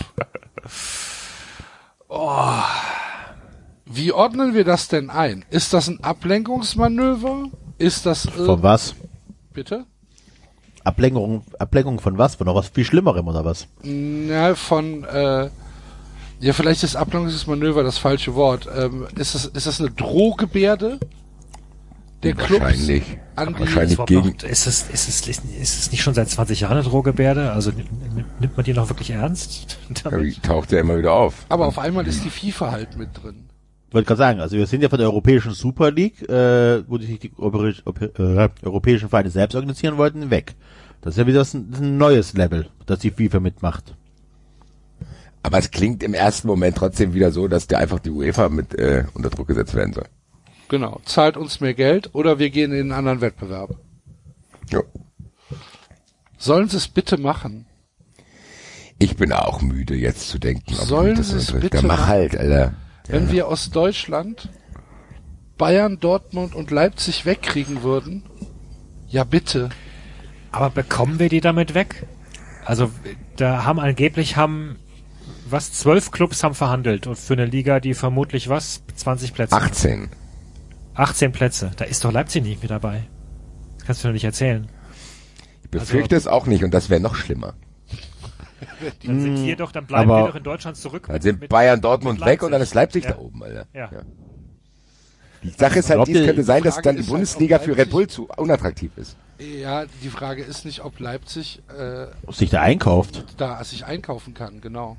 Oh. Wie ordnen wir das denn ein? Ist das ein Ablenkungsmanöver? Ist das Von was? Bitte? Ablenkung von was? Von noch was viel Schlimmerem oder was? Na, ja, vielleicht ist Ablenkungsmanöver das falsche Wort. Ist das eine Drohgebärde der Clubs? Wahrscheinlich. Wahrscheinlich gegen. Ist es nicht schon seit 20 Jahren eine Drohgebärde? Also nimmt man die noch wirklich ernst? Ja, die taucht ja immer wieder auf. Aber auf einmal ist die FIFA halt mit drin. Ich wollte gerade sagen, also wir sind ja von der Europäischen Super League, wo sich die europäischen Vereine selbst organisieren wollten, weg. Das ist ja wieder ein neues Level, das die FIFA mitmacht. Aber es klingt im ersten Moment trotzdem wieder so, dass der einfach die UEFA mit unter Druck gesetzt werden soll. Genau. Zahlt uns mehr Geld oder wir gehen in einen anderen Wettbewerb. Ja. Sollen sie es bitte machen? Ich bin auch müde, jetzt zu denken. Sollen sie es bitte machen? Mach halt, Alter. Wenn wir aus Deutschland Bayern, Dortmund und Leipzig wegkriegen würden, ja bitte. Aber bekommen wir die damit weg? Also da haben angeblich 12 Clubs haben verhandelt und für eine Liga, die vermutlich 20 Plätze. 18 Plätze. Da ist doch Leipzig nicht mit dabei. Kannst du doch nicht erzählen. Ich befürchte es auch nicht und das wäre noch schlimmer. Dann bleiben wir doch in Deutschland zurück. Dann sind Bayern, Dortmund weg und dann ist Leipzig da oben, Alter. Ja. Die Sache ist halt, es könnte sein, dass dann die Bundesliga für Red Bull zu unattraktiv ist. Ja, die Frage ist nicht, ob Leipzig sich da einkauft. Da sich einkaufen kann, genau.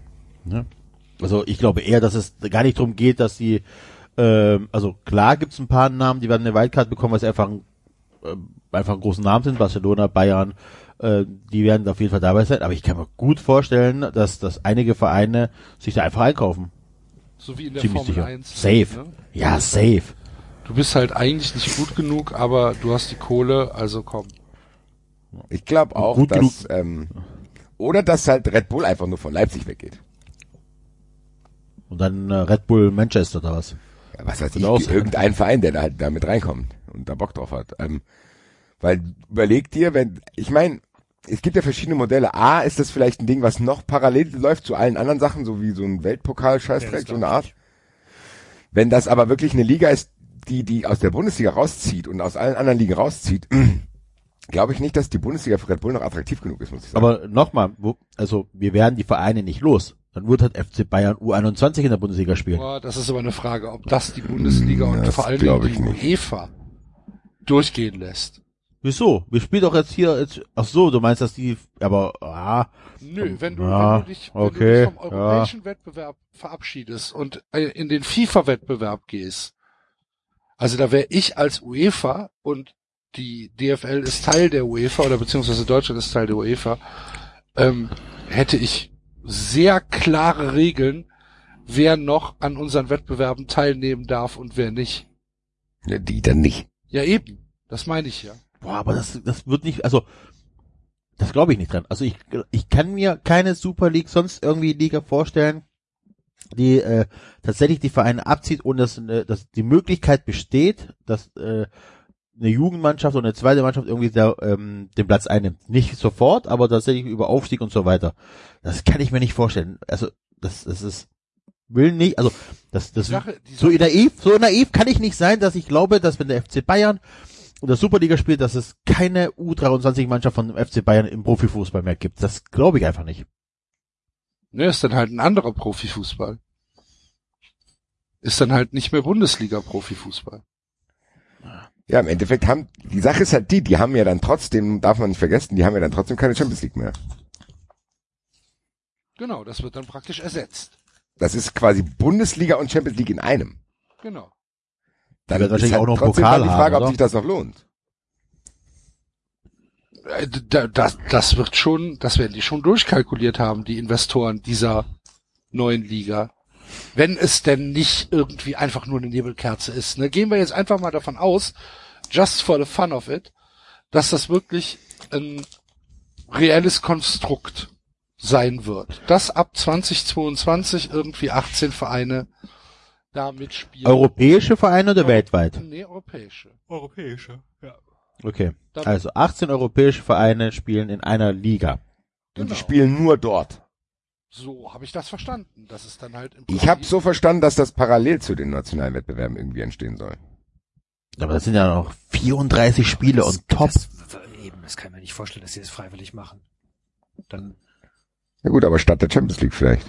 Ja. Also ich glaube eher, dass es gar nicht darum geht, dass die, also klar gibt's ein paar Namen, die werden eine Wildcard bekommen, weil sie einfach einen großen Namen sind, Barcelona, Bayern, die werden auf jeden Fall dabei sein, aber ich kann mir gut vorstellen, dass einige Vereine sich da einfach einkaufen. So wie in der Ziemlich Formel sicher. 1. Safe. Ne? Ja, safe. Du bist halt eigentlich nicht gut genug, aber du hast die Kohle, also komm. Ich glaube auch, Gut dass oder dass halt Red Bull einfach nur von Leipzig weggeht. Und dann Red Bull Manchester oder was? Ja, was weiß Würde auch ich, sein. irgendein Verein, der da halt damit reinkommt und da Bock drauf hat. Weil überleg dir, ich meine, es gibt ja verschiedene Modelle. A, ist das vielleicht ein Ding, was noch parallel läuft zu allen anderen Sachen, so wie so ein Weltpokal-Scheißdreck, so eine Art. Wenn das aber wirklich eine Liga ist, die aus der Bundesliga rauszieht und aus allen anderen Ligen rauszieht, glaube ich nicht, dass die Bundesliga für Red Bull noch attraktiv genug ist, muss ich sagen. Aber nochmal, also wir werden die Vereine nicht los. Dann wird halt FC Bayern U21 in der Bundesliga spielen. Boah, das ist aber eine Frage, ob das die Bundesliga und Das vor allem glaub die ich nicht. UEFA durchgehen lässt. Wieso? Wir spielen doch jetzt hier, ach so, du meinst, dass die, aber, Nö, wenn du dich vom europäischen Wettbewerb verabschiedest und in den FIFA-Wettbewerb gehst, also da wäre ich als UEFA und die DFL ist Teil der UEFA oder beziehungsweise Deutschland ist Teil der UEFA, hätte ich sehr klare Regeln, wer noch an unseren Wettbewerben teilnehmen darf und wer nicht. Ja, die dann nicht. Ja eben, das meine ich ja. boah, aber das wird nicht, also, das glaube ich nicht dran. Also ich kann mir keine Super League, sonst irgendwie Liga vorstellen, die tatsächlich die Vereine abzieht und dass die Möglichkeit besteht, dass eine Jugendmannschaft oder eine zweite Mannschaft irgendwie den Platz einnimmt. Nicht sofort, aber tatsächlich über Aufstieg und so weiter. Das kann ich mir nicht vorstellen. Also das ist will nicht, also das so naiv kann ich nicht sein, dass ich glaube, dass wenn der FC Bayern in der Superliga spielt, dass es keine U23-Mannschaft von dem FC Bayern im Profifußball mehr gibt. Das glaube ich einfach nicht. Ne, ist dann halt ein anderer Profifußball. Ist dann halt nicht mehr Bundesliga-Profifußball. Ja, im Endeffekt die Sache ist halt die haben ja dann trotzdem, darf man nicht vergessen, die haben ja dann trotzdem keine Champions League mehr. Genau, das wird dann praktisch ersetzt. Das ist quasi Bundesliga und Champions League in einem. Genau. Dann wird wahrscheinlich ist halt auch noch trotzdem Pokal dann die Frage, haben, ob oder? sich das noch lohnt. Das werden die schon durchkalkuliert haben, die Investoren dieser neuen Liga. Wenn es denn nicht irgendwie einfach nur eine Nebelkerze ist. Ne? Gehen wir jetzt einfach mal davon aus, just for the fun of it, dass das wirklich ein reelles Konstrukt sein wird. Dass ab 2022 irgendwie 18 Vereine da mitspielen. Europäische Vereine oder weltweit? Nee, europäische. Europäische, ja. Okay. Damit- Also 18 europäische Vereine spielen in einer Liga. Und Genau. die spielen nur dort. So habe ich das verstanden. Das ist dann halt im Ich habe Prinzip- so verstanden, dass das parallel zu den nationalen Wettbewerben irgendwie entstehen soll. Aber das sind ja noch 34 Spiele und top. Das kann ich mir nicht vorstellen, dass sie das freiwillig machen. Dann Ja gut, aber statt der Champions League vielleicht.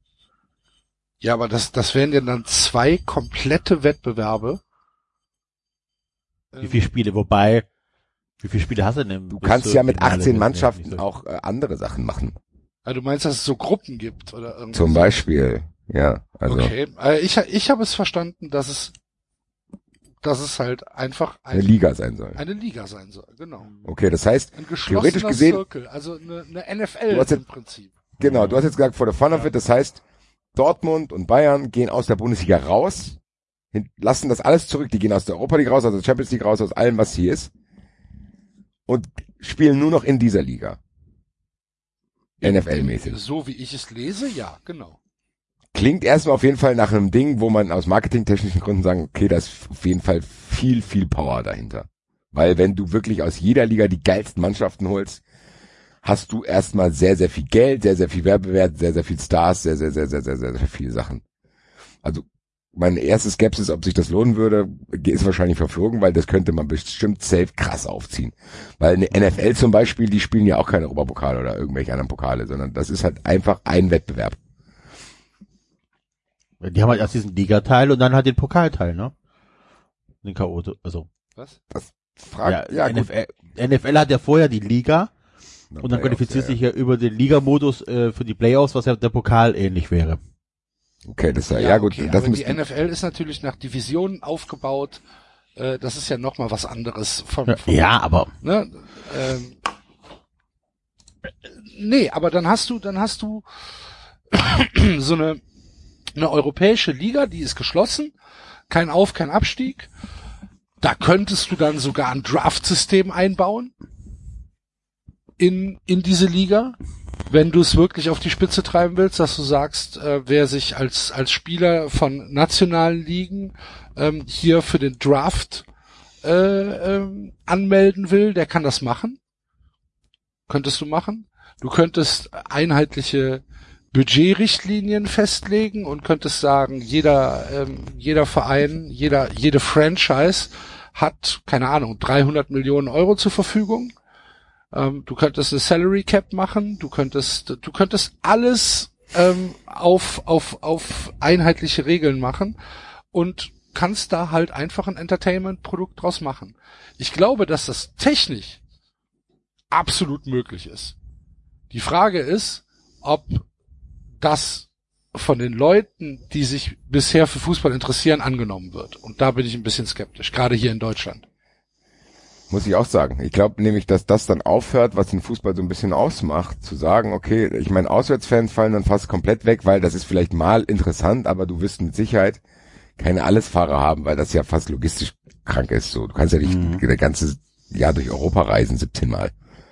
Ja, aber das wären ja dann 2 komplette Wettbewerbe. Wie viele Spiele? Wobei, wie viele Spiele hast du denn? Du kannst ja mit 18 Mannschaften auch andere Sachen machen. Also du meinst, dass es so Gruppen gibt oder irgendwas? Zum Beispiel, ja. Also Okay, ich habe es verstanden, dass es halt einfach eine Liga sein soll. eine Liga sein soll, genau. Okay, das heißt, Ein geschlossener theoretisch gesehen, Circle, also eine NFL Du hast im Prinzip. genau, du hast jetzt gesagt, for the fun of it, das heißt, Dortmund und Bayern gehen aus der Bundesliga raus, lassen das alles zurück, die gehen aus der Europa League raus, aus der Champions League raus, aus allem, was hier ist, und spielen nur noch in dieser Liga. NFL-mäßig. So wie ich es lese, ja, genau. Klingt erstmal auf jeden Fall nach einem Ding, wo man aus marketingtechnischen Gründen sagen, okay, da ist auf jeden Fall viel, viel Power dahinter. Weil wenn du wirklich aus jeder Liga die geilsten Mannschaften holst, hast du erstmal sehr, sehr viel Geld, sehr, sehr viel Werbewert, sehr, sehr viel Stars, sehr, sehr, sehr, sehr, sehr, sehr, sehr viele Sachen. Also meine erste Skepsis, ob sich das lohnen würde, ist wahrscheinlich verflogen, weil das könnte man bestimmt safe krass aufziehen. Weil eine NFL zum Beispiel, die spielen ja auch keine Europapokale oder irgendwelche anderen Pokale, sondern das ist halt einfach ein Wettbewerb. Die haben halt erst diesen Liga-Teil und dann halt den Pokalteil, ne? Den K.O., also. Was? Ja, gut. NFL hat ja vorher die Liga Und dann qualifizierst du dich ja über den Ligamodus für die Playoffs, was ja der Pokal ähnlich wäre. Okay, das ist ja gut. Okay, das aber die NFL ist natürlich nach Divisionen aufgebaut. Das ist ja nochmal was anderes. Ja, aber Ne, nee, aber dann hast du so eine europäische Liga, die ist geschlossen, kein Auf-, kein Abstieg. Da könntest du dann sogar ein Draft-System einbauen in diese Liga, wenn du es wirklich auf die Spitze treiben willst, dass du sagst, wer sich als Spieler von nationalen Ligen hier für den Draft anmelden will, der kann das machen. Könntest du machen. Du könntest einheitliche Budgetrichtlinien festlegen und könntest sagen, jeder Verein, jede Franchise hat, keine Ahnung, 300 Millionen Euro zur Verfügung. Du könntest eine Salary Cap machen, du könntest alles auf einheitliche Regeln machen und kannst da halt einfach ein Entertainment-Produkt draus machen. Ich glaube, dass das technisch absolut möglich ist. Die Frage ist, ob das von den Leuten, die sich bisher für Fußball interessieren, angenommen wird. Und da bin ich ein bisschen skeptisch, gerade hier in Deutschland. Muss ich auch sagen. Ich glaube nämlich, dass das dann aufhört, was den Fußball so ein bisschen ausmacht, zu sagen, okay, ich meine, Auswärtsfans fallen dann fast komplett weg, weil das ist vielleicht mal interessant, aber du wirst mit Sicherheit keine Allesfahrer haben, weil das ja fast logistisch krank ist. So, du kannst ja nicht das ganze Jahr durch Europa reisen, 17 Mal.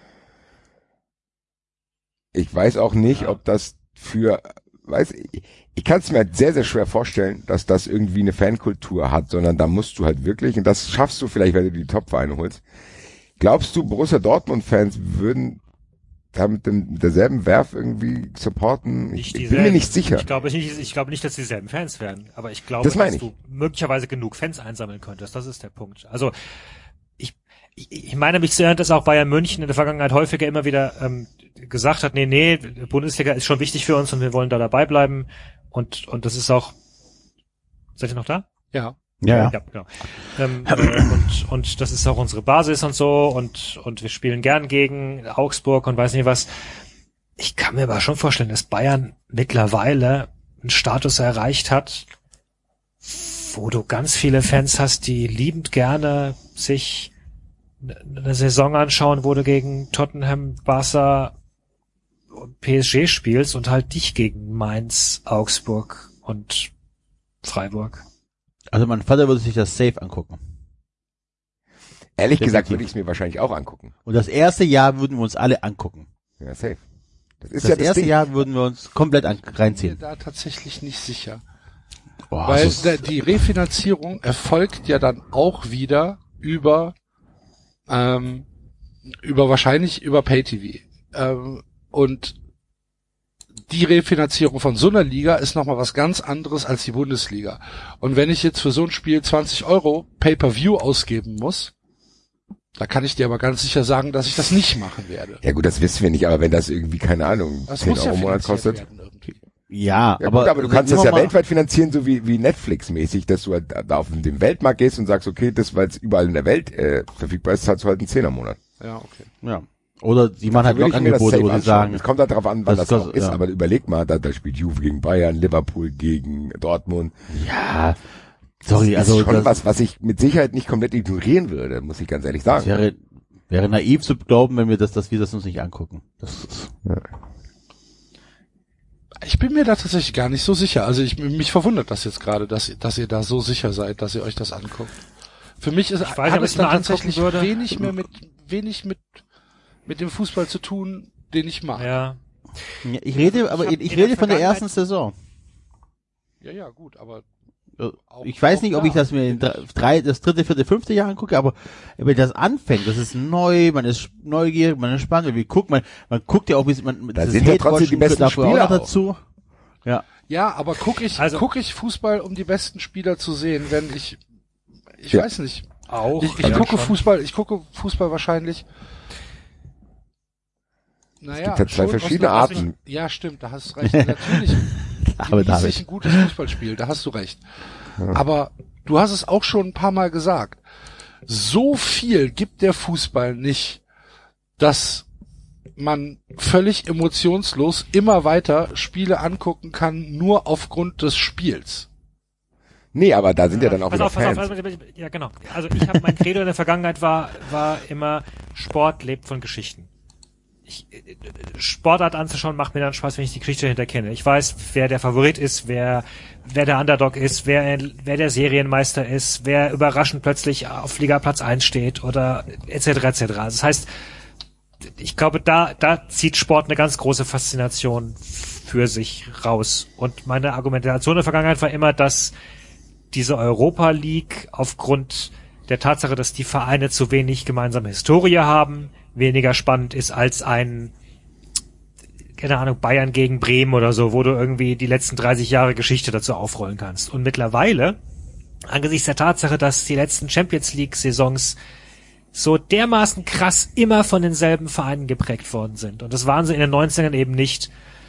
Ich weiß auch nicht, ob das ich kann es mir halt sehr, sehr schwer vorstellen, dass das irgendwie eine Fankultur hat, sondern da musst du halt wirklich, und das schaffst du vielleicht, wenn du die Top-Vereine holst. Glaubst du, Borussia Dortmund-Fans würden da mit derselben Werf irgendwie supporten? Ich bin mir nicht sicher. Ich glaube nicht, dass dieselben Fans werden, aber ich glaube, dass du möglicherweise genug Fans einsammeln könntest. Das ist der Punkt. Also ich meine mich zu erinnern, dass auch Bayern München in der Vergangenheit häufiger immer wieder gesagt hat, nee, Bundesliga ist schon wichtig für uns und wir wollen da dabei bleiben und das ist auch. Seid ihr noch da? Ja. Ja, genau. Und das ist auch unsere Basis und so und wir spielen gern gegen Augsburg und weiß nicht was. Ich kann mir aber schon vorstellen, dass Bayern mittlerweile einen Status erreicht hat, wo du ganz viele Fans hast, die liebend gerne sich eine Saison anschauen, wo du gegen Tottenham, Barca und PSG spielst und halt dich gegen Mainz, Augsburg und Freiburg. Also mein Vater würde sich das safe angucken. Ehrlich gesagt würde ich es mir wahrscheinlich auch angucken. Und das erste Jahr würden wir uns alle angucken. Ja, safe. Das erste Jahr würden wir uns komplett reinziehen. Ich bin mir da tatsächlich nicht sicher. Boah, weil die Refinanzierung erfolgt ja dann auch wieder wahrscheinlich über Pay-TV. Und die Refinanzierung von so einer Liga ist nochmal was ganz anderes als die Bundesliga. Und wenn ich jetzt für so ein Spiel 20 € Pay-Per-View ausgeben muss, da kann ich dir aber ganz sicher sagen, dass ich das nicht machen werde. Ja gut, das wissen wir nicht, aber wenn das irgendwie, keine Ahnung, Das 10 muss € ja im Monat kostet. ja, Ja, aber, gut, aber du kannst das ja weltweit finanzieren, so wie Netflix-mäßig, dass du halt da auf den Weltmarkt gehst und sagst, okay, das, weil es überall in der Welt verfügbar ist, zahlst du halt einen 10er im Monat. Ja, okay. Ja. Oder die machen halt Würde ich mir das Angebote, safe wo sie anschauen. sagen, Es kommt halt darauf an, wann das auch ist, ja. aber überleg mal, da spielt Juve gegen Bayern, Liverpool gegen Dortmund. ja, sorry, Das also ist schon das was ich mit Sicherheit nicht komplett ignorieren würde, muss ich ganz ehrlich sagen. wäre naiv zu glauben, wenn wir das uns nicht angucken. Das ist, Ich bin mir da tatsächlich gar nicht so sicher. Also mich verwundert das jetzt gerade, dass ihr da so sicher seid, dass ihr euch das anguckt. Für mich ist hat es dann tatsächlich wenig mit dem Fußball zu tun, den ich mache. Ja. ich rede von der ersten Saison. Ja, gut, aber Ich weiß nicht, ob ich das mir das dritte, vierte, fünfte Jahr angucke, aber wenn das anfängt, das ist neu, man ist neugierig, man ist spannend, man guckt ja auch, da sind ja trotzdem die besten Spieler dazu. Ja. Ja, aber guck ich Fußball, um die besten Spieler zu sehen, wenn ich weiß nicht. Auch. Ich gucke Fußball wahrscheinlich. Naja, es gibt ja zwei verschiedene Arten. Ja, stimmt, da hast du recht. Natürlich genieße ich ein gutes Fußballspiel, da hast du recht. Ja. Aber du hast es auch schon ein paar Mal gesagt. So viel gibt der Fußball nicht, dass man völlig emotionslos immer weiter Spiele angucken kann, nur aufgrund des Spiels. Nee, aber da sind ja dann auch wieder Fans. Pass auf, ja, genau. Also mein Credo in der Vergangenheit war immer, Sport lebt von Geschichten. Sportart anzuschauen macht mir dann Spaß, wenn ich die Geschichte dahinter kenne. Ich weiß, wer der Favorit ist, wer der Underdog ist, wer der Serienmeister ist, wer überraschend plötzlich auf Ligaplatz 1 steht oder etc. etc. Also das heißt, ich glaube, da zieht Sport eine ganz große Faszination für sich raus. Und meine Argumentation in der Vergangenheit war immer, dass diese Europa League aufgrund der Tatsache, dass die Vereine zu wenig gemeinsame Historie haben, weniger spannend ist als ein, keine Ahnung, Bayern gegen Bremen oder so, wo du irgendwie die letzten 30 Jahre Geschichte dazu aufrollen kannst. Und mittlerweile, angesichts der Tatsache, dass die letzten Champions League Saisons so dermaßen krass immer von denselben Vereinen geprägt worden sind, und das waren sie in den 90ern eben nicht,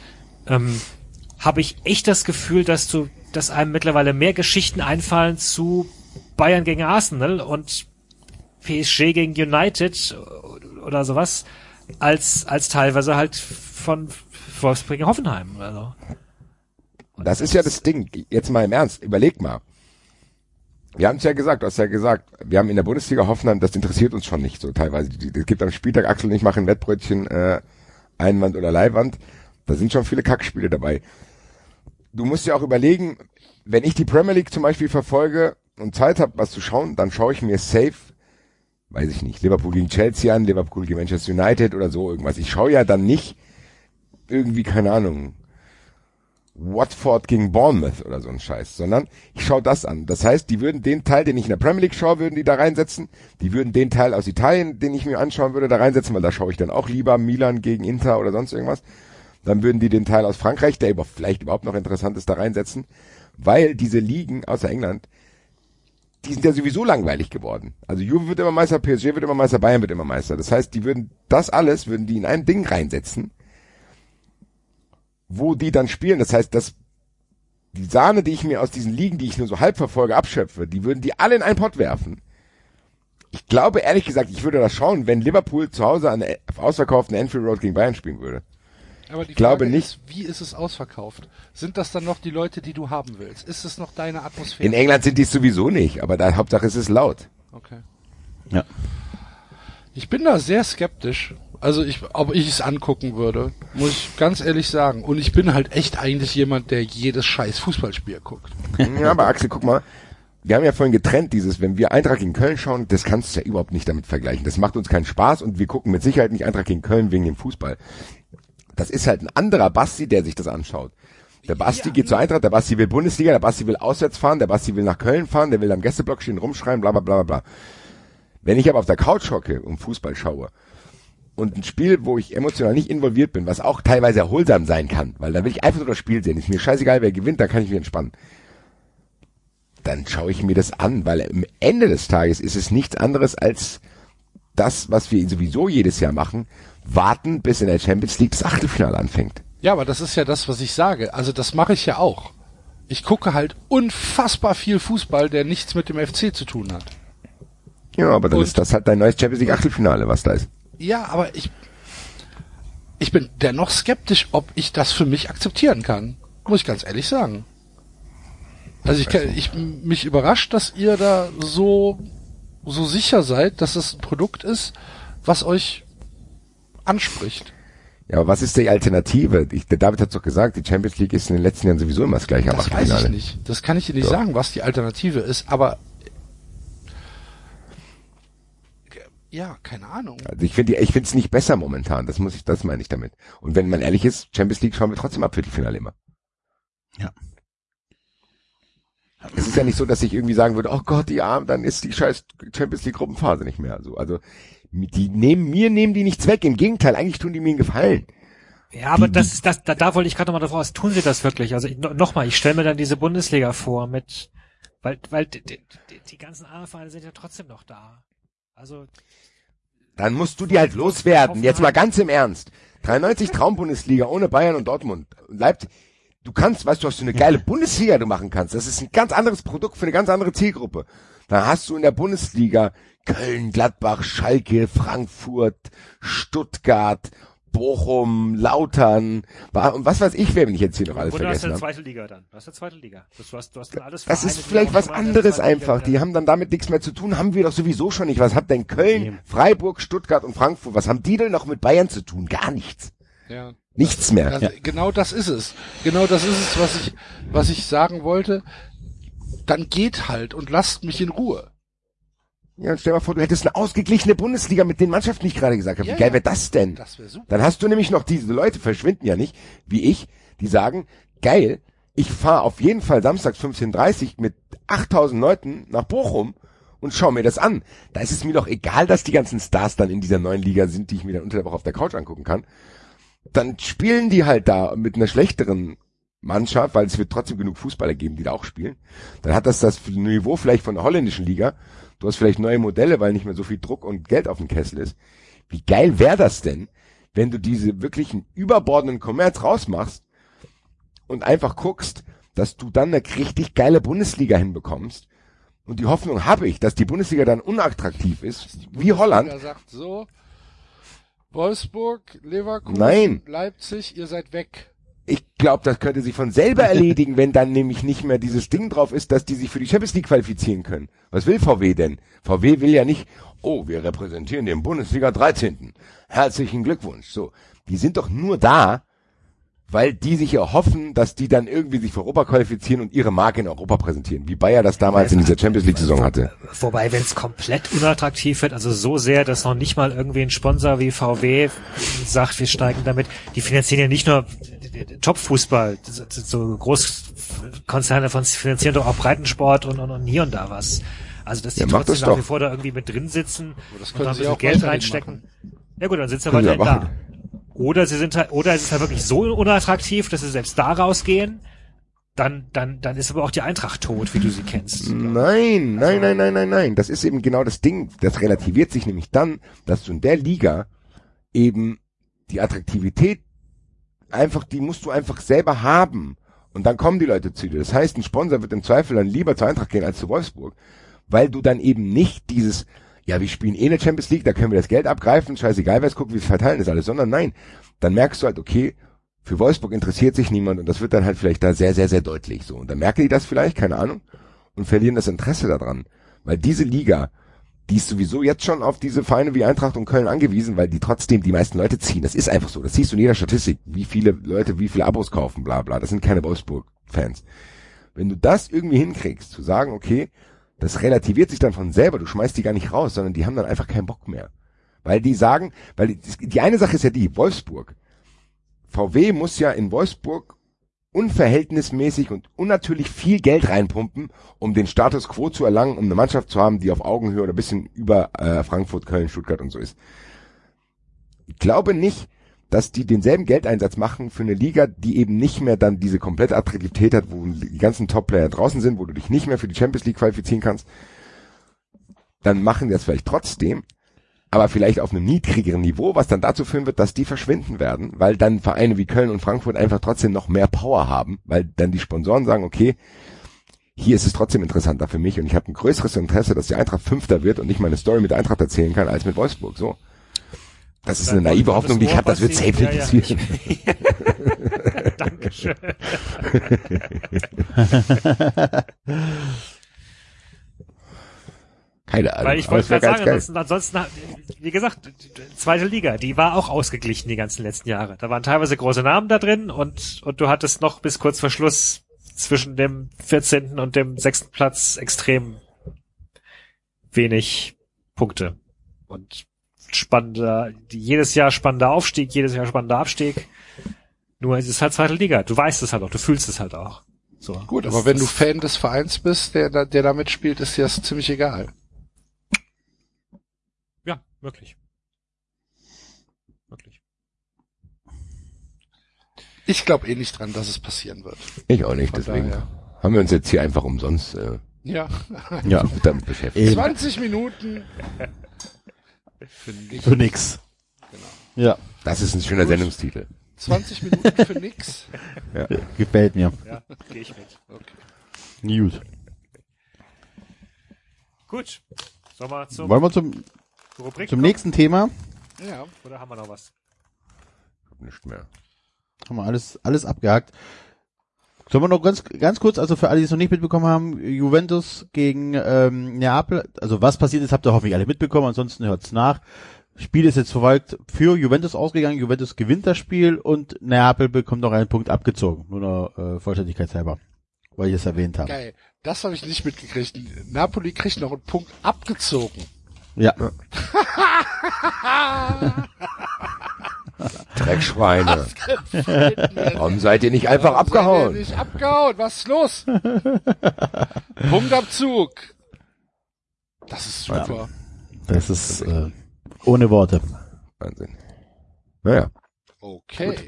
habe ich echt das Gefühl, dass einem mittlerweile mehr Geschichten einfallen zu Bayern gegen Arsenal und PSG gegen United oder sowas, als teilweise halt von Wolfsburg gegen Hoffenheim oder so. Das ist ja das Ding. Jetzt mal im Ernst. Überleg mal. Wir haben es ja gesagt, du hast ja gesagt, wir haben in der Bundesliga Hoffenheim, das interessiert uns schon nicht so teilweise. Es gibt am Spieltag, Axel und ich machen Wettbrötchen, Einwand oder Leihwand. Da sind schon viele Kackspiele dabei. Du musst ja auch überlegen, wenn ich die Premier League zum Beispiel verfolge und Zeit habe, was zu schauen, dann schaue ich mir safe, weiß ich nicht, Liverpool gegen Chelsea an, Liverpool gegen Manchester United oder so irgendwas. Ich schaue ja dann nicht irgendwie, keine Ahnung, Watford gegen Bournemouth oder so ein Scheiß, sondern ich schaue das an. Das heißt, die würden den Teil, den ich in der Premier League schaue, würden die da reinsetzen. Die würden den Teil aus Italien, den ich mir anschauen würde, da reinsetzen, weil da schaue ich dann auch lieber Milan gegen Inter oder sonst irgendwas. Dann würden die den Teil aus Frankreich, der vielleicht überhaupt noch interessant ist, da reinsetzen, weil diese Ligen außer England, die sind ja sowieso langweilig geworden. Also Juve wird immer Meister, PSG wird immer Meister, Bayern wird immer Meister. Das heißt, die würden die in ein Ding reinsetzen, wo die dann spielen. Das heißt, dass die Sahne, die ich mir aus diesen Ligen, die ich nur so halb verfolge, abschöpfe, die würden die alle in einen Pott werfen. Ich glaube, ehrlich gesagt, ich würde das schauen, wenn Liverpool zu Hause auf ausverkauften Anfield Road gegen Bayern spielen würde. Aber die glaube Frage nicht. ist, wie ist es ausverkauft? Sind das dann noch die Leute, die du haben willst? Ist es noch deine Atmosphäre? In England sind die sowieso nicht, aber da Hauptsache ist es laut. Okay. Ja. Ich bin da sehr skeptisch. Also ob ich es angucken würde, muss ich ganz ehrlich sagen. Und ich bin halt echt eigentlich jemand, der jedes scheiß Fußballspiel guckt. Ja, aber Axel, guck mal, wir haben ja vorhin getrennt wenn wir Eintracht gegen Köln schauen, das kannst du ja überhaupt nicht damit vergleichen. Das macht uns keinen Spaß und wir gucken mit Sicherheit nicht Eintracht gegen Köln wegen dem Fußball. Das ist halt ein anderer Basti, der sich das anschaut. Der Basti geht zur Eintracht, der Basti will Bundesliga, der Basti will auswärts fahren, der Basti will nach Köln fahren, der will am Gästeblock stehen, rumschreien, bla bla bla bla. Wenn ich aber auf der Couch hocke und Fußball schaue und ein Spiel, wo ich emotional nicht involviert bin, was auch teilweise erholsam sein kann, weil dann will ich einfach nur das Spiel sehen, ist mir scheißegal, wer gewinnt, dann kann ich mich entspannen. Dann schaue ich mir das an, weil am Ende des Tages ist es nichts anderes als das, was wir sowieso jedes Jahr machen, warten, bis in der Champions League das Achtelfinale anfängt. Ja, aber das ist ja das, was ich sage. Also das mache ich ja auch. Ich gucke halt unfassbar viel Fußball, der nichts mit dem FC zu tun hat. Ja, aber dann ist das halt dein neues Champions League Achtelfinale, was da ist. Ja, aber ich bin dennoch skeptisch, ob ich das für mich akzeptieren kann. Muss ich ganz ehrlich sagen. Also mich überrascht, dass ihr da so sicher seid, dass es ein Produkt ist, was euch anspricht. Ja, aber was ist die Alternative? Der David hat doch gesagt, die Champions League ist in den letzten Jahren sowieso immer das gleiche am Achtelfinale. Das weiß ich nicht. Das kann ich dir nicht sagen, was die Alternative ist, aber ja, keine Ahnung. Also ich finde es nicht besser momentan, das meine ich damit. Und wenn man ehrlich ist, Champions League schauen wir trotzdem ab Viertelfinale immer. Ja. Es ist ja nicht so, dass ich irgendwie sagen würde, oh Gott, die Armen, dann ist die scheiß Champions League Gruppenphase nicht mehr. Also die nehmen die nichts weg. Im Gegenteil, eigentlich tun die mir einen Gefallen. Ja, aber da wollte ich gerade nochmal davor aus. Tun sie das wirklich? Also nochmal, ich stelle mir dann diese Bundesliga vor weil die ganzen anderen Vereine sind ja trotzdem noch da. Also dann musst du die halt loswerden. Jetzt mal ganz im Ernst. 93 Traumbundesliga ohne Bayern und Dortmund. Leipzig. Du kannst, weißt du, was für eine geile Bundesliga du machen kannst. Das ist ein ganz anderes Produkt für eine ganz andere Zielgruppe. Dann hast du in der Bundesliga Köln, Gladbach, Schalke, Frankfurt, Stuttgart, Bochum, Lautern, und was weiß ich, wer mich jetzt hier noch alles Und du hast vergessen eine habe. zweite Liga dann. Du hast eine zweite Liga. Du hast dann alles Das Vereine, ist die vielleicht auch was schon mal in der anderes zweiten Liga einfach. Die sind. haben dann damit nichts mehr zu tun. Haben wir doch sowieso schon nicht. Was hat denn Köln, Freiburg, Stuttgart und Frankfurt? Was haben die denn noch mit Bayern zu tun? Gar nichts. Ja. Nichts mehr. Also, genau das ist es. Genau das ist es, was ich sagen wollte. Dann geht halt und lasst mich in Ruhe. Ja, und stell mal vor, du hättest eine ausgeglichene Bundesliga mit den Mannschaften, die ich gerade gesagt habe. Ja, Wie geil ja. wäre das denn? Das wäre super. Dann hast du nämlich noch diese Leute, verschwinden ja nicht, wie ich, die sagen, geil, ich fahre auf jeden Fall samstags 15:30 mit 8000 Leuten nach Bochum und schau mir das an. Da ist es mir doch egal, dass die ganzen Stars dann in dieser neuen Liga sind, die ich mir dann unter der Woche auf der Couch angucken kann. Dann spielen die halt da mit einer schlechteren Mannschaft, weil es wird trotzdem genug Fußballer geben, die da auch spielen. Dann hat das Niveau vielleicht von der holländischen Liga. Du hast vielleicht neue Modelle, weil nicht mehr so viel Druck und Geld auf dem Kessel ist. Wie geil wäre das denn, wenn du diese wirklichen überbordenden Kommerz rausmachst und einfach guckst, dass du dann eine richtig geile Bundesliga hinbekommst. Und die Hoffnung habe ich, dass die Bundesliga dann unattraktiv ist, wie Holland. Der sagt so, Wolfsburg, Leverkusen, Nein. Leipzig, ihr seid weg. Ich glaube, das könnte sich von selber erledigen, wenn dann nämlich nicht mehr dieses Ding drauf ist, dass die sich für die Champions League qualifizieren können. Was will VW denn? VW will ja nicht, oh, wir repräsentieren den Bundesliga 13. Herzlichen Glückwunsch. So, die sind doch nur da, weil die sich erhoffen, dass die dann irgendwie sich für Europa qualifizieren und ihre Marke in Europa präsentieren, wie Bayer das damals in dieser Champions League Saison hatte. Wobei, wenn es komplett unattraktiv wird, also so sehr, dass noch nicht mal irgendwie ein Sponsor wie VW sagt, wir steigen damit, die finanzieren ja nicht nur Top-Fußball, so Großkonzerne finanzieren doch auch Breitensport und hier und da was. Also, dass die Ja, macht trotzdem das nach wie doch. vor da irgendwie mit drin sitzen das und können da ein sie bisschen auch Geld weiterhin reinstecken. machen. Ja gut, dann sitzen wir Können sie weiterhin ja da. machen. Oder es ist halt wirklich so unattraktiv, dass sie selbst da rausgehen, dann ist aber auch die Eintracht tot, wie du sie kennst. Nein. Das ist eben genau das Ding. Das relativiert sich nämlich dann, dass du in der Liga eben die Attraktivität die musst du einfach selber haben. Und dann kommen die Leute zu dir. Das heißt, ein Sponsor wird im Zweifel dann lieber zur Eintracht gehen als zu Wolfsburg. Weil du dann eben nicht dieses, ja, wir spielen in der Champions League, da können wir das Geld abgreifen, scheißegal, wer es guckt, wie es verteilen ist alles, sondern nein, dann merkst du halt, okay, für Wolfsburg interessiert sich niemand und das wird dann halt vielleicht da sehr, sehr, sehr deutlich so. Und dann merken die das vielleicht, keine Ahnung, und verlieren das Interesse daran. Weil diese Liga, die ist sowieso jetzt schon auf diese Vereine wie Eintracht und Köln angewiesen, weil die trotzdem die meisten Leute ziehen. Das ist einfach so. Das siehst du in jeder Statistik, wie viele Leute wie viele Abos kaufen, bla bla. Das sind keine Wolfsburg-Fans. Wenn du das irgendwie hinkriegst, zu sagen, okay, das relativiert sich dann von selber, du schmeißt die gar nicht raus, sondern die haben dann einfach keinen Bock mehr. Weil die sagen, die eine Sache ist ja die, Wolfsburg. VW muss ja in Wolfsburg unverhältnismäßig und unnatürlich viel Geld reinpumpen, um den Status quo zu erlangen, um eine Mannschaft zu haben, die auf Augenhöhe oder ein bisschen über Frankfurt, Köln, Stuttgart und so ist. Ich glaube nicht, dass die denselben Geldeinsatz machen für eine Liga, die eben nicht mehr dann diese komplette Attraktivität hat, wo die ganzen Top-Player draußen sind, wo du dich nicht mehr für die Champions League qualifizieren kannst. Dann machen die das vielleicht trotzdem, aber vielleicht auf einem niedrigeren Niveau, was dann dazu führen wird, dass die verschwinden werden, weil dann Vereine wie Köln und Frankfurt einfach trotzdem noch mehr Power haben, weil dann die Sponsoren sagen, okay, hier ist es trotzdem interessanter für mich und ich habe ein größeres Interesse, dass die Eintracht Fünfter wird und ich meine Story mit der Eintracht erzählen kann, als mit Wolfsburg, so. Das ist eine naive Hoffnung, die ich habe, das wird safe nicht passieren. Dankeschön. Keine Ahnung. Weil ich wollte gerade sagen, ansonsten, wie gesagt, zweite Liga, die war auch ausgeglichen die ganzen letzten Jahre. Da waren teilweise große Namen da drin und du hattest noch bis kurz vor Schluss zwischen dem 14. und dem 6. Platz extrem wenig Punkte. Und jedes Jahr spannender Aufstieg, jedes Jahr spannender Abstieg. Nur es ist halt zweite Liga. Du weißt es halt auch, du fühlst es halt auch. So. Gut, aber wenn du Fan des Vereins bist, der da mitspielt, ist dir das ziemlich egal. Ja, wirklich. Wirklich. Ich glaube eh nicht dran, dass es passieren wird. Ich auch nicht, Von deswegen daher. haben wir uns jetzt hier einfach umsonst Ja. damit beschäftigt. 20 Minuten Für nix. Genau. Ja, Das ist ein schöner Gut. Sendungstitel. 20 Minuten für nix. Ja. gefällt mir. Ja, gehe ich mit. Okay. Gut. Gut. Sollen wir Wollen wir zum Rubrik nächsten kommen? Thema? Ja. Oder haben wir noch was? nicht mehr. Haben wir alles abgehakt. Sollen wir noch ganz kurz, also für alle, die es noch nicht mitbekommen haben, Juventus gegen Neapel, also was passiert ist, habt ihr hoffentlich alle mitbekommen, ansonsten hört's nach. Spiel ist jetzt verfolgt für Juventus ausgegangen, Juventus gewinnt das Spiel und Neapel bekommt noch einen Punkt abgezogen, nur noch vollständigkeitshalber, weil ich es erwähnt habe. Geil, das habe ich nicht mitgekriegt. Napoli kriegt noch einen Punkt abgezogen. Ja. Dreckschweine. Warum seid ihr nicht einfach abgehauen? Seid ihr nicht abgehauen? Was ist los? Punktabzug. Das ist super. Das ist ohne Worte. Wahnsinn. Naja. Okay. Gut.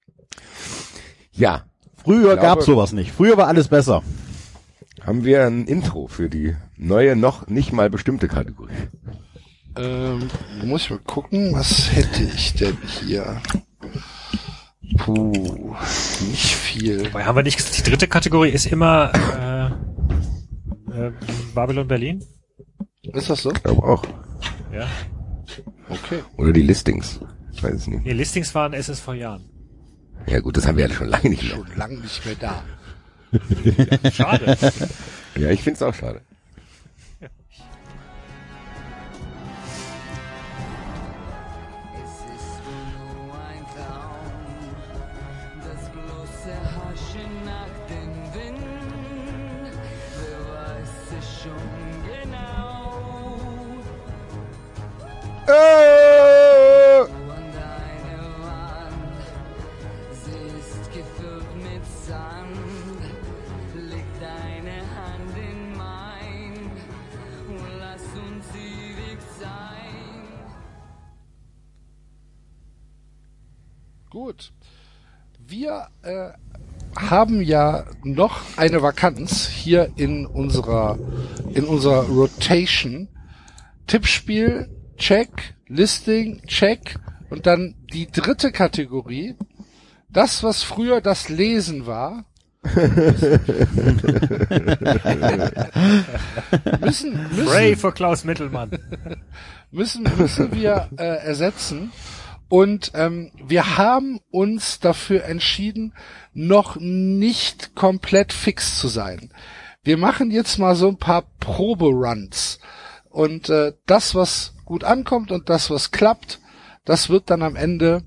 Ja. Früher gab's sowas nicht. Früher war alles besser. Haben wir ein Intro für die neue, noch nicht mal bestimmte Kategorie? Muss ich mal gucken, was hätte ich denn hier? Puh, nicht viel. Wobei, haben wir nicht gesagt, die dritte Kategorie ist immer Babylon Berlin? Ist das so? Ich glaube auch. Ja. Okay. Oder die Listings. Ich weiß es nicht. Nee, Listings waren SS vor Jahren. Ja gut, das haben wir ja schon lange nicht mehr. Schon lange nicht mehr da. Ja, schade. Ja, ich find's auch schade. Gut. Wir haben ja noch eine Vakanz hier in unserer Rotation. Tippspiel, check, Listing, check und dann die dritte Kategorie. Das, was früher das Lesen war, müssen Pray for Klaus Mittelmann. müssen wir ersetzen. Und wir haben uns dafür entschieden, noch nicht komplett fix zu sein. Wir machen jetzt mal so ein paar Proberuns. Und das, was gut ankommt und das, was klappt, das wird dann am Ende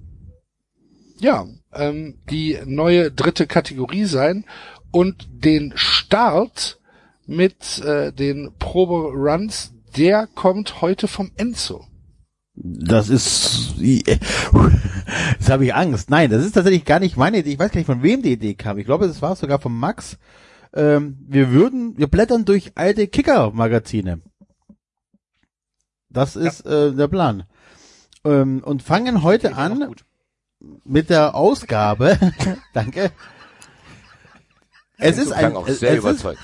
die neue dritte Kategorie sein. Und den Start mit den Proberuns, der kommt heute vom Enzo. Das ist, jetzt habe ich Angst. Nein, das ist tatsächlich gar nicht meine Idee. Ich weiß gar nicht, von wem die Idee kam. Ich glaube, es war sogar von Max. Wir blättern durch alte Kicker-Magazine. Das ist der Plan. Und fangen heute an mit der Ausgabe. Danke. Es ist ein, auch sehr überzeugt.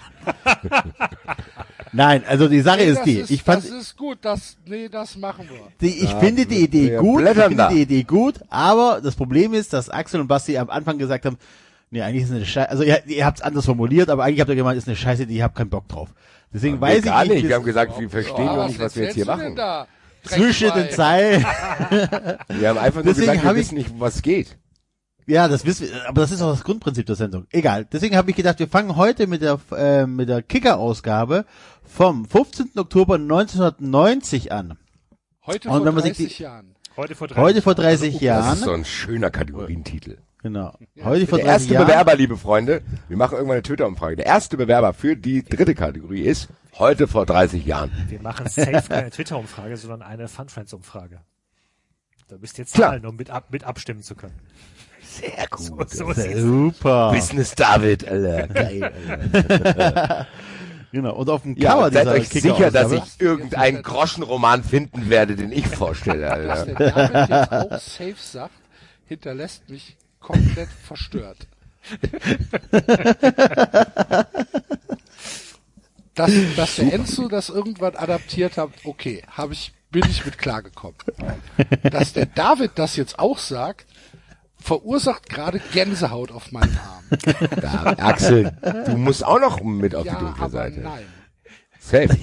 Nein, also die Sache ist die. Das ist gut, das machen wir. Ich finde die Idee gut, aber das Problem ist, dass Axel und Basti am Anfang gesagt haben, nee, eigentlich ist es eine Scheiße, also ihr habt es anders formuliert, aber eigentlich habt ihr gemeint, ist eine Scheiße, ich habe keinen Bock drauf. Deswegen weiß ich gar nicht. Wir haben gesagt, wir verstehen noch nicht, was wir jetzt hier machen. Zwischen den Zeilen. Wir haben einfach nur gesagt, wir wissen nicht, was geht. Ja, das wissen wir, aber das ist auch das Grundprinzip der Sendung. Egal. Deswegen habe ich gedacht, wir fangen heute mit der Kicker-Ausgabe vom 15. Oktober 1990 an. Heute vor 30 Jahren. Heute vor 30 Jahren. Das ist so ein schöner Kategorientitel. Genau. Ja. Heute vor 30 Jahren. Der erste Bewerber, liebe Freunde, wir machen irgendwann eine Twitter-Umfrage. Der erste Bewerber für die dritte Kategorie ist heute vor 30 Jahren. Wir machen safe keine Twitter-Umfrage, sondern eine Fun-Friends-Umfrage. Da müsst ihr zahlen, um mit abstimmen zu können. Sehr gut. So Super. Business David, Alter. Geil, Alter. Genau. Und auf dem Cover seid euch sicher, dass Kicker-Ausgabe ich irgendeinen Groschenroman finden werde, den ich vorstelle, Was Alter. der David jetzt auch safe sagt, hinterlässt mich komplett verstört. Dass der Enzo das irgendwann adaptiert hat, okay, bin ich mit klargekommen. Dass der David das jetzt auch sagt, verursacht gerade Gänsehaut auf meinen Arm. Da, Axel, du musst auch noch mit auf die dunkle aber Seite. nein. Safe.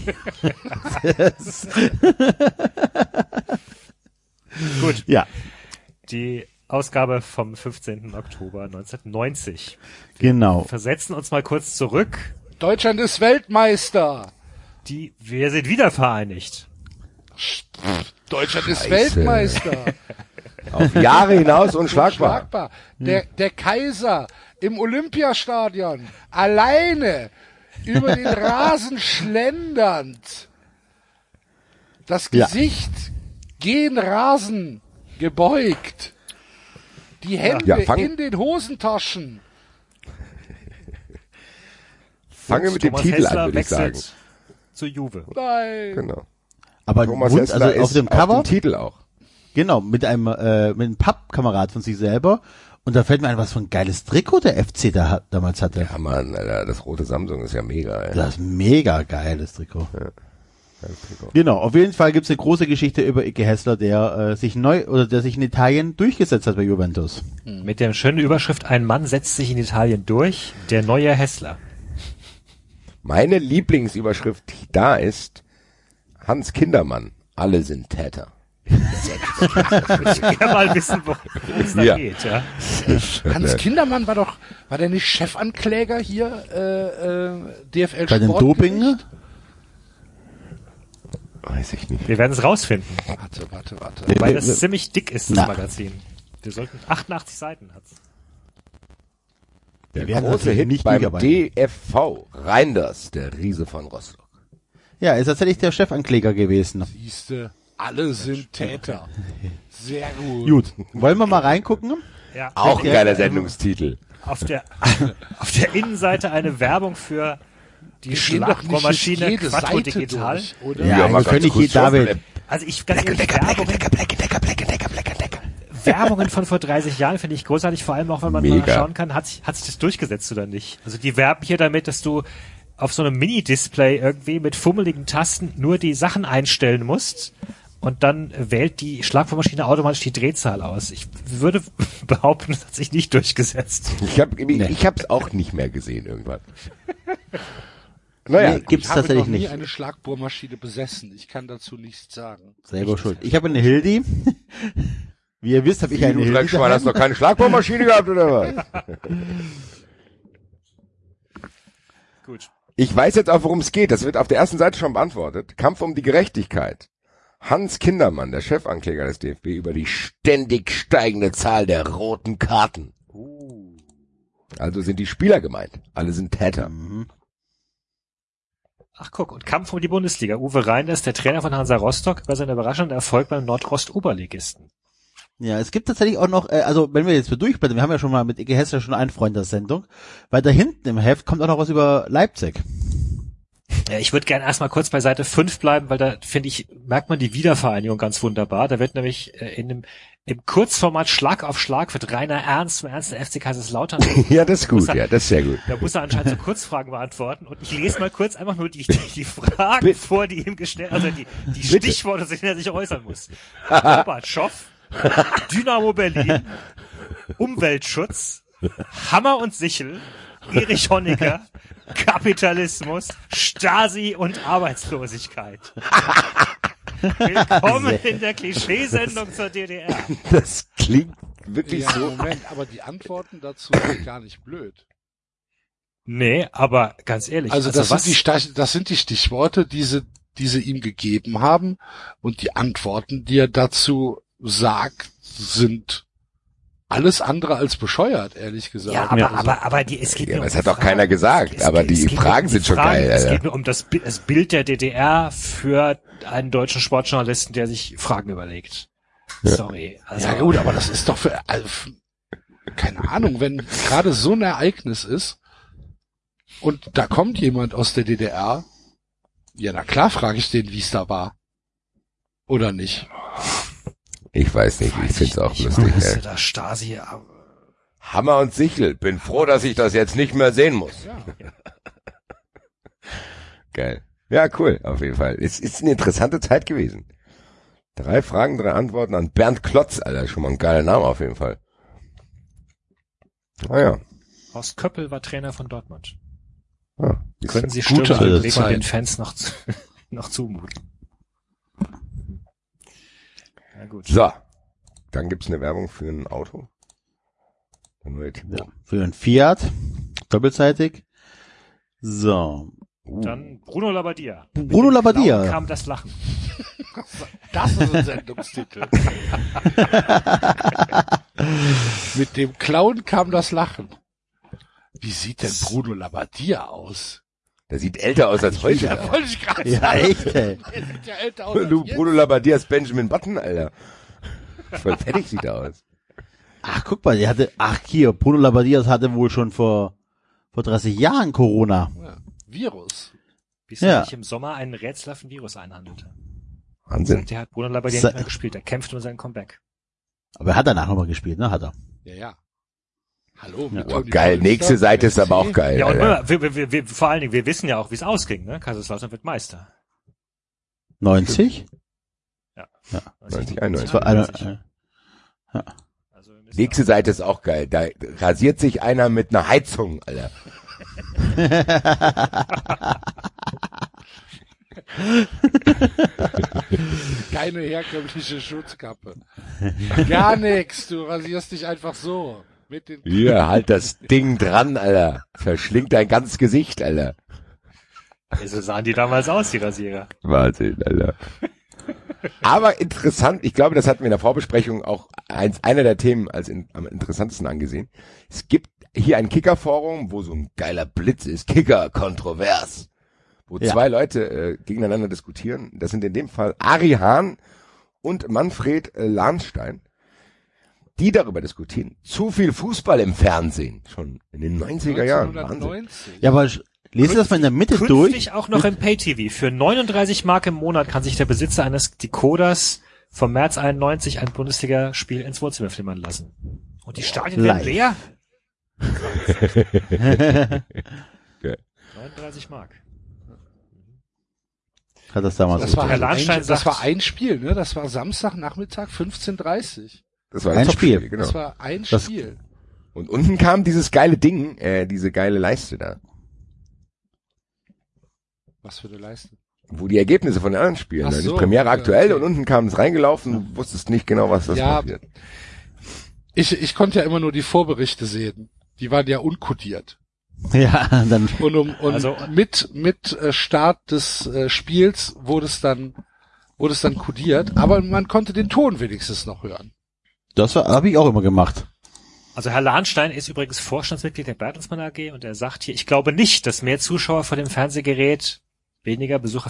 Gut. Ja. Die Ausgabe vom 15. Oktober 1990. Genau. Versetzen uns mal kurz zurück. Deutschland ist Weltmeister. Wir sind wieder vereinigt. Deutschland ist Scheiße. Weltmeister. Auf Jahre hinaus unschlagbar. Unschlagbar. Der Kaiser im Olympiastadion alleine über den Rasen schlendernd. Das Gesicht gen Rasen gebeugt. Die Hände in den Hosentaschen. Fangen wir mit dem Thomas Titel Hässler an, würde ich sagen. wechselt zu Juve. Nein. Genau. Aber Thomas Wund, Hässler also auf ist dem Cover, auf dem Titel auch. genau, mit einem Pappkamerad von sich selber. Und da fällt mir ein, was für ein geiles Trikot der FC damals hatte. Ja, Mann, Alter, das rote Samsung ist ja mega, ey. Das ist ein mega geiles Trikot. Ja. Geiles Trikot. Genau, auf jeden Fall gibt's eine große Geschichte über Icke Hässler, der sich in Italien durchgesetzt hat bei Juventus. Mit der schönen Überschrift, ein Mann setzt sich in Italien durch, der neue Hässler. Meine Lieblingsüberschrift da ist Hans Kindermann. Alle sind Täter. Ich will mal wissen, worum es da Ja. geht, ja. Hans Kindermann war der nicht Chefankläger hier, DFL Bei dem Sportgericht? Doping? Weiß ich nicht. Wir werden es rausfinden, Warte. weil das ziemlich dick ist, das Na. Magazin. Wir sollten 88 Seiten hat's. Der werden große natürlich Hit nicht beim durcharbeiten. DFV. Reinders, der Riese von Rostock. Ja, ist tatsächlich der Chefankläger gewesen. Siehste, alle sind Täter. Sehr gut. Gut, wollen wir mal reingucken? Ja. Auch ein Ja, geiler Sendungstitel. Auf der Innenseite eine Werbung für die Wir gehen doch nicht Schlagbohrmaschine jede Quattro Seite Digital. durch, oder? Ja, mal wir können ganz nicht kurz David. schauen. Also ich ganz ehrlich, Werbungen von vor 30 Jahren finde ich großartig, vor allem auch, wenn man mal Mega. schauen kann, hat sich das durchgesetzt oder nicht. Also die werben hier damit, dass du auf so einem Mini-Display irgendwie mit fummeligen Tasten nur die Sachen einstellen musst und dann wählt die Schlagbohrmaschine automatisch die Drehzahl aus. Ich würde behaupten, das hat sich nicht durchgesetzt. Ich hab's auch nicht mehr gesehen irgendwann. Naja, Nee, gibt's Ich habe tatsächlich noch nie nicht. eine Schlagbohrmaschine besessen. Ich kann dazu nichts sagen. Selber schuld. Ich habe eine Hildi. Wie ihr wisst, habe ich eine du Hildi. Dreckschwein, hast noch keine Schlagbohrmaschine gehabt, oder was? Gut. Ich weiß jetzt auch, worum es geht. Das wird auf der ersten Seite schon beantwortet. Kampf um die Gerechtigkeit. Hans Kindermann, der Chefankläger des DFB, über die ständig steigende Zahl der roten Karten. Also sind die Spieler gemeint. Alle sind Täter. Ach guck, und Kampf um die Bundesliga. Uwe Reinders, der Trainer von Hansa Rostock, bei seinem überraschenden Erfolg beim Nordost-Oberligisten. Ja, es gibt tatsächlich auch noch, also wenn wir jetzt so durchblättern, wir haben ja schon mal mit Icke Hässler schon eine Freundersendung, weil da hinten im Heft kommt auch noch was über Leipzig. Ja, ich würde gerne erstmal kurz bei Seite 5 bleiben, weil da, finde ich, merkt man die Wiedervereinigung ganz wunderbar. Da wird nämlich im Kurzformat Schlag auf Schlag wird Rainer Ernst zum ersten FC Kaiserslautern. Ja, das ist gut. Ja, das ist sehr gut. Da muss er anscheinend so Kurzfragen beantworten. Und ich lese mal kurz einfach nur die Fragen Bitte. vor, die ihm gestellt, also die Bitte. Stichworte, zu denen er sich äußern muss. Gorbatschow, Dynamo Berlin, Umweltschutz, Hammer und Sichel, Erich Honecker, Kapitalismus, Stasi und Arbeitslosigkeit. Willkommen in der Klischeesendung zur DDR. Das klingt wirklich Ja, so. Moment, aber die Antworten dazu sind gar nicht blöd. Nee, aber ganz ehrlich. Also das sind die Stichworte, die sie ihm gegeben haben, und die Antworten, die er dazu sagt, sind alles andere als bescheuert, ehrlich gesagt. Ja, aber es geht Ja, mir um das die hat doch Fragen. keiner gesagt, aber die es geht Fragen mir um sind schon Fragen. geil, Es Alter. geht mir um das Bild der DDR für einen deutschen Sportjournalisten, der sich Fragen überlegt. Sorry. Also, Ja gut, aber das ist doch keine Ahnung, wenn gerade so ein Ereignis ist und da kommt jemand aus der DDR, ja na klar frage ich den, wie es da war. Oder nicht? Ich weiß nicht, ich find's auch lustig. Ist Ey. da Stasi, Hammer und Sichel. Bin froh, dass ich das jetzt nicht mehr sehen muss. Ja. Geil. Ja, cool, auf jeden Fall. Es ist eine interessante Zeit gewesen. 3 Fragen, 3 Antworten an Bernd Klotz, Alter. Schon mal ein geiler Name auf jeden Fall. Ah ja. Horst Köppel war Trainer von Dortmund. Ah, Können Sie Gute Stürmer alte den Zeit. den Fans noch zumuten? Na gut. So. dann gibt's eine Werbung für ein Auto. Der neue Tipo. Ja, für einen Fiat, doppelseitig. So. Dann Bruno Labbadia. Bruno Labbadia. Clown kam das Lachen. Das ist ein Sendungstitel. Mit dem Clown kam das Lachen. Wie sieht denn Bruno Labbadia aus? Der sieht älter aus als heute. Ja, wollte ich gerade Ja, sagen. echt, ey. Der sieht ja älter aus als Du, jetzt. Bruno Labbadia ist Benjamin Button, Alter. Voll fertig sieht er aus. Ach, guck mal, hier, Bruno Labbadia hatte wohl schon vor 30 Jahren Corona. Ja, Virus. Bis er Ja. sich im Sommer einen rätselhaften Virus einhandelte. Wahnsinn. Der hat Bruno Labbadia Sa- nicht mehr gespielt. Er kämpft um sein Comeback. Aber er hat danach nochmal gespielt, ne? Hat er. Ja, ja. Hallo. Ja. mit Oh, Toni geil. Polster, Nächste Seite ist aber auch geil. Ja, und Alter. wir, vor allen Dingen, wir wissen ja auch, wie es ausging, ne? Kaiserslautern wird Meister. 90? 90, Das war einer, Also wir müssen Nächste Seite ist auch geil. Da rasiert sich einer mit einer Heizung, Alter. Keine herkömmliche Schutzkappe. Gar nix. Du rasierst dich einfach so. Mit den Hier, halt das Ding dran, Alter. Verschlingt dein ganzes Gesicht, Alter. so sahen die damals aus, die Rasierer. Wahnsinn, Alter. Aber interessant, ich glaube, das hatten wir in der Vorbesprechung auch einer der Themen am interessantesten angesehen. Es gibt hier ein Kicker-Forum, wo so ein geiler Blitz ist, Kicker-Kontrovers, wo Ja. zwei Leute gegeneinander diskutieren. Das sind in dem Fall Ari Hahn und Manfred Lahnstein, die darüber diskutieren. Zu viel Fußball im Fernsehen, schon in den 90er Jahren. Wahnsinn. 1990. Ja, aber lese das mal in der Mitte durch. Künftig auch noch im Pay-TV. Für 39 Mark im Monat kann sich der Besitzer eines Decoders vom März 91 ein Bundesliga-Spiel ins Wohnzimmer flimmern lassen. Und die Stadien werden Live. leer? Geil. 39 Mark. Hat das damals Das war, Herr halt Lahnstein das sagt- war ein Spiel, ne? Das war Samstagnachmittag 15:30. Das war Ein Topspiel, Spiel. genau. Das war ein Das- Spiel. Und unten kam dieses geile Ding, diese geile Leiste da, Was für eine Leiste. wo die Ergebnisse von den anderen Spielen, Ach ne? Die so, Premiere okay, aktuell okay. und unten kam es reingelaufen, du wusstest nicht genau, was das Ja. passiert. Ich konnte ja immer nur die Vorberichte sehen. Die waren ja unkodiert. Ja, dann, Und Also- mit Start des Spiels wurde es dann kodiert, aber man konnte den Ton wenigstens noch hören. habe ich auch immer gemacht. Also Herr Lahnstein ist übrigens Vorstandsmitglied der Bertelsmann AG und er sagt hier, ich glaube nicht, dass mehr Zuschauer vor dem Fernsehgerät weniger Besucher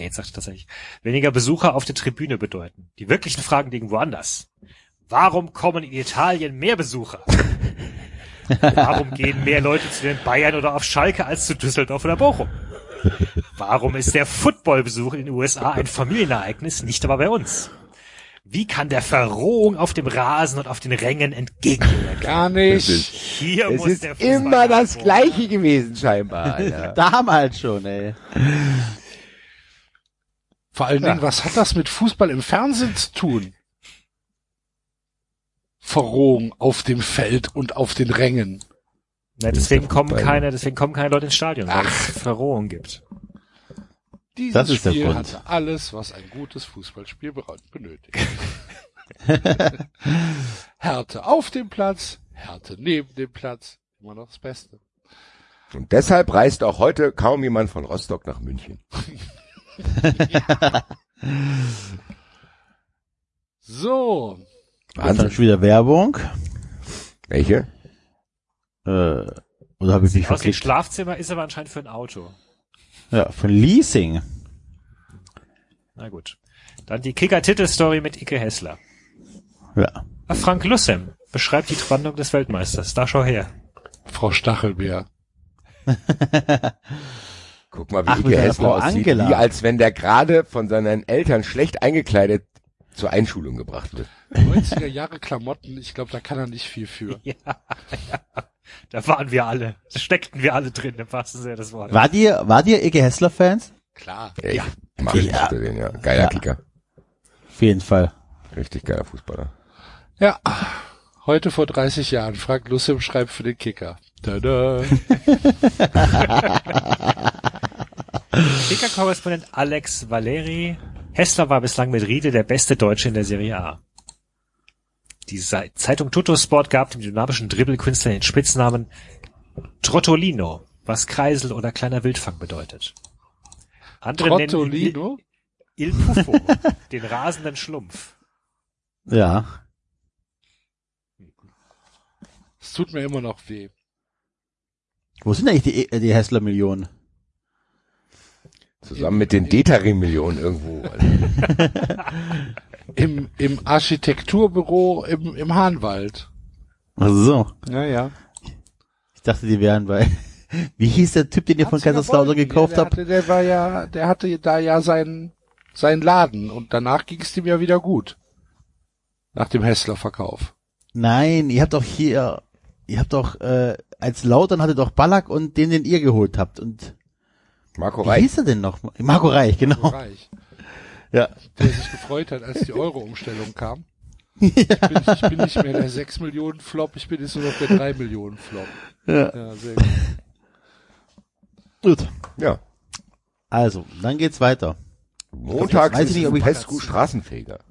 auf der Tribüne bedeuten. Die wirklichen Fragen liegen woanders. Warum kommen in Italien mehr Besucher? Warum gehen mehr Leute zu den Bayern oder auf Schalke als zu Düsseldorf oder Bochum? Warum ist der Footballbesuch in den USA ein Familienereignis, nicht aber bei uns? Wie kann der Verrohung auf dem Rasen und auf den Rängen entgegenwirken? Gar nicht. Hier Es muss ist der Fußball immer das nachholen. Gleiche gewesen, scheinbar, Alter. Damals schon, ey. Vor allen Dingen, was hat das mit Fußball im Fernsehen zu tun? Verrohung auf dem Feld und auf den Rängen. Ja, deswegen kommen Fußball. keine Leute ins Stadion, weil es Verrohung gibt. Dieses Das ist der Spiel Grund. hatte alles, was ein gutes Fußballspiel benötigt. Härte auf dem Platz, Härte neben dem Platz, immer noch das Beste. Und deshalb reist auch heute kaum jemand von Rostock nach München. So, Dann Wahnsinn. schon wieder Werbung. Welche? Oder habe ich mich Aus dem verklickt? Schlafzimmer ist aber anscheinend für ein Auto. Ja, von Leasing. Na gut. Dann die Kicker-Titelstory mit Icke Hessler. Ja. Frank Lussem beschreibt die Trennung des Weltmeisters. Da schau her. Frau Stachelbeer. Guck mal, wie Ach, mit Ike seiner Hessler Frau aussieht. Angela. Wie als wenn der gerade von seinen Eltern schlecht eingekleidet zur Einschulung gebracht wird. 90er Jahre Klamotten, ich glaube, da kann er nicht viel für. Ja. Da waren wir alle. Da steckten wir alle drin, im wahrsten Sinne des Wortes. Wart ihr Icke Hessler Fans? Klar. Ich mag den, ja. Geiler Ja. Kicker. Auf jeden Fall. Richtig geiler Fußballer. Ja, heute vor 30 Jahren. Frank Lussem schreibt für den Kicker. Tada. Kicker-Korrespondent Alex Valeri. Hessler war bislang mit Riede der beste Deutsche in der Serie A. Die Zeitung Tuttosport gab dem dynamischen Dribbelkünstler den Spitznamen Trottolino, was Kreisel oder kleiner Wildfang bedeutet. Andere nennen ihn Il Puffo, den rasenden Schlumpf. Ja. Es tut mir immer noch weh. Wo sind eigentlich die Hessler-Millionen? Zusammen mit den Detari-Millionen irgendwo. Im Architekturbüro im Hahnwald. Ach so. Ja. Ich dachte, die wären bei... Wie hieß der Typ, den ihr von Kaiserslautern gekauft habt? Der hatte da ja seinen Laden und danach ging es dem ja wieder gut. Nach dem Hessler-Verkauf. Nein, ihr habt doch als Lautern hatte doch Ballack und den ihr geholt habt und Marco wie Reich. hieß er denn noch? Marco Reich, genau. Marco Reich. Ja. Der sich gefreut hat, als die Euro-Umstellung kam. Ich bin nicht mehr der 6 Millionen Flop, ich bin jetzt nur noch der 3 Millionen Flop. Ja, sehr gut. Gut. Ja. Also, dann geht's weiter. Montags weiß ich nicht, ob ich Pescu straßenfähiger.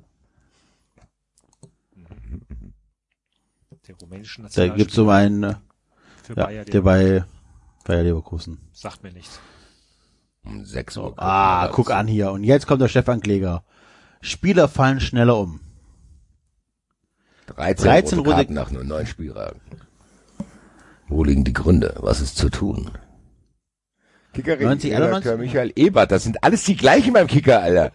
Der rumänischen Da Nationalspieler. gibt's so einen, für ja, Bayer der bei Bayer Leverkusen. Sagt mir nichts. Um 6 Uhr. Guck an hier. Und jetzt kommt der Chefankläger. Spieler fallen schneller um. 13 rote Karten nach nur 9 Spieltagen. Wo liegen die Gründe? Was ist zu tun? Kicker-Redakteur Michael Ebert, das sind alles die gleichen beim Kicker, Alter.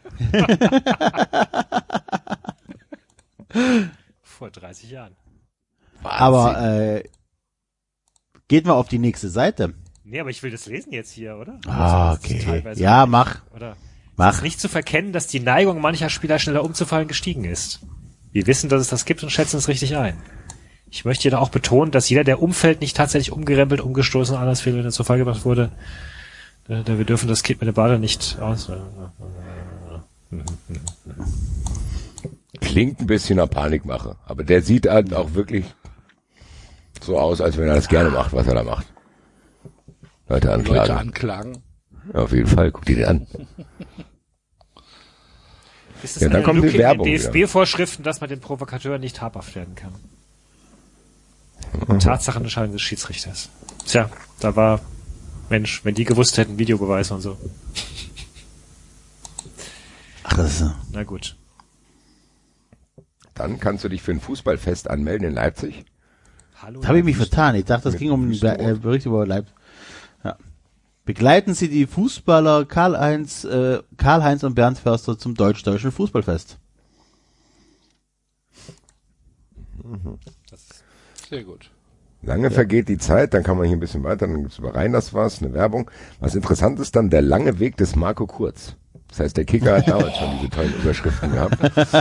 Vor 30 Jahren. Wahnsinn. Aber geht mal auf die nächste Seite. Nee, aber ich will das lesen jetzt hier, oder? Ah, Das ist okay. teilweise Ja, nicht, mach. Oder? Mach. Es ist nicht zu verkennen, dass die Neigung mancher Spieler schneller umzufallen gestiegen ist. Wir wissen, dass es das gibt und schätzen es richtig ein. Ich möchte jedoch auch betonen, dass jeder, der umfällt, nicht tatsächlich umgerempelt, umgestoßen, anders viel zu Fall gebracht wurde. Wir dürfen das Kind mit der Bade nicht aus. Klingt ein bisschen nach Panikmache, aber der sieht halt auch wirklich so aus, als wenn er das gerne macht, was er da macht. Leute anklagen. Ja, auf jeden Fall, guck dir den an. Ist es Ja, dann eine kommt die Lücke Werbung in den DFB-Vorschriften, dass man den Provokateur nicht habhaft werden kann? Tatsachenentscheidung des Schiedsrichters. Tja, da war, Mensch, wenn die gewusst hätten, Videobeweise und so. Ach, das ist, Na gut. Dann kannst du dich für ein Fußballfest anmelden in Leipzig. Hallo. habe ich mich vertan. Ich dachte, das Mit ging um einen Wüstenrot. Bericht über Leipzig. Ja. Begleiten Sie die Fußballer Karl-Heinz und Bernd Förster zum deutsch-deutschen Fußballfest. Sehr gut. Lange vergeht die Zeit, dann kann man hier ein bisschen weiter, dann gibt's über Rheiners was, eine Werbung. Was interessant ist dann, der lange Weg des Marco Kurz. Das heißt, der Kicker hat damals schon diese tollen Überschriften gehabt.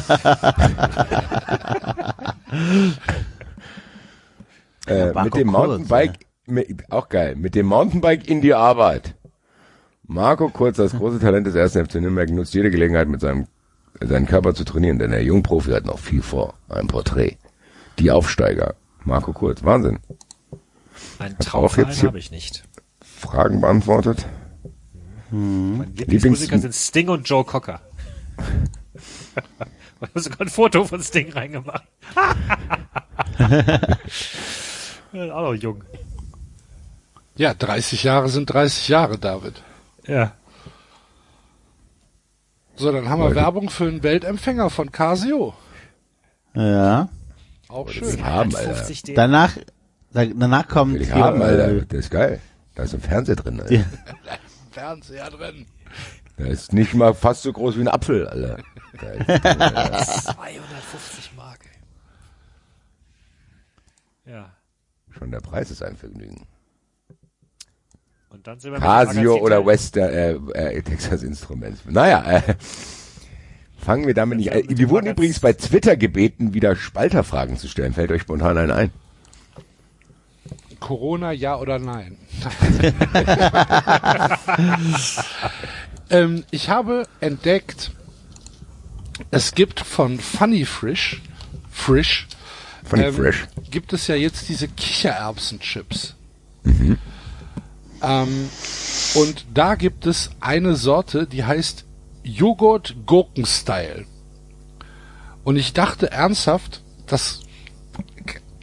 Mit dem Mountainbike, auch geil, mit dem Mountainbike in die Arbeit. Marco Kurz, das große Talent des 1. FC Nürnberg, nutzt jede Gelegenheit, mit seinen Körper zu trainieren, denn der Jungprofi hat noch viel vor. Ein Porträt. Die Aufsteiger. Marco Kurz. Wahnsinn. Ein auch Traumverein jetzt hier- habe ich nicht. Fragen beantwortet. Meine Lieblingsmusiker sind Sting und Joe Cocker. Ich habe sogar ein Foto von Sting reingemacht. Auch noch jung. Ja, 30 Jahre sind 30 Jahre, David. Ja. So, dann haben wir Werbung für einen Weltempfänger von Casio. Ja. Auch Das schön. haben, Alter. 50 D. Danach kommt Will ich hier, haben, Alter. Der ist geil. Da ist ein Fernseher drin, Alter. Ja. Fernseher drin. Der ist nicht mal fast so groß wie ein Apfel, Alter. Der ist, 250 Mark. Ja. schon der Preis ist ein Vergnügen. Und dann sind wir mit dem Casio Magazin- oder Western, Texas Instruments. Naja, fangen wir damit nicht an. Wir wurden übrigens bei Twitter gebeten, wieder Spalterfragen zu stellen. Fällt euch spontan einen ein? Corona, ja oder nein? Ich habe entdeckt, es gibt von Funny Frisch, Fresh. gibt es ja jetzt diese Kichererbsenchips. Und da gibt es eine Sorte, die heißt Joghurt Gurken-Style. Und ich dachte ernsthaft, das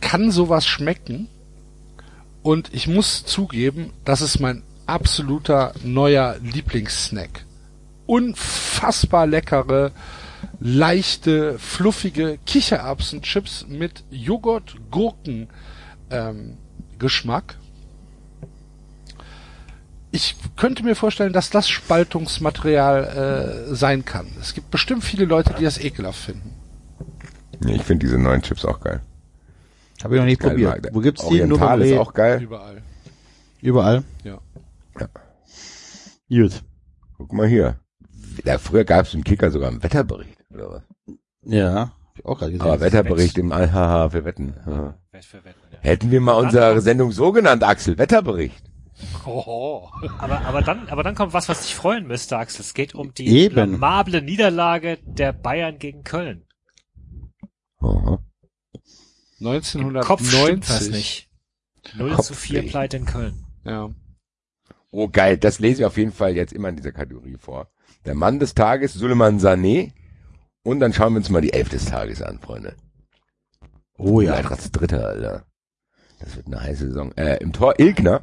kann sowas schmecken. Und ich muss zugeben, das ist mein absoluter neuer Lieblingssnack. Unfassbar leckere, leichte, fluffige Kichererbsenchips mit Joghurt-Gurken-Geschmack. Ich könnte mir vorstellen, dass das Spaltungsmaterial sein kann. Es gibt bestimmt viele Leute, die das ekelhaft finden. Nee, ich finde diese neuen Chips auch geil. Habe ich noch nicht Geil, probiert. Marc. Wo gibt's die? Nur Oriental beim ist Rewe? auch geil. Überall. Überall? Ja. Gut. Guck mal hier. Ja, früher gab es im Kicker sogar einen Wetterbericht, oder was? Ja, hab ich auch gerade gesehen. Aber Wetterbericht im Alhaha für Wetten. Ja. Für Wetten, ja. Hätten wir mal unsere Sendung so genannt, Axel, Wetterbericht. Oh. Aber dann kommt was dich freuen müsste, Axel. Es geht um die Eben. blamable Niederlage der Bayern gegen Köln. Aha. Im Kopf stimmt das 1990. nicht. 0:4 Kopfweh. Pleite in Köln. Ja. Oh geil, das lese ich auf jeden Fall jetzt immer in dieser Kategorie vor. Der Mann des Tages, Suleiman Sané. Und dann schauen wir uns mal die 11 des Tages an, Freunde. Oh ja. Eintrachts Dritter, Alter. Das wird eine heiße Saison. Im Tor Ilgner.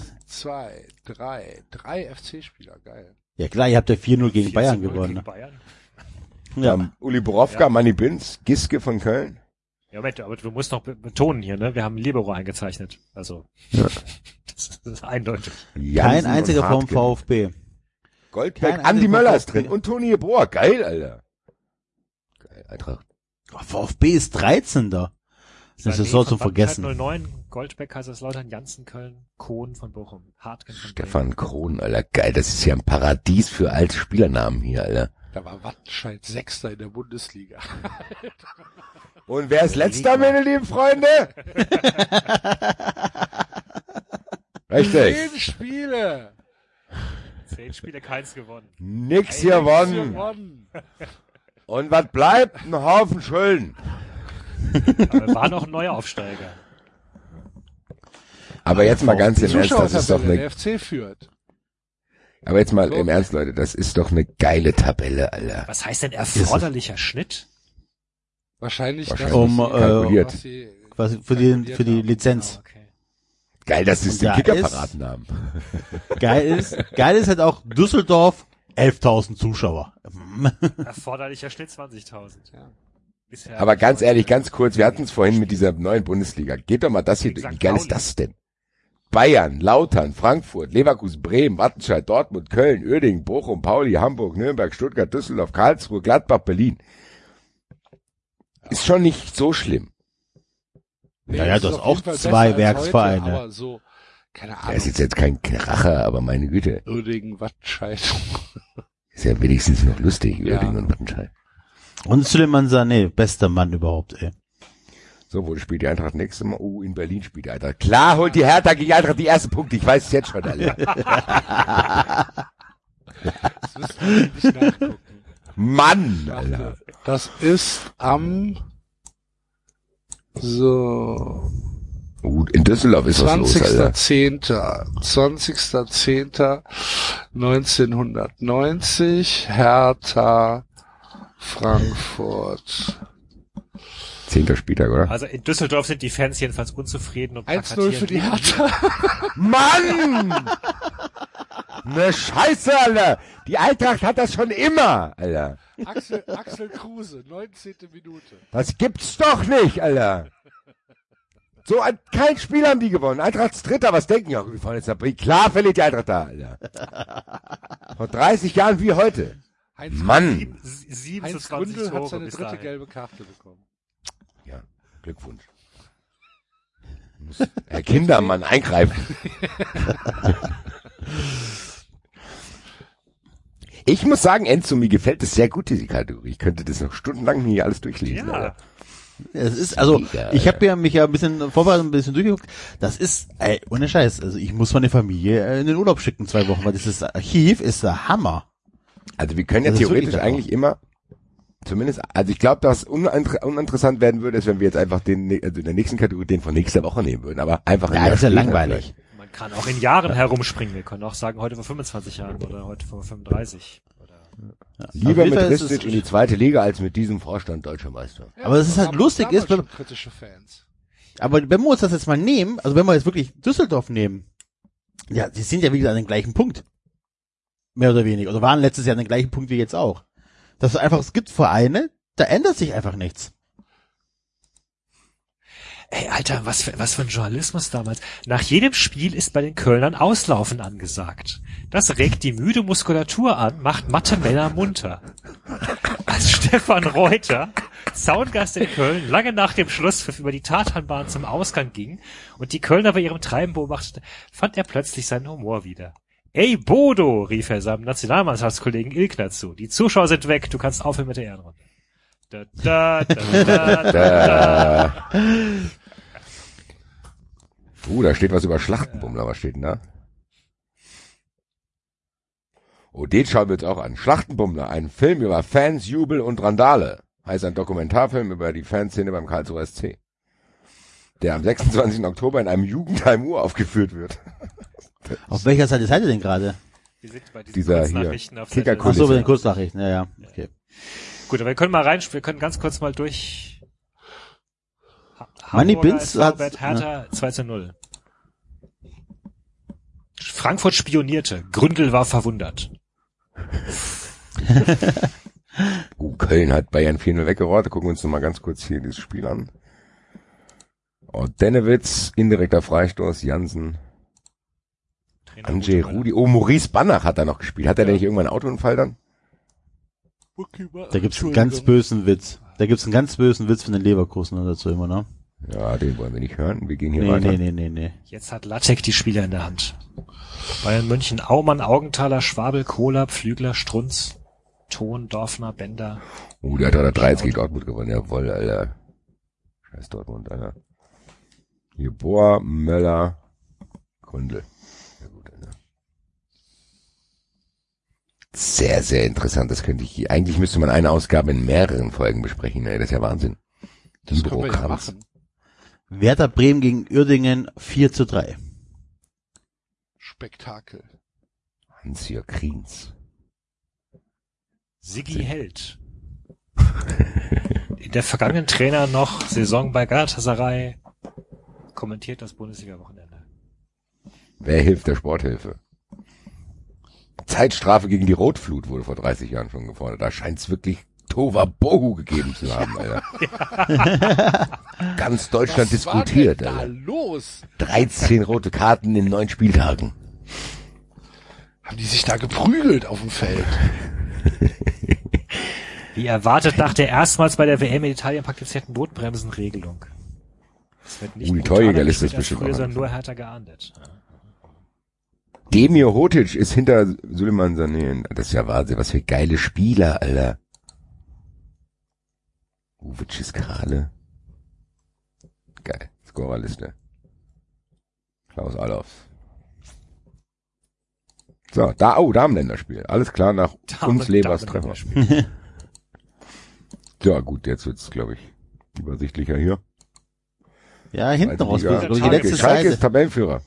3 FC-Spieler, geil. Ja klar, ihr habt ja 4-0 gegen 4:0 Bayern gegen gewonnen. Ne? Bayern. Ja. Uli Borowka, Ja. Manni Binz, Giske von Köln. Ja, Moment, aber du musst noch betonen hier, ne? Wir haben Libero eingezeichnet. Also, Ja. das ist eindeutig. Kein Jansen einziger und vom Hartgen. VfB. Goldberg, Kein Andi einziger Möller ist VfB. drin und Toni Jeboa. Geil, Alter. Geil, Eintracht. Oh, VfB ist 13. Das Sané ist so von zum Vergessen. 09, Goldbeck, Kaiserslautern, Janssen, Köln, Kohn von Bochum, Hartgen von Bremen. Stefan Krohn, Alter. Geil, das ist ja ein Paradies für alte Spielernamen hier, Alter. Da war Wattenscheid Sechster in der Bundesliga. Und wer ist letzter, meine lieben Freunde? Richtig. 10 Spiele. 10 Spiele, keins gewonnen. Nix gewonnen. Gewonnen. Und was bleibt? Ein Haufen Schulden. Aber wir waren auch ein neuer Aufsteiger. Aber jetzt mal ganz im Ernst, das ist doch Zuschauertabelle, eine, der FC führt. aber jetzt mal im Ernst, Leute, das ist doch eine geile Tabelle, Alter. Was heißt denn erforderlicher Schnitt? Wahrscheinlich, Wahrscheinlich kalkuliert. was sie Quasi für die Lizenz. Ah, okay. Geil, dass sie es Und den da Kicker ist- verraten haben. Geil ist halt auch Düsseldorf, 11.000 Zuschauer. Erforderlicher Schnitt 20.000. Ja. Bisher Aber ganz ehrlich, ganz kurz, wir hatten es vorhin mit dieser neuen Bundesliga. Geht doch mal das hier, Gegen wie St. geil ist Pauli. das denn? Bayern, Lautern, Frankfurt, Leverkusen, Bremen, Wattenscheid, Dortmund, Köln, Uerdingen, Bochum, Pauli, Hamburg, Nürnberg, Stuttgart, Düsseldorf, Karlsruhe, Gladbach, Berlin. Ist schon nicht so schlimm. Naja, es du ist hast auf jeden auch Fall 2 besser als Werksvereine. Heute, aber so, keine Er Ahnung, ist jetzt kein Kracher, aber meine Güte. Uerdingen, Wattenscheid. Ist ja wenigstens noch lustig, Ja. Uerdingen und Wattenscheid. Und Suleiman Sané, bester Mann überhaupt, ey. So, wo spielt die Eintracht nächstes Mal? In Berlin spielt die Eintracht. Klar holt die Hertha gegen Eintracht die ersten Punkte. Ich weiß es jetzt schon, alle. Das müssen wir nicht nachgucken. Mann, Alter. Das ist am so In Düsseldorf ist was los, Alter. 20.10.1990 Hertha Frankfurt 10. Spieltag, oder? Also in Düsseldorf sind die Fans jedenfalls unzufrieden und 1-0 für die plakatieren. Hertha. Mann! Ne Scheiße, Alter. Die Eintracht hat das schon immer, Alter. Axel Kruse, 19. Minute. Das gibt's doch nicht, Alter. So, kein Spiel haben die gewonnen. Eintrachts Dritter, was denken die? Wir fahren jetzt nach Bremen. Klar verliert die Eintracht da, Alter. Vor 30 Jahren wie heute. Heinz, Mann. 27 Heinz Gründel hat Tore seine bis dritte dahin. gelbe Karte bekommen. Ja, Glückwunsch. Muss Herr Kindermann eingreifen. Ich muss sagen, Enzo, mir gefällt das sehr gut, diese Kategorie. Ich könnte das noch stundenlang hier alles durchlesen. Ja. Alter. Es ist, also, Mega, ich ja. habe ja mich ja ein bisschen vorbereitet, ein bisschen durchgeguckt. Das ist, ey, ohne Scheiß. Also, ich muss meine Familie in den Urlaub schicken 2 Wochen, weil dieses Archiv ist der Hammer. Also wir können ja Das ist theoretisch wirklich eigentlich immer, zumindest, also ich glaube, dass uninteressant werden würde, ist, wenn wir jetzt einfach also in der nächsten Kategorie den von nächster Woche nehmen würden, aber einfach Ja, das ist ja langweilig. Man kann auch in Jahren herumspringen. Wir können auch sagen, heute vor 25 Jahren oder heute vor 35. Oder Lieber Auf jeden mit Fall ist Ristic es- in die zweite Liga als mit diesem Vorstand deutscher Meister. Aber es ist halt haben lustig, damals ist, wenn- schon kritische Fans. Aber wenn wir uns das jetzt mal nehmen, also wenn wir jetzt wirklich Düsseldorf nehmen, ja, die sind ja wie gesagt an dem gleichen Punkt. Mehr oder weniger. Oder waren letztes Jahr an dem gleichen Punkt wie jetzt auch. Dass es einfach, es gibt Vereine, da ändert sich einfach nichts. Ey, Alter, was für ein Journalismus damals. Nach jedem Spiel ist bei den Kölnern Auslaufen angesagt. Das regt die müde Muskulatur an, macht matte Männer munter. Als Stefan Reuter, Zaungast in Köln, lange nach dem Schlusspfiff über die Tatanbahn zum Ausgang ging und die Kölner bei ihrem Treiben beobachtete, fand er plötzlich seinen Humor wieder. Ey, Bodo, rief er seinem Nationalmannschaftskollegen Ilkner zu. Die Zuschauer sind weg, du kannst aufhören mit der Ehrenrunde. Da, da, da, da, da. Da steht was über Schlachtenbummler. Was steht denn da? Oh, den schauen wir uns auch an. Schlachtenbummler, ein Film über Fans, Jubel und Randale. Heißt ein Dokumentarfilm über die Fanszene beim Karlsruher SC. Der am 26. Oktober in einem Jugendheim aufgeführt wird. Auf welcher Seite seid ihr denn gerade? Wir sind bei diesen Dieser Kurznachrichten hier, auf Seite- Kickerkulisse. Ach so, bei den Kurznachrichten, ja. Okay. Gut, aber wir können mal rein, wir können ganz kurz mal durch. Money Hamburger Bins SV hat- Bad Hertha 2:0. Frankfurt spionierte. Gründel war verwundert. Köln hat Bayern 4-0 weggerollt. Gucken wir uns noch mal ganz kurz hier dieses Spiel an. Oh, Dennewitz, indirekter Freistoß, Jansen, Trainer Andrzej Rudi Rudi. Oh, Maurice Banach hat da noch gespielt. Hat er denn nicht irgendwann einen Autounfall dann? Da gibt's einen ganz bösen Witz. Da gibt's einen ganz bösen Witz von den Leverkusen dazu immer, ne? Ja, den wollen wir nicht hören. Wir gehen hier weiter. Nee. Jetzt hat Lattek die Spieler in der Hand. Bayern München, Aumann, Augenthaler, Schwabel, Kohler, Pflügler, Strunz, Thon, Dorfner, Bender. Oh, der hat 3-1 gegen Dortmund gewonnen. Jawohl, Alter. Scheiß Dortmund, Alter. Hier Bohr, Möller, Gründel. Ja, gut, Alter. Sehr, sehr interessant. Das könnte ich, eigentlich müsste man eine Ausgabe in mehreren Folgen besprechen. Ey, das ist ja Wahnsinn. Das können wir ja Programms. machen. Werder Bremen gegen Uerdingen 4:3. Spektakel. Hans-Jörg Kriens. Sigi Held. Der vergangenen Trainer noch Saison bei Galatasaray kommentiert das Bundesliga-Wochenende. Wer hilft der Sporthilfe? Zeitstrafe gegen die Rotflut wurde vor 30 Jahren schon gefordert. Da scheint's wirklich Tohuwabohu gegeben zu haben, Alter. Ganz Deutschland diskutiert, Was war denn da Alter. los? 13 rote Karten in 9 Spieltagen. Haben die sich da geprügelt auf dem Feld? Wie erwartet nach der erstmals bei der WM in Italien praktizierten Notbremsenregelung. Es wird nicht Die brutaler Torjägerliste ist gespielt als bestimmt früher, auch sondern nur härter geahndet. Demir Hotic ist hinter Suleiman Sané. Das ist ja Wahnsinn. Was für geile Spieler, Alter. Uwe Ciskrale. Geil. Scorerliste. Klaus Allofs. So, Damenländerspiel. Alles klar, nach uns Lebers Treffer. Ja, gut, jetzt wird's, glaube ich, übersichtlicher hier. Ja, hinten Zweite raus. Liga. Die Schalke letzte Schalke Seite. ist Tabellenführer.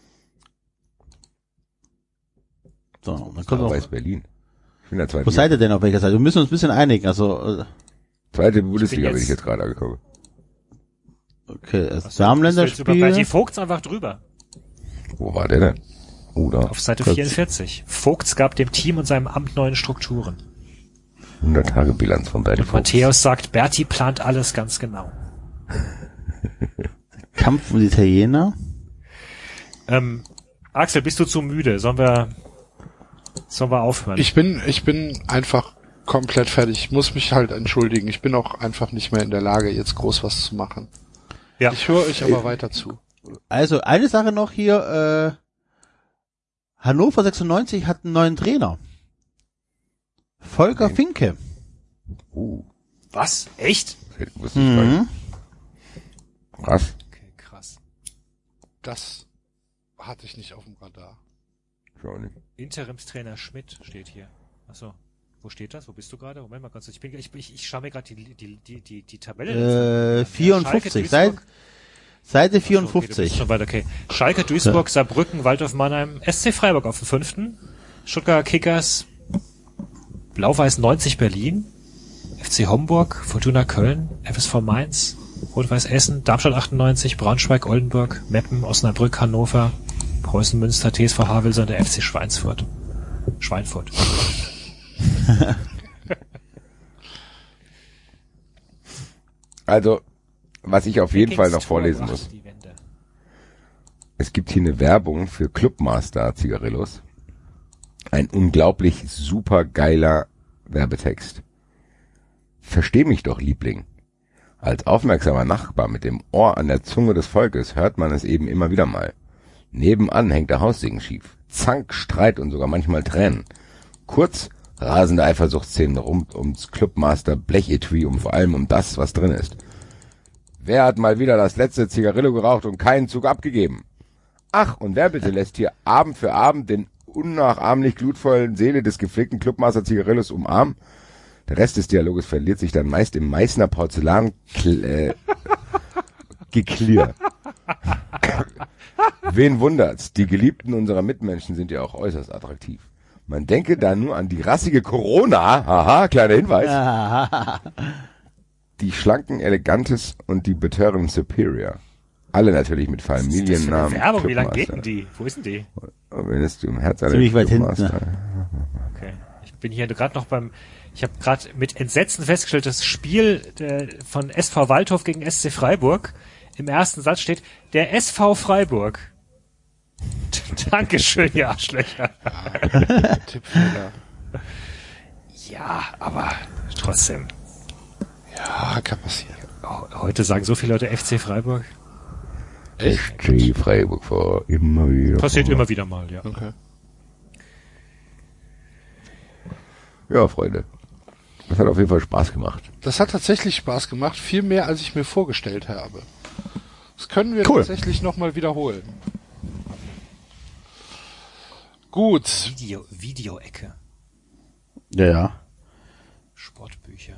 So, dann kommt noch. Weiß Berlin. Ich bin der zweite. Wo seid ihr denn auf welcher Seite? Wir müssen uns ein bisschen einigen. Also, Zweite Bundesliga jetzt- bin ich jetzt gerade angekommen. okay, das Bei die Damenländerspiel. Vogts einfach drüber. Wo war der denn? Da. Auf Seite 44. Vogts gab dem Team und seinem Amt neuen Strukturen. 100-Tage-Bilanz von beiden. Und Matthäus sagt, Berti plant alles ganz genau. Kampf um die Italiener. Axel, bist du zu müde? Sollen wir aufhören? Ich bin einfach komplett fertig. Ich muss mich halt entschuldigen. Ich bin auch einfach nicht mehr in der Lage, jetzt groß was zu machen. Ja. Ich höre euch aber weiter zu. Also, eine Sache noch hier, Hannover 96 hat einen neuen Trainer. Volker Finke. Was? Echt? Wusste ich gar nicht. Krass. Okay, krass. Das hatte ich nicht auf dem Radar. Schau nicht. Interimstrainer Schmidt steht hier. Achso. Wo steht das? Wo bist du gerade? Moment mal ganz kurz. Ich schaue mir gerade die Tabelle. 54. Schalke, Seite Okay, du bist 54. schon weit, okay. Schalke, Duisburg, Saarbrücken, Waldorf Mannheim, SC Freiburg auf dem 5. Stuttgarter Kickers, Blau-Weiß 90 Berlin, FC Homburg, Fortuna Köln, FSV Mainz, Rot-Weiß Essen, Darmstadt 98, Braunschweig, Oldenburg, Meppen, Osnabrück, Hannover, Preußen Münster, TSV Havelse und der FC Schweinfurt. Also, was ich auf jeden Fall noch vorlesen muss. Es gibt hier eine Werbung für Clubmaster Zigarillos. Ein unglaublich super geiler Werbetext. Versteh mich doch, Liebling. Als aufmerksamer Nachbar mit dem Ohr an der Zunge des Volkes hört man es eben immer wieder mal. Nebenan hängt der Haussegen schief. Zank, Streit und sogar manchmal Tränen. Kurz, rasende Eifersuchtsszenen rund ums Clubmaster Blechetui und vor allem um das, was drin ist. Wer hat mal wieder das letzte Zigarillo geraucht und keinen Zug abgegeben? Ach, und wer bitte lässt hier Abend für Abend den unnachahmlich glutvollen Seele des gepflegten Clubmaster Zigarillos umarmen? Der Rest des Dialoges verliert sich dann meist im Meißner Porzellan Geklirr. Wen wundert's? Die Geliebten unserer Mitmenschen sind ja auch äußerst attraktiv. Man denke da nur an die rassige Corona, haha, kleiner Hinweis. Die schlanken Elegantes und die betörenden Superior. Alle natürlich mit Familiennamen. Werbung, wie lange geht denn die? Wo ist denn die? Wenn es im Herz ziemlich weit hinten. Okay. Ich bin hier gerade noch ich habe gerade mit Entsetzen festgestellt, das Spiel von SV Waldhof gegen SC Freiburg. Im ersten Satz steht, der SV Freiburg. Dankeschön, ihr Arschlöcher. Tippfehler. Ja, aber trotzdem. Ja, kann passieren. Heute sagen so viele Leute FC Freiburg. SC Freiburg vor immer wieder. Passiert immer wieder mal, ja. Okay. Ja, Freunde. Das hat auf jeden Fall Spaß gemacht. Das hat tatsächlich Spaß gemacht. Viel mehr, als ich mir vorgestellt habe. Das können wir tatsächlich nochmal wiederholen. Gut. Videoecke. Ja. Sportbücher.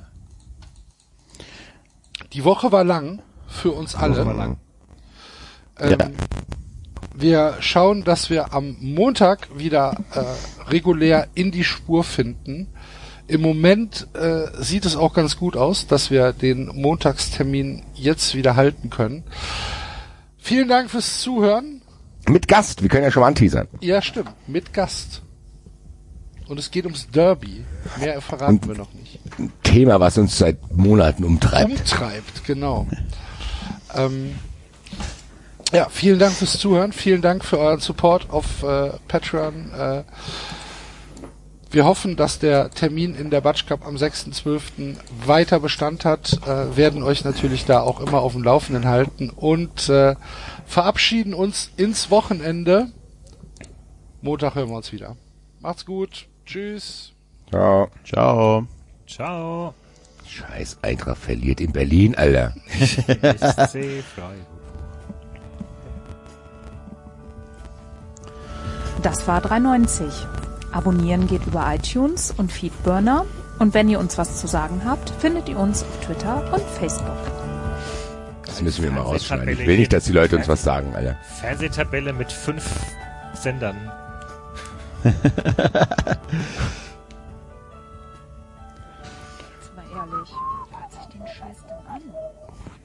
Die Woche war lang für uns alle. Ja. Wir schauen, dass wir am Montag wieder regulär in die Spur finden. Im Moment sieht es auch ganz gut aus, dass wir den Montagstermin jetzt wieder halten können. Vielen Dank fürs Zuhören. Mit Gast, wir können ja schon mal anteasern. Ja, stimmt, mit Gast. Und es geht ums Derby. Mehr verraten wir noch nicht. Ein Thema, was uns seit Monaten Umtreibt, genau. Ja, vielen Dank fürs Zuhören. Vielen Dank für euren Support auf Patreon. Wir hoffen, dass der Termin in der Batsch Cup am 6.12. weiter Bestand hat, werden euch natürlich da auch immer auf dem Laufenden halten und verabschieden uns ins Wochenende. Montag hören wir uns wieder. Macht's gut. Tschüss. Ciao. Ciao. Ciao. Scheiß Eintracht verliert in Berlin, Alter. SC Freiburg. Das war 3,90. Abonnieren geht über iTunes und Feedburner. Und wenn ihr uns was zu sagen habt, findet ihr uns auf Twitter und Facebook. Das müssen wir mal rausschneiden. Ich will nicht, dass die Leute uns was sagen, Alter. Fernsehtabelle mit 5 Sendern. Jetzt mal ehrlich, wer hört sich den Scheiß denn an?